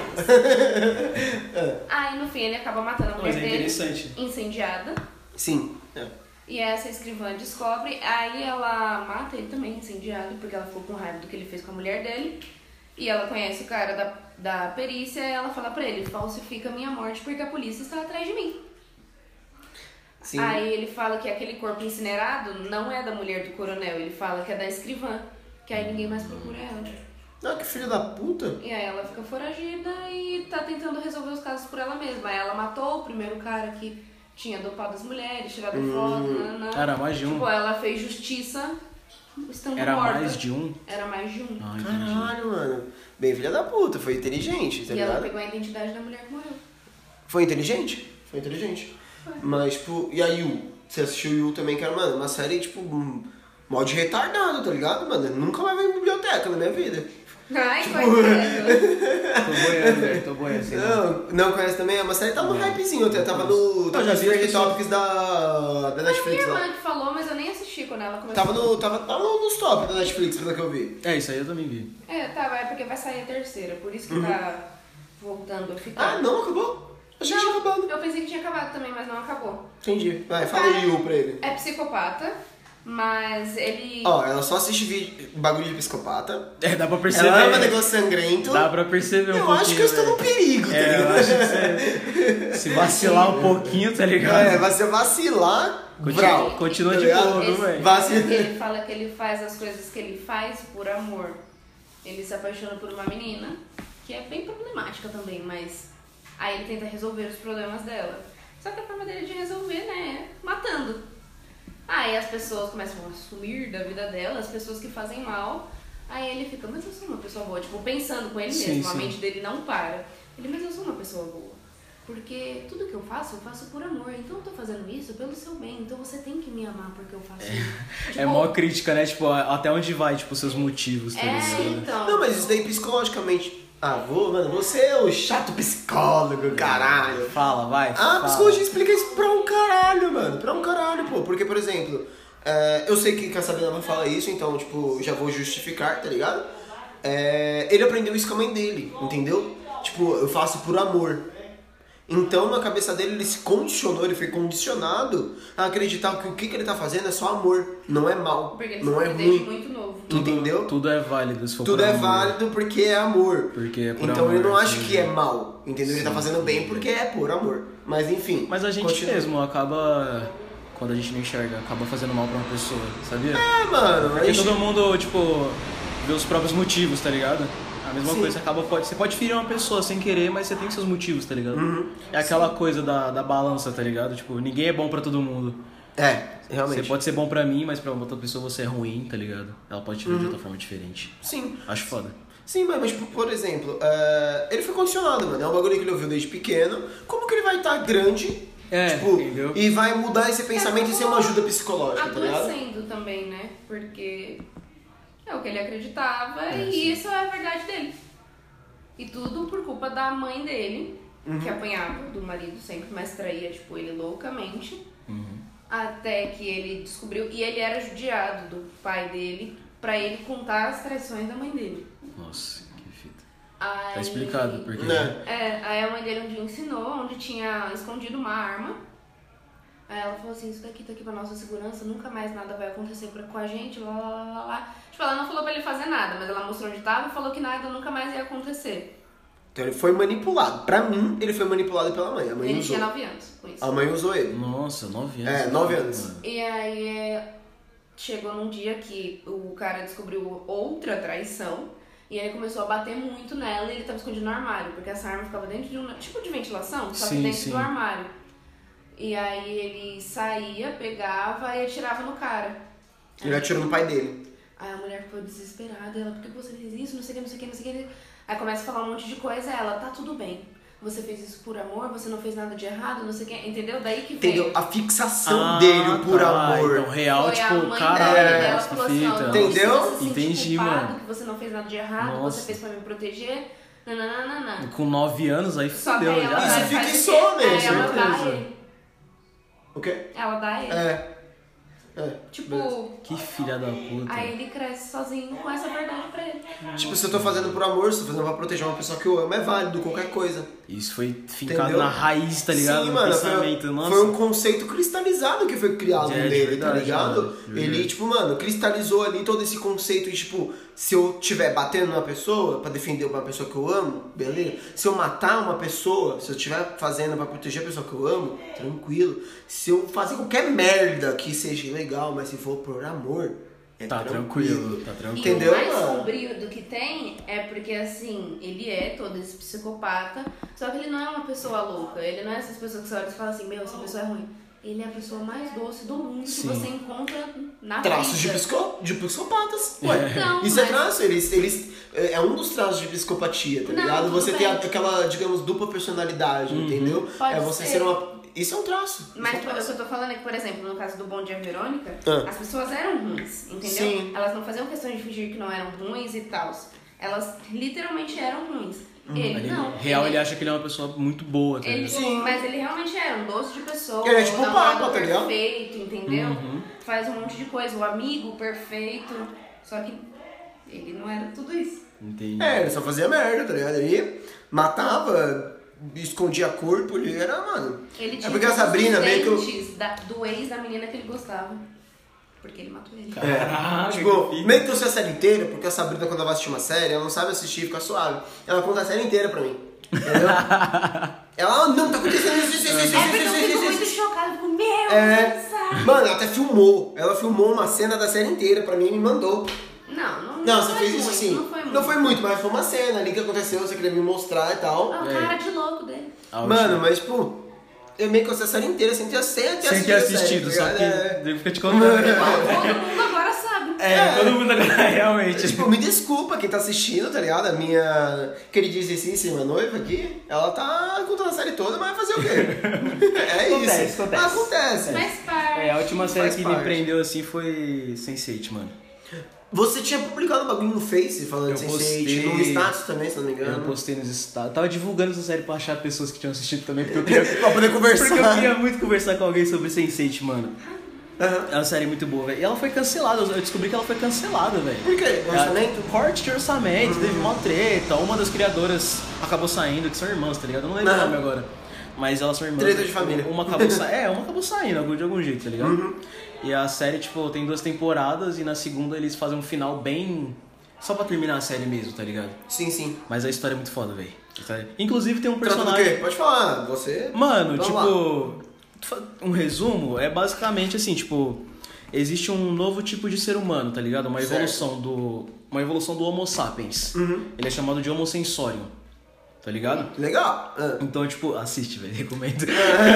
Aí no fim ele acaba matando a mulher Mas é dele, interessante. incendiada. Sim. É. E essa escrivã descobre, aí ela mata ele também, incendiado, porque ela ficou com raiva do que ele fez com a mulher dele. E ela conhece o cara da, da perícia e ela fala pra ele, falsifica minha morte porque a polícia está atrás de mim. Sim. Aí ele fala que aquele corpo incinerado não é da mulher do coronel, ele fala que é da escrivã, que aí ninguém mais procura ela. Ah, que filho da puta. E aí ela fica foragida e tá tentando resolver os casos por ela mesma. Aí ela matou o primeiro cara que tinha dopado as mulheres, tirado hum. foto, nanana. Era mais de um. Tipo, ela fez justiça estando Era morta. mais de um? Era mais de um. Ah, Caralho, mano. Bem filha da puta, foi inteligente, tá e ligado? ela pegou a identidade da mulher que morreu. Foi inteligente? Foi inteligente. Foi. Mas, tipo, e a Yu? Você assistiu Yu também, que era, mano, uma série, tipo, mó de retardado, tá ligado, mano? Eu nunca mais vi em biblioteca na minha vida. Ai, tipo... coitado. Tô boiando, velho, tô boiando assim. Não, não conhece também? É uma série que tá no hypezinho, eu tava no... Tava nos Trending Topics da, da Netflix, minha lá. irmã que falou, mas eu nem assisti quando ela começou. Tava, no, tava, tava nos top da Netflix, pelo que eu vi. É, isso aí eu também vi. É, tava, é porque vai sair a terceira, por isso que uhum. tá voltando a ficar. Ah, não, acabou? Achei que tinha acabado. Eu pensei que tinha acabado também, mas não acabou. Entendi. Vai, fala aí Yu pra ele. É psicopata, mas ele... Ó, ela só assiste vídeo, bagulho de psicopata. É, dá pra perceber. Ela ama negócio sangrento. Dá pra perceber um eu pouquinho. Eu acho que eu estou no perigo, tá é, ligado? Eu acho que você... Se vacilar um pouquinho, tá ligado? É, você vacilar... Continua, Brau, continua tá de boa, viu, velho? Ele fala que ele faz as coisas que ele faz por amor. Ele se apaixona por uma menina, que é bem problemática também, mas... Aí ele tenta resolver os problemas dela. Só que a forma dele de resolver, né, é matando. Aí as pessoas começam a sumir da vida dela, as pessoas que fazem mal. Aí ele fica, mas eu sou uma pessoa boa. Tipo, pensando com ele sim, mesmo, sim. a mente dele não para. Ele, mas eu sou uma pessoa boa. Porque tudo que eu faço, eu faço por amor. Então eu tô fazendo isso pelo seu bem. Então você tem que me amar porque eu faço é. isso. Tipo, é mó crítica, né? Tipo, até onde vai, tipo, seus motivos, tá é, ligado? então. Não, mas isso daí psicologicamente... Ah, vou, mano, você é o chato psicólogo, caralho. Fala, vai. Ah, fala. a psicologia explica isso pra um caralho, mano. Pra um caralho, pô. Porque, por exemplo, é, eu sei que a Sabrina vai falar isso, então, tipo, já vou justificar, tá ligado? É, ele aprendeu isso com a mãe dele, entendeu? Tipo, eu faço por amor. Então, na cabeça dele, ele se condicionou, ele foi condicionado a acreditar que o que, que ele tá fazendo é só amor, não é mal, porque ele não é desde ruim. muito novo. Tudo, Entendeu? Tudo é válido, se for Tudo por é amor. válido porque é amor. Porque é por então amor, ele não acha sim. que é mal, entendeu? Ele Sim. tá fazendo bem porque é por amor. Mas enfim. Mas a gente continua. mesmo acaba, quando a gente não enxerga, acaba fazendo mal pra uma pessoa, sabia? É, mano. Porque a gente... todo mundo, tipo, vê os próprios motivos, tá ligado? A mesma Sim. coisa, acaba, pode, você pode ferir uma pessoa sem querer, mas você tem seus motivos, tá ligado? Uhum. É aquela Sim. coisa da, da balança, tá ligado? Tipo, ninguém é bom pra todo mundo. É, realmente. Você pode ser bom pra mim, mas pra outra pessoa você é ruim, tá ligado? Ela pode te ver uhum. de outra forma diferente. Sim. Acho foda. Sim, mas, mas por exemplo, uh, ele foi condicionado, mano. É um bagulho que ele ouviu desde pequeno. Como que ele vai estar grande, É, tipo, entendeu? e vai mudar esse pensamento e ser uma ajuda psicológica, tá ligado? Adoecendo também, né? Porque é o que ele acreditava É, e sim. isso é a verdade dele. E tudo por culpa da mãe dele, Uhum. que apanhava do marido sempre, mas traía, tipo, ele loucamente. Uhum. Até que ele descobriu, e ele era judiado do pai dele, pra ele contar as traições da mãe dele. Nossa, que fita. Aí... Tá explicado porque. Né? É, aí a mãe dele um dia ensinou onde tinha escondido uma arma. Aí ela falou assim, isso daqui tá aqui pra nossa segurança, nunca mais nada vai acontecer pra, com a gente, lá, lá, lá, lá. Tipo, ela não falou pra ele fazer nada, mas ela mostrou onde tava e falou que nada nunca mais ia acontecer. Então ele foi manipulado. Pra mim, ele foi manipulado pela mãe. A mãe Ele usou. tinha nove anos com isso. A mãe usou ele. Nossa, nove anos. É, nove anos. Mano. E aí é, chegou num dia que o cara descobriu outra traição e ele começou a bater muito nela e ele tava escondido no armário, porque essa arma ficava dentro de um tipo de ventilação, só que Sim, dentro sim. do armário. E aí ele saía, pegava e atirava no cara. Ele atirou no pai dele. Aí a mulher ficou desesperada, ela, por que você fez isso? Não sei o que, não sei o que, não sei o que. Aí começa a falar um monte de coisa, ela, tá tudo bem. Você fez isso por amor, você não fez nada de errado, não sei o que, entendeu? Daí que Entendeu? veio. A fixação Ah, dele por tá. amor. Então, real, Foi a tipo, mãe caralho, dele, ela nossa, que falou assim, ó, fita. não Entendeu? precisa se sentir Entendi, culpado, mano. que você não fez nada de errado, Nossa. você fez pra me proteger, nananana. Com nove anos, aí Só que fudeu aí ela já. Isso vai- fica faz em o quê? som, né? Aí ela dá Certeza. ele. O quê? Ela dá ele. É. É. Tipo, Que filha da puta. aí ele cresce sozinho com essa verdade pra ele. Tipo, se eu tô fazendo por amor, se eu tô fazendo pra proteger uma pessoa que eu amo, é válido, qualquer coisa. Isso foi fincado Entendeu? na raiz, tá ligado? Sim, no mano, pensamento. foi, Nossa. foi um conceito cristalizado que foi criado É, de nele, verdade, tá ligado? mano, de Ele, verdade. tipo, mano, cristalizou ali todo esse conceito e, tipo, se eu tiver batendo numa pessoa pra defender uma pessoa que eu amo, beleza? Se eu matar uma pessoa, se eu estiver fazendo pra proteger a pessoa que eu amo, tranquilo. Se eu fazer qualquer merda que seja ilegal, mas se for por amor, é Tá tranquilo. tranquilo, tá tranquilo. Entendeu, E o mais mano? sombrio do que tem é porque, assim, ele é todo esse psicopata, só que ele não é uma pessoa louca. Ele não é essas pessoas que você olha e fala assim, meu, essa pessoa é ruim. Ele é a pessoa mais doce do mundo Sim. que você encontra na Traços de, vida. psico, de psicopatas. Ué, Então, isso é mas- traço, eles, eles. É um dos traços de psicopatia, tá Não, ligado? tudo Você bem. tem aquela, digamos, dupla personalidade, entendeu? Pode é você ser. ser uma. Isso é um traço. Mas Isso é um o traço. que eu tô falando é que, por exemplo, no caso do Bom Dia Verônica, Ah. as pessoas eram ruins, entendeu? Sim. Elas não faziam questão de fingir que não eram ruins e tal. Elas literalmente eram ruins. Ele Ele- não. real, ele acha que ele é uma pessoa muito boa, tá Ele, ligado? Sim. Mas ele realmente era um doce de pessoa. Ele é tipo o o namorado Papa, tá ligado? perfeito, entendeu? Uhum. Faz um monte de coisa, o amigo perfeito. Só que ele não era tudo isso. Entendi. É, ele só fazia merda, tá ligado? Ele matava, escondia corpo, ele era, mano. Ele tinha É porque a todos Sabrina os meio que. eu- dentes da, do ex da menina que ele gostava. Porque ele matou ele. Caraca, Tipo, que fita. meio que eu sei a série inteira, porque a Sabrina, quando ela vai assistir uma série, ela não sabe assistir e fica suave. Ela conta a série inteira pra mim. Entendeu? Ela, ah, não, tá acontecendo isso, isso, isso, isso, É porque eu isso, fico isso, muito isso. chocada, eu fico, meu, É. sabe? Mano, ela até filmou. Ela filmou uma cena da série inteira pra mim e me mandou. Não, não, Não, não você foi fez muito, isso sim. Não foi muito. Não foi muito, mas foi uma cena ali que aconteceu, você queria me mostrar e tal. Ah, o É. cara de louco dele. A Mano, última- mas tipo, eu meio que eu assisti a série inteira sem ter, sem ter Sem ter a assistido, série, só tá que ligado? É. ele fica te contando. Todo mundo agora sabe. É, todo mundo agora, realmente. Tipo, me desculpa quem tá assistindo, tá ligado? A minha queridíssima noiva aqui, ela tá contando a série toda, mas vai fazer o quê? É Acontece, isso. acontece. Acontece. Faz parte. É, a última série Faz que parte. me prendeu assim foi sense eight, mano. Você tinha publicado um bagulho no Face falando Eu de sense eight, postei- no status também, se não me Eu engano. postei nos status. Tava divulgando essa série pra achar pessoas que tinham assistido também, porque eu queria. Pra poder conversar. Porque eu queria muito conversar com alguém sobre sense eight, mano. Aham. É uma série muito boa, velho. E ela foi cancelada, eu descobri que ela foi cancelada, velho. Por quê? Orçamento? É, corte de orçamento, teve uma treta. Uma das criadoras acabou saindo, que são irmãs, tá ligado? Eu não lembro Aham. o nome agora. Mas elas são irmãs. Treta de tipo, família. Uma acabou sa... É, uma acabou saindo algum- de algum jeito, tá ligado? Uhum. E a série, tipo, tem duas temporadas e na segunda eles fazem um final bem. Só pra terminar a série mesmo, tá ligado? Sim, sim. Mas a história é muito foda, velho. Inclusive tem um Trata do personagem. quê? Pode falar, você... Mano, Vamos tipo, um resumo é basicamente assim, tipo, existe um novo tipo de ser humano, tá ligado? Uma Certo. evolução do uma evolução do Homo sapiens. Uhum. Ele é chamado de Homo sensorium. Tá ligado? Legal. Ah. Então, tipo, assiste, velho, recomendo.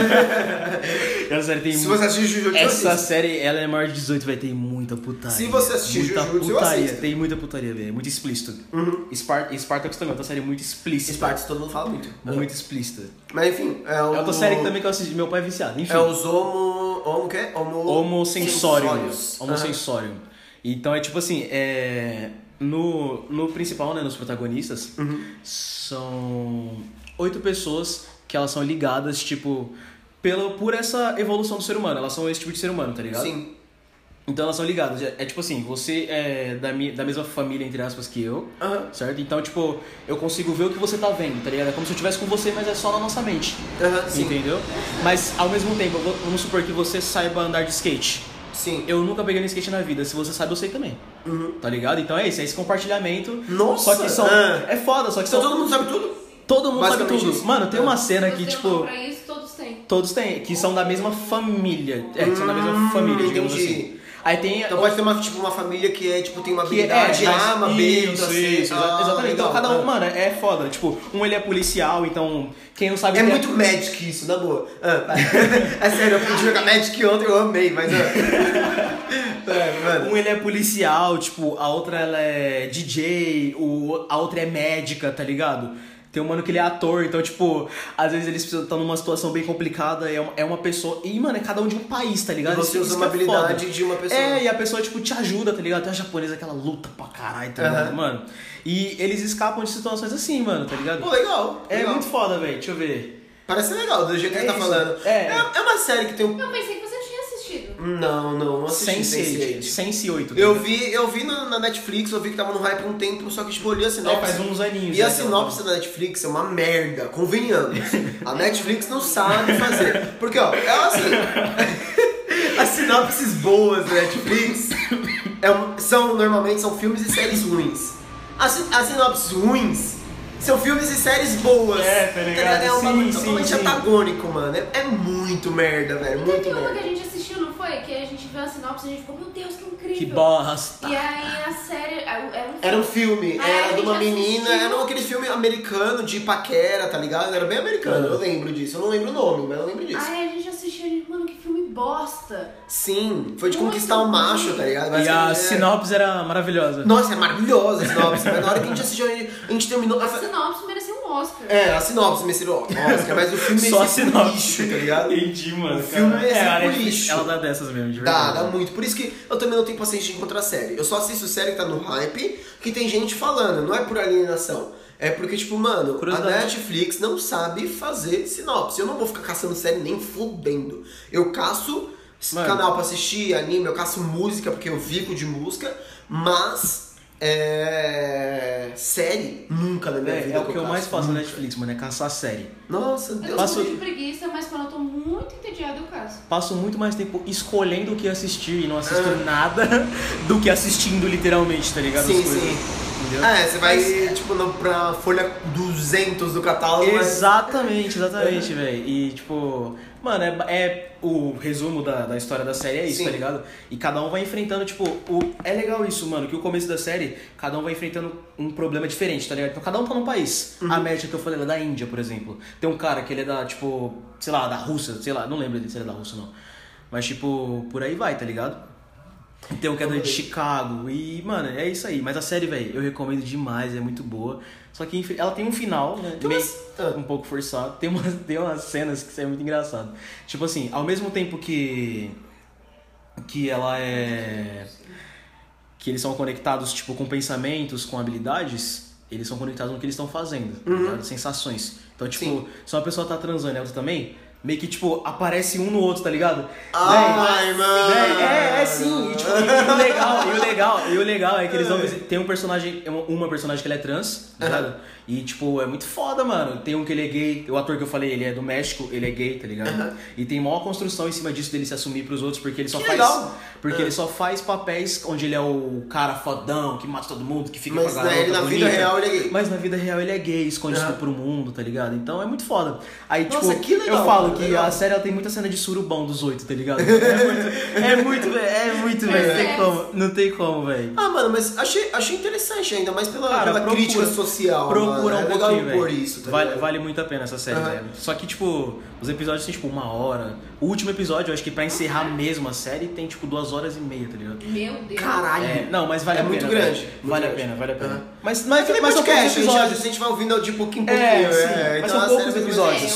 Essa série tem Se mu- você assistir Jujutsu, Essa assiste. série, ela é maior de dezoito, vai ter muita putaria. Se você assistir muita Jujutsu, eu putaria, assisto. tem muita putaria, velho, é muito explícito. Uhum. Spart Spartacus também é outra série muito explícita. Spartacus, todo mundo fala muito. Muito explícita. Mas enfim, é o... É outra série que também que eu assisti, meu pai é viciado, enfim. É os homo... Homo o quê? Homo... Homo sensorium. Sensórios. Homo Aham. sensorium. Então é tipo assim, é... No, no principal, né, nos protagonistas, Uhum. são oito pessoas que elas são ligadas, tipo, pela, por essa evolução do ser humano. Elas são esse tipo de ser humano, tá ligado? Sim. Então elas são ligadas. É, é tipo assim, você é da, mi, da mesma família, entre aspas, que eu, Uhum. certo? Então, tipo, eu consigo ver o que você tá vendo, tá ligado? É como se eu estivesse com você, mas é só na nossa mente. Uhum, sim. Entendeu? Mas, ao mesmo tempo, vou, vamos supor que você saiba andar de skate. Sim. Eu nunca peguei no skate na vida. Se você sabe, eu sei também. Uhum. Tá ligado? Então é isso, é esse compartilhamento. Nossa! Só que são... Ah. É foda, só que Então são... todo mundo sabe tudo? Todo mundo sabe Basicamente tudo. isso. Mano, tem É. uma cena que, Você tipo... pra isso, todos têm. Todos têm, que são da mesma família. É, que são da mesma Hum, família, digamos entendi. assim. Aí tem... Então pode ter uma, tipo, uma família que é, tipo, tem uma Que habilidade é, mas- A, uma B, isso, outra C. isso, Ah, exatamente. Então legal. cada um, Ah. mano, é foda. Tipo, um ele é policial, então quem não sabe... É que muito Magic isso, na boa. Ah. É sério, eu pude jogar Magic ontem, eu amei, mas... Ah. É, mano. Um ele é policial, tipo, a outra ela é D J, o, a outra é médica, tá ligado? Tem um mano que ele é ator, então, tipo, às vezes eles precisam estar numa situação bem complicada, é uma, é uma pessoa... E, mano, é cada um de um país, tá ligado? E você Isso- usa isso uma que é foda. habilidade de uma pessoa. É, e a pessoa, tipo, te ajuda, tá ligado? Tem a japonesa que ela luta pra caralho, tá ligado, Aham. mano? E eles escapam de situações assim, mano, tá ligado? Pô, legal. É legal. muito foda, velho. Deixa eu ver. Parece legal, do jeito que É ele tá isso. falando. É. é. É uma série que tem um... Eu pensei que você tinha assistido. Não, não, não assisti sense oito. sense sense oito. oito. Eu vi, eu vi na, na Netflix, eu vi que tava no hype há um tempo, só que tipo, eu li a É, sinopse. faz uns aninhos. E a né, sinopse da Netflix é uma merda, convenhamos. A Netflix não sabe fazer. Porque, ó, ela assim. As sinopses boas da Netflix é um- são, normalmente, são filmes e séries ruins. As, sin- as sinopses ruins são filmes e séries boas. É, tá ligado? É um Sim, bagulho sim, totalmente sim. antagônico, mano. É, é muito merda, velho. Muito Teve uma que merda. a gente assistiu, não foi? Que a gente viu a sinopse e a gente ficou, meu Deus, que incrível. Que bosta. E aí a série era um filme. Era um filme, Ah, a era de gente uma menina, assistiu. era aquele filme americano de paquera, tá ligado? Era bem americano, Ah. eu lembro disso. Eu não lembro o nome, mas eu lembro disso. Aí a gente assistiu e a gente, mano, que filme bosta. Sim, foi de Muito conquistar o macho, tá ligado? E a Basicamente, é- sinopse era maravilhosa. Nossa, é maravilhosa a sinopse, mas na hora que a gente assistiu, a gente, a gente terminou... A sinopse merecia um Oscar. É, a sinopse mereceu o Oscar, mas o filme Só a merecia um sinopse. lixo, tá ligado? Entendi, mano. O filme cara. merecia é, a um Netflix, lixo. Ela dá dessas mesmo, de Dá, verdade. dá muito. Por isso que eu também não tenho paciência de encontrar série. Eu só assisto série que tá no hype, que tem gente falando, não é por alienação. É porque, tipo, mano, a Curiosidade. Netflix não sabe fazer sinopse. Eu não vou ficar caçando série nem fudendo. Eu caço Mano. canal pra assistir, anime, eu caço música, porque eu vivo de música, mas é... série, nunca na minha É, vida é o que eu caço. mais faço na Netflix, mano, é caçar série. Nossa, Eu Deus. tô Passo- muito de preguiça, mas quando eu tô muito entediada, eu caso. Passo muito mais tempo escolhendo o que assistir e não assisto Ah. nada do que assistindo literalmente, tá ligado? Sim, As coisas. sim. Entendeu? É, você vai, tipo, no, pra folha duzentos do catálogo, mas... Exatamente, exatamente, velho. E tipo, mano, é, é o resumo da, da história da série, é isso, Sim. tá ligado? E cada um vai enfrentando, tipo, o, é legal isso, mano, que o começo da série, cada um vai enfrentando um problema diferente, tá ligado? Então cada um tá num país. A médica que eu falei, ela é da Índia, por exemplo. Tem um cara que ele é da, tipo, sei lá, da Rússia, sei lá, não lembro dele se ele é da Rússia, não. Mas, tipo, por aí vai, tá ligado? Tem um que é de Chicago e, mano, é isso aí. Mas a série, velho, eu recomendo demais, é muito boa. Só que infe- ela tem um final, né? Tem Meio, umas- ah. um pouco forçado. Tem umas, tem umas cenas que é muito engraçado. Tipo assim, ao mesmo tempo que. Que ela é. Que eles são conectados, tipo, com pensamentos, com habilidades, eles são conectados no que eles estão fazendo, tá ligado? Sensações. Então, tipo, Sim. se uma pessoa tá transando e a outra também, meio que, tipo, aparece um no outro, tá ligado? Ai, mano! Véi, é, é sim, e, tipo, e, e o legal, e o legal, e o legal é que eles vão visi- tem um personagem, uma- uma personagem que ela é trans, tá ligado? E tipo, é muito foda, mano. Tem um que ele é gay, o ator que eu falei, ele é do México, ele é gay, tá ligado? E tem maior construção em cima disso dele se assumir pros outros, porque ele só Que faz. legal. Porque É. ele só faz papéis onde ele é o cara fodão, que mata todo mundo, que fica Mas, com a né, garota ele na vida bonita. real ele é gay. Mas na vida real ele é gay, esconde Aham. isso pro mundo, tá ligado? Então é muito foda. Aí, Nossa, tipo, que legal, eu falo cara, que legal. a série ela tem muita cena de surubão dos oito, tá ligado? É muito, é muito, velho. É muito, velho. Não tem como, não tem como, velho. Ah, mano, mas achei, achei interessante ainda, mais pela, Cara, pela procura- crítica social. Procura mano. um É legal pouquinho, impor velho. isso, tá vale, ligado? vale muito a pena essa série, Aham. velho. Só que, tipo, os episódios têm, tipo, uma hora. O último episódio, eu acho que pra encerrar mesmo a série, tem, tipo, duas horas e meia, tá ligado? Meu Deus. Caralho. É, não, mas vale É a muito pena. grande, velho. muito Vale a grande. pena, vale a pena. Aham. Mas, mas, Mas mas são poucos podcast, a gente, episódios. a gente vai ouvindo de pouquinho em pouquinho. É, sim, mas então são a poucos série- episódios. É, eu faria isso.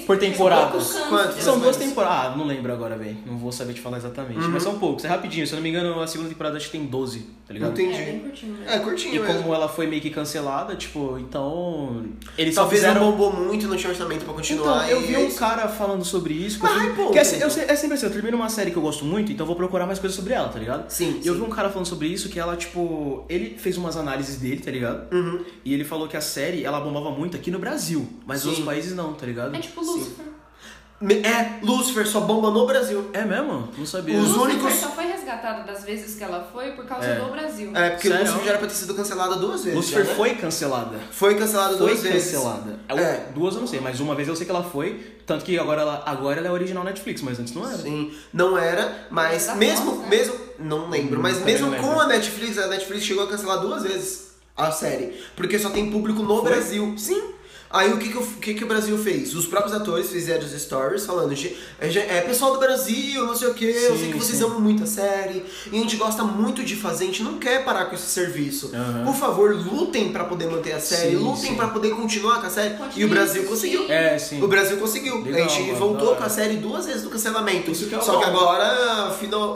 por temporada. Quantos? Quantos? São duas mais? temporadas. Ah, não lembro agora, velho. Não vou saber te falar exatamente. Uhum. Mas são poucos, é rapidinho. Se eu não me engano, a segunda temporada acho que tem doze, tá ligado? Entendi. É bem curtinho mesmo. É, E curtinho mesmo. como ela foi meio que cancelada, tipo, então. Eles só Talvez fizeram. não bombou muito, não tinha orçamento pra continuar. Então, eu e vi é um isso. cara falando sobre isso. que Mas eu fui- hypou, que é, pô. eu sei- é sempre assim, eu termino uma série que eu gosto muito, então eu vou procurar mais coisas sobre ela, tá ligado? Sim, E eu sim. vi um cara falando sobre isso, que ela, tipo, ele fez umas análises dele, tá ligado? Uhum. E ele falou que a série, ela bombava muito aqui no Brasil, mas nos Sim. outros países não, tá ligado? É tipo Lucifer. Me- É, Lucifer só bomba no Brasil. É mesmo? Não sabia. Os Lucifer únicos- só foi resgatada das vezes que ela foi por causa É. do Brasil. É, porque Sério? Lucifer já era pra ter sido cancelada duas vezes. Lucifer já, né? foi cancelada. Foi cancelada Foi duas vezes. cancelada. É. Duas eu não sei, mas uma vez eu sei que ela foi, tanto que agora ela, agora ela é original Netflix, mas antes não era. Sim, não era, mas Era da mesmo, Fox, né? mesmo, não lembro, Hum, mas também mesmo não com lembro. a Netflix, a Netflix chegou a cancelar duas vezes a série, porque só tem público no Foi? Brasil. Sim. Aí o que que, o o que que o Brasil fez? Os próprios atores fizeram os stories falando, "Ge- é, ge- é pessoal do Brasil, não sei o que, eu sei Sim, que vocês sim. amam muito a série, e a gente gosta muito de fazer, a gente não quer parar com esse serviço. Aham. Por favor, lutem pra poder manter a série, Sim, lutem sim. pra poder continuar com a série. Continue E o Brasil assistindo. conseguiu. É, sim. O Brasil conseguiu. Legal, a gente mano, voltou da hora. com a série duas vezes do cancelamento. Isso que é Só bom. que agora, final,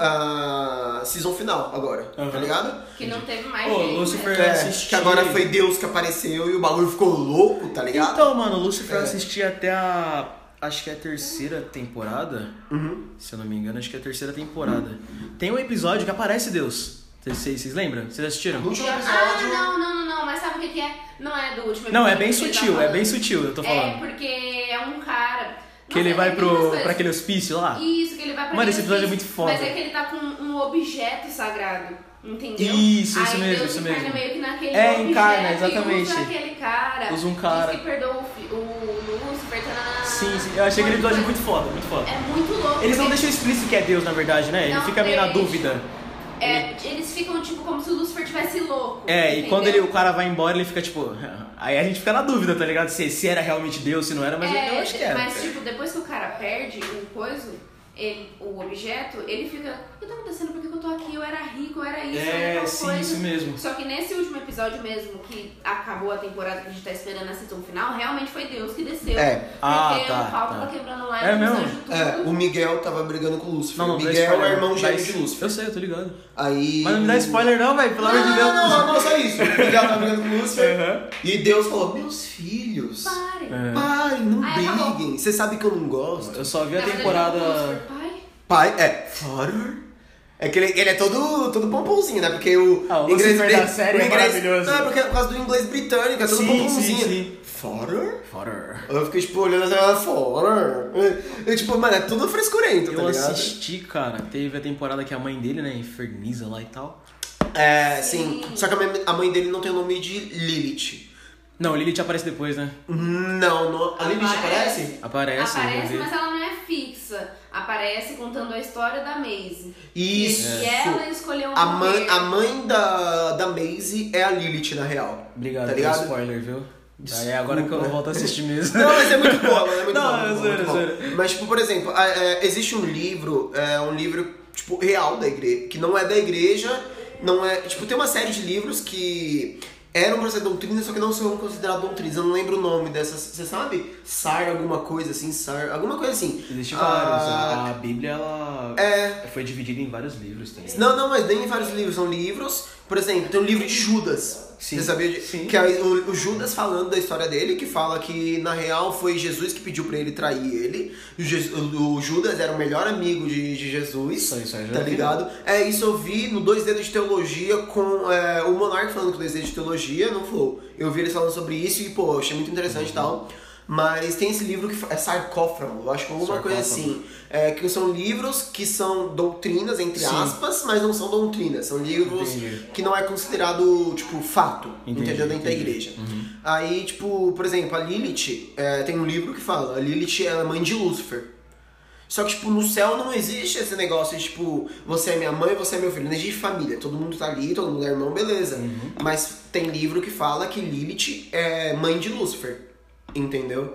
a season final, agora. Tá Aham. ligado? Que não teve mais Ô, jeito, Lucifer- né? É, assisti. que agora foi Deus que apareceu e o bagulho ficou louco, tá ligado? Então, mano, Lucifer É. eu assisti até a. Acho que é a terceira temporada. Uhum. Se eu não me engano, acho que é a terceira temporada. Tem um episódio que aparece Deus. Vocês, vocês lembram? Vocês assistiram? No último Ah, episódio. não, não, não, não, mas sabe o que que é? Não é do último Não, é episódio bem que ele tá sutil, é falando. bem sutil, eu tô É falando. porque é um cara... Que ele Nossa, vai tem umas pro, coisas. pra aquele hospício lá. Isso, que ele vai pra Mano, aquele esse episódio é muito hospício, foda. Mas é que ele tá com um objeto sagrado, entendeu? Isso, Aí isso mesmo, Deus isso encarna mesmo. meio que naquele É, objeto encarna, e exatamente. usa aquele cara. Usa um cara. Diz que perdoa o, fi- o Lúcifer, tanana. Sim, sim, eu achei aquele episódio muito foda, muito foda. É muito louco. Eles não porque- deixam explícito que é Deus, na verdade, né? Ele Não fica meio na deixa. dúvida. É, eles ficam tipo como se o Lúcifer tivesse louco. É, e entendeu? quando ele, o cara vai embora, ele fica tipo. Aí a gente fica na dúvida, tá ligado? Se, se era realmente Deus, se não era, mas É, eu acho que era. Mas, tipo, depois que o cara perde o coisa, ele, o objeto, ele fica. O que tá acontecendo? Por que que eu tô aqui? Eu era rico, eu era isso, eu era É, tal sim, coisa. isso mesmo. Só que nesse último episódio mesmo, que acabou a temporada que a gente tá esperando a season final, realmente foi Deus que desceu. É. Porque Ah, tá, o pau tá. tava quebrando lá É e os mesmo? anjos tudo. É, o Miguel tava brigando com o Lúcifer. Não, não, o dá Miguel é o spoiler. irmão Dá gêmeo es- de Lúcifer. Eu sei, eu tô ligado. Aí. Mas não me dá spoiler não, velho, pelo amor de Não, Deus. não, não, não, só isso. O Miguel tava brigando com o Lúcifer. Aham. E Deus falou: Meus filhos, Pare. É. parem, não Aí acabou. briguem. Você sabe que eu não gosto. Eu só vi a Na verdade, temporada. o Lúcifer, pai. Pai, é. Father? É que ele, ele é todo, todo pompomzinho, né? Porque o. Ah, o Lucifer bri- da série o é maravilhoso. Não, é porque é por causa do inglês britânico, é todo Sim, pompomzinho. sim, sim. Father? Father. Eu fiquei tipo olhando assim, ah, Father. Eu, tipo, mano, é tudo frescurento, tá Eu ligado? assisti, cara. Teve a temporada que a mãe dele, né, inferniza lá e tal. É, sim. Sim. Só que a mãe- a mãe dele não tem o nome de Lilith. Não, Lilith aparece depois, né? Não, não. A Lilith aparece? Aparece, eu Aparece, vi. mas ela não é fixa. Aparece contando a história da Maisie. Isso. E ela escolheu A morrer. mãe, a mãe da, da Maisie é a Lilith, na real. Obrigado Tá pelo ligado? spoiler, viu? Aí é agora que eu volto a assistir mesmo. Não, mas é muito boa, mano, é muito Não, bom, é muito bom, zoeira, muito bom. zoeira. Mas, tipo, por exemplo, a- é, existe um livro, é, um livro, tipo, real da igreja, que não é da igreja, não é... Tipo, tem uma série de livros que eram pra ser doutrina, só que não são considerados doutrinas. Eu não lembro o nome dessas, você sabe? Sar, alguma coisa assim, Sar, alguma coisa assim. Existe Ah, vários. A Bíblia, ela É... foi dividida em vários livros também. Não, não, mas nem em vários livros, são livros. Por exemplo, tem um livro de Judas. Sim. Você sabia? De, Sim. Que é o, o Judas falando da história dele, que fala que na real foi Jesus que pediu pra ele trair ele. O, Je- o- o Judas era o melhor amigo de, de Jesus. Isso aí, isso aí já Tá vi. ligado? É, isso eu vi no Dois Dedos de Teologia com é, o Monark falando com Dois Dedos de Teologia no Flow. Eu vi eles falando sobre isso e, pô, eu achei muito interessante e tal. Mas tem esse livro que fa- é sarcófago, eu acho que alguma coisa Sarcófago. assim. É, que são livros que são doutrinas, entre Sim. aspas, mas não são doutrinas. São livros Entendi. que não é considerado, tipo, fato, Entendi, entendeu? Dentro da entendi. igreja. Uhum. Aí, tipo, por exemplo, a Lilith, é, tem um livro que fala, a Lilith ela é mãe de Lúcifer. Só que, tipo, no céu não existe esse negócio de, tipo, você é minha mãe, você é meu filho. Não existe família. Todo mundo tá ali, todo mundo é irmão, beleza. Uhum. Mas tem livro que fala que Lilith é mãe de Lúcifer. Entendeu?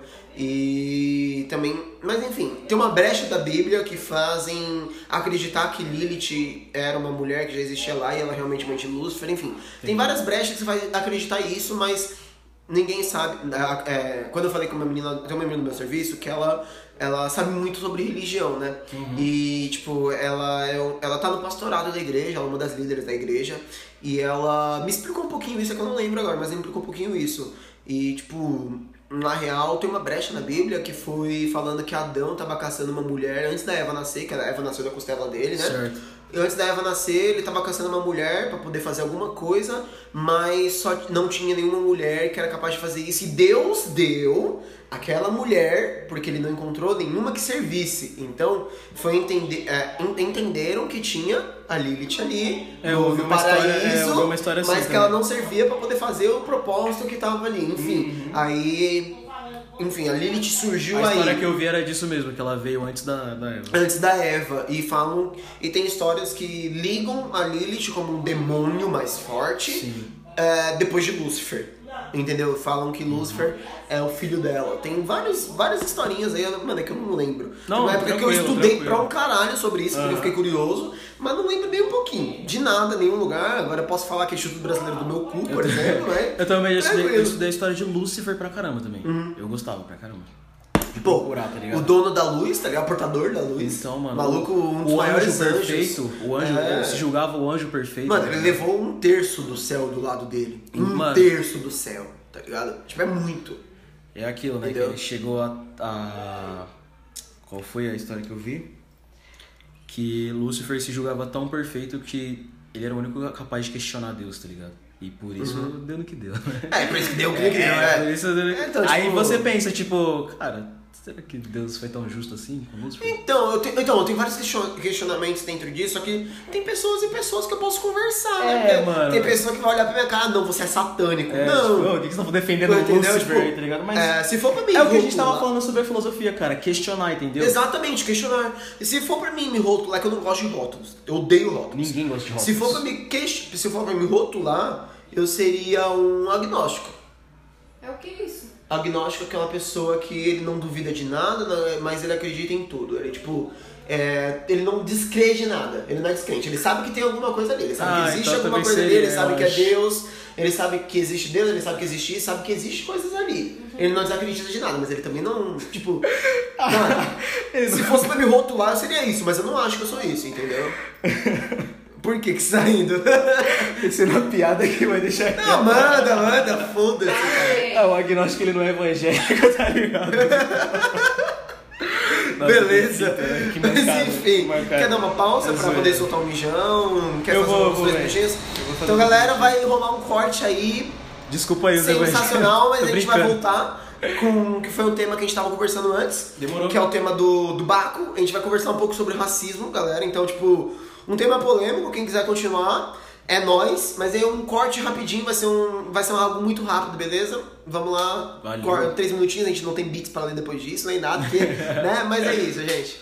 E também... Mas, enfim, tem uma brecha da Bíblia que fazem acreditar que Lilith era uma mulher que já existia lá e ela realmente é mãe de Lúcifer. Enfim, tem várias brechas que você vai acreditar isso, mas... ninguém sabe. É, quando eu falei com uma menina, tem uma menina no meu serviço que ela, ela sabe muito sobre religião, né? Uhum. E, tipo, ela, é, ela tá no pastorado da igreja, ela é uma das líderes da igreja. E ela me explicou um pouquinho isso, é que eu não lembro agora, mas ela me explicou um pouquinho isso. E, tipo, na real, tem uma brecha na Bíblia que foi falando que Adão tava caçando uma mulher antes da Eva nascer, que a Eva nasceu da costela dele, né? Certo. Antes da Eva nascer, ele tava caçando uma mulher pra poder fazer alguma coisa, mas só não tinha nenhuma mulher que era capaz de fazer isso. E Deus deu aquela mulher, porque ele não encontrou nenhuma que servisse. Então, foi entender, é, entenderam que tinha a Lilith ali, é, no, no paraíso, história, é, uma história assim, mas que ela não servia pra poder fazer o propósito que tava ali. Enfim, uhum. aí... Enfim, a Lilith surgiu aí. A história aí, que eu vi era disso mesmo, que ela veio antes da, da Eva. Antes da Eva. E falam. E tem histórias que ligam a Lilith como um demônio mais forte é, depois de Lúcifer. Entendeu? Falam que Lúcifer é o filho dela. Tem vários, várias historinhas aí, mano, é que eu não lembro. Não, na época que eu estudei tranquilo. pra um caralho sobre isso, uhum. porque eu fiquei curioso, mas não lembro nem um pouquinho. De nada, nenhum lugar. Agora eu posso falar que é Instituto Brasileiro do meu cu, por eu exemplo, né? Eu também estudei, eu estudei a história de Lúcifer pra caramba também. Uhum. Eu gostava pra caramba. De Pô, procurar, tá ligado? O dono da luz, tá ligado? O portador da luz. Então, mano. Maluco, um dos o maiores anjo anjos. perfeito. O anjo, é. se julgava o anjo perfeito. Mano, ele levou um terço do céu do lado dele. Um mano. terço do céu, tá ligado? Tipo, é muito. É aquilo, né? Entendeu? Que ele chegou a, a... Qual foi a história que eu vi? Que Lúcifer se julgava tão perfeito que ele era o único capaz de questionar Deus, tá ligado? E por isso uhum. deu no que deu. É, por isso que deu o que deu, é. Por isso deu... é então, Aí tipo... você pensa, tipo, cara... Será que Deus foi tão justo assim com Lúcifer? Então, eu tenho, então, eu tenho vários questionamentos dentro disso, só que tem pessoas e pessoas que eu posso conversar, é, né? Mano. Tem pessoa que vai olhar pra minha cara, não, você é satânico. É, não. Tipo, o que você tá defendendo o Lúcifer, tipo, tá ligado? Mas é, se for pra mim é o que a gente rotular... tava falando sobre a filosofia, cara. Questionar, entendeu? Exatamente, questionar. E se for pra mim me rotular, que eu não gosto de rótulos. Eu odeio rótulos. Ninguém gosta de rótulos. Se for pra me, que... se for pra me rotular, eu seria um agnóstico. É o que é isso? Agnóstico é aquela pessoa que ele não duvida de nada, mas ele acredita em tudo. Ele, tipo, é, ele não descrê de nada. Ele não é descrente. Ele sabe que tem alguma coisa dele. Ele sabe ah, que existe então alguma coisa seria, dele. Ele sabe que acho. é Deus. Ele sabe que existe Deus. Ele sabe que existe isso. Sabe que existe coisas ali. Uhum. Ele não desacredita de nada, mas ele também não, tipo... Mano, se fosse pra me rotular, eu seria isso. Mas eu não acho que eu sou isso, entendeu? Por que que você tá rindo? Essa é uma piada que vai deixar... Não, manda, manda, foda-se. Ah, o agnóstico ele não é evangélico, tá ligado? Nossa, beleza. Que, que marcado, mas enfim, marcado. Quer dar uma pausa eu pra sei. poder soltar um mijão? Quer eu fazer vou, uns vou, dois mijinhos? Então galera, vai rolar um corte aí. Desculpa aí, sensacional, mas Tô a gente brincando. vai voltar com que foi o tema que a gente tava conversando antes. Demorou. Que é o tema do, do Baco. A gente vai conversar um pouco sobre racismo, galera. Então, tipo, um tema polêmico, quem quiser continuar, é nóis. Mas aí um corte rapidinho, vai ser, um, vai ser algo muito rápido, beleza? Vamos lá, Valeu. Cor, três minutinhos, a gente não tem beats pra ler depois disso, nem nada, porque, né? Mas é isso, gente.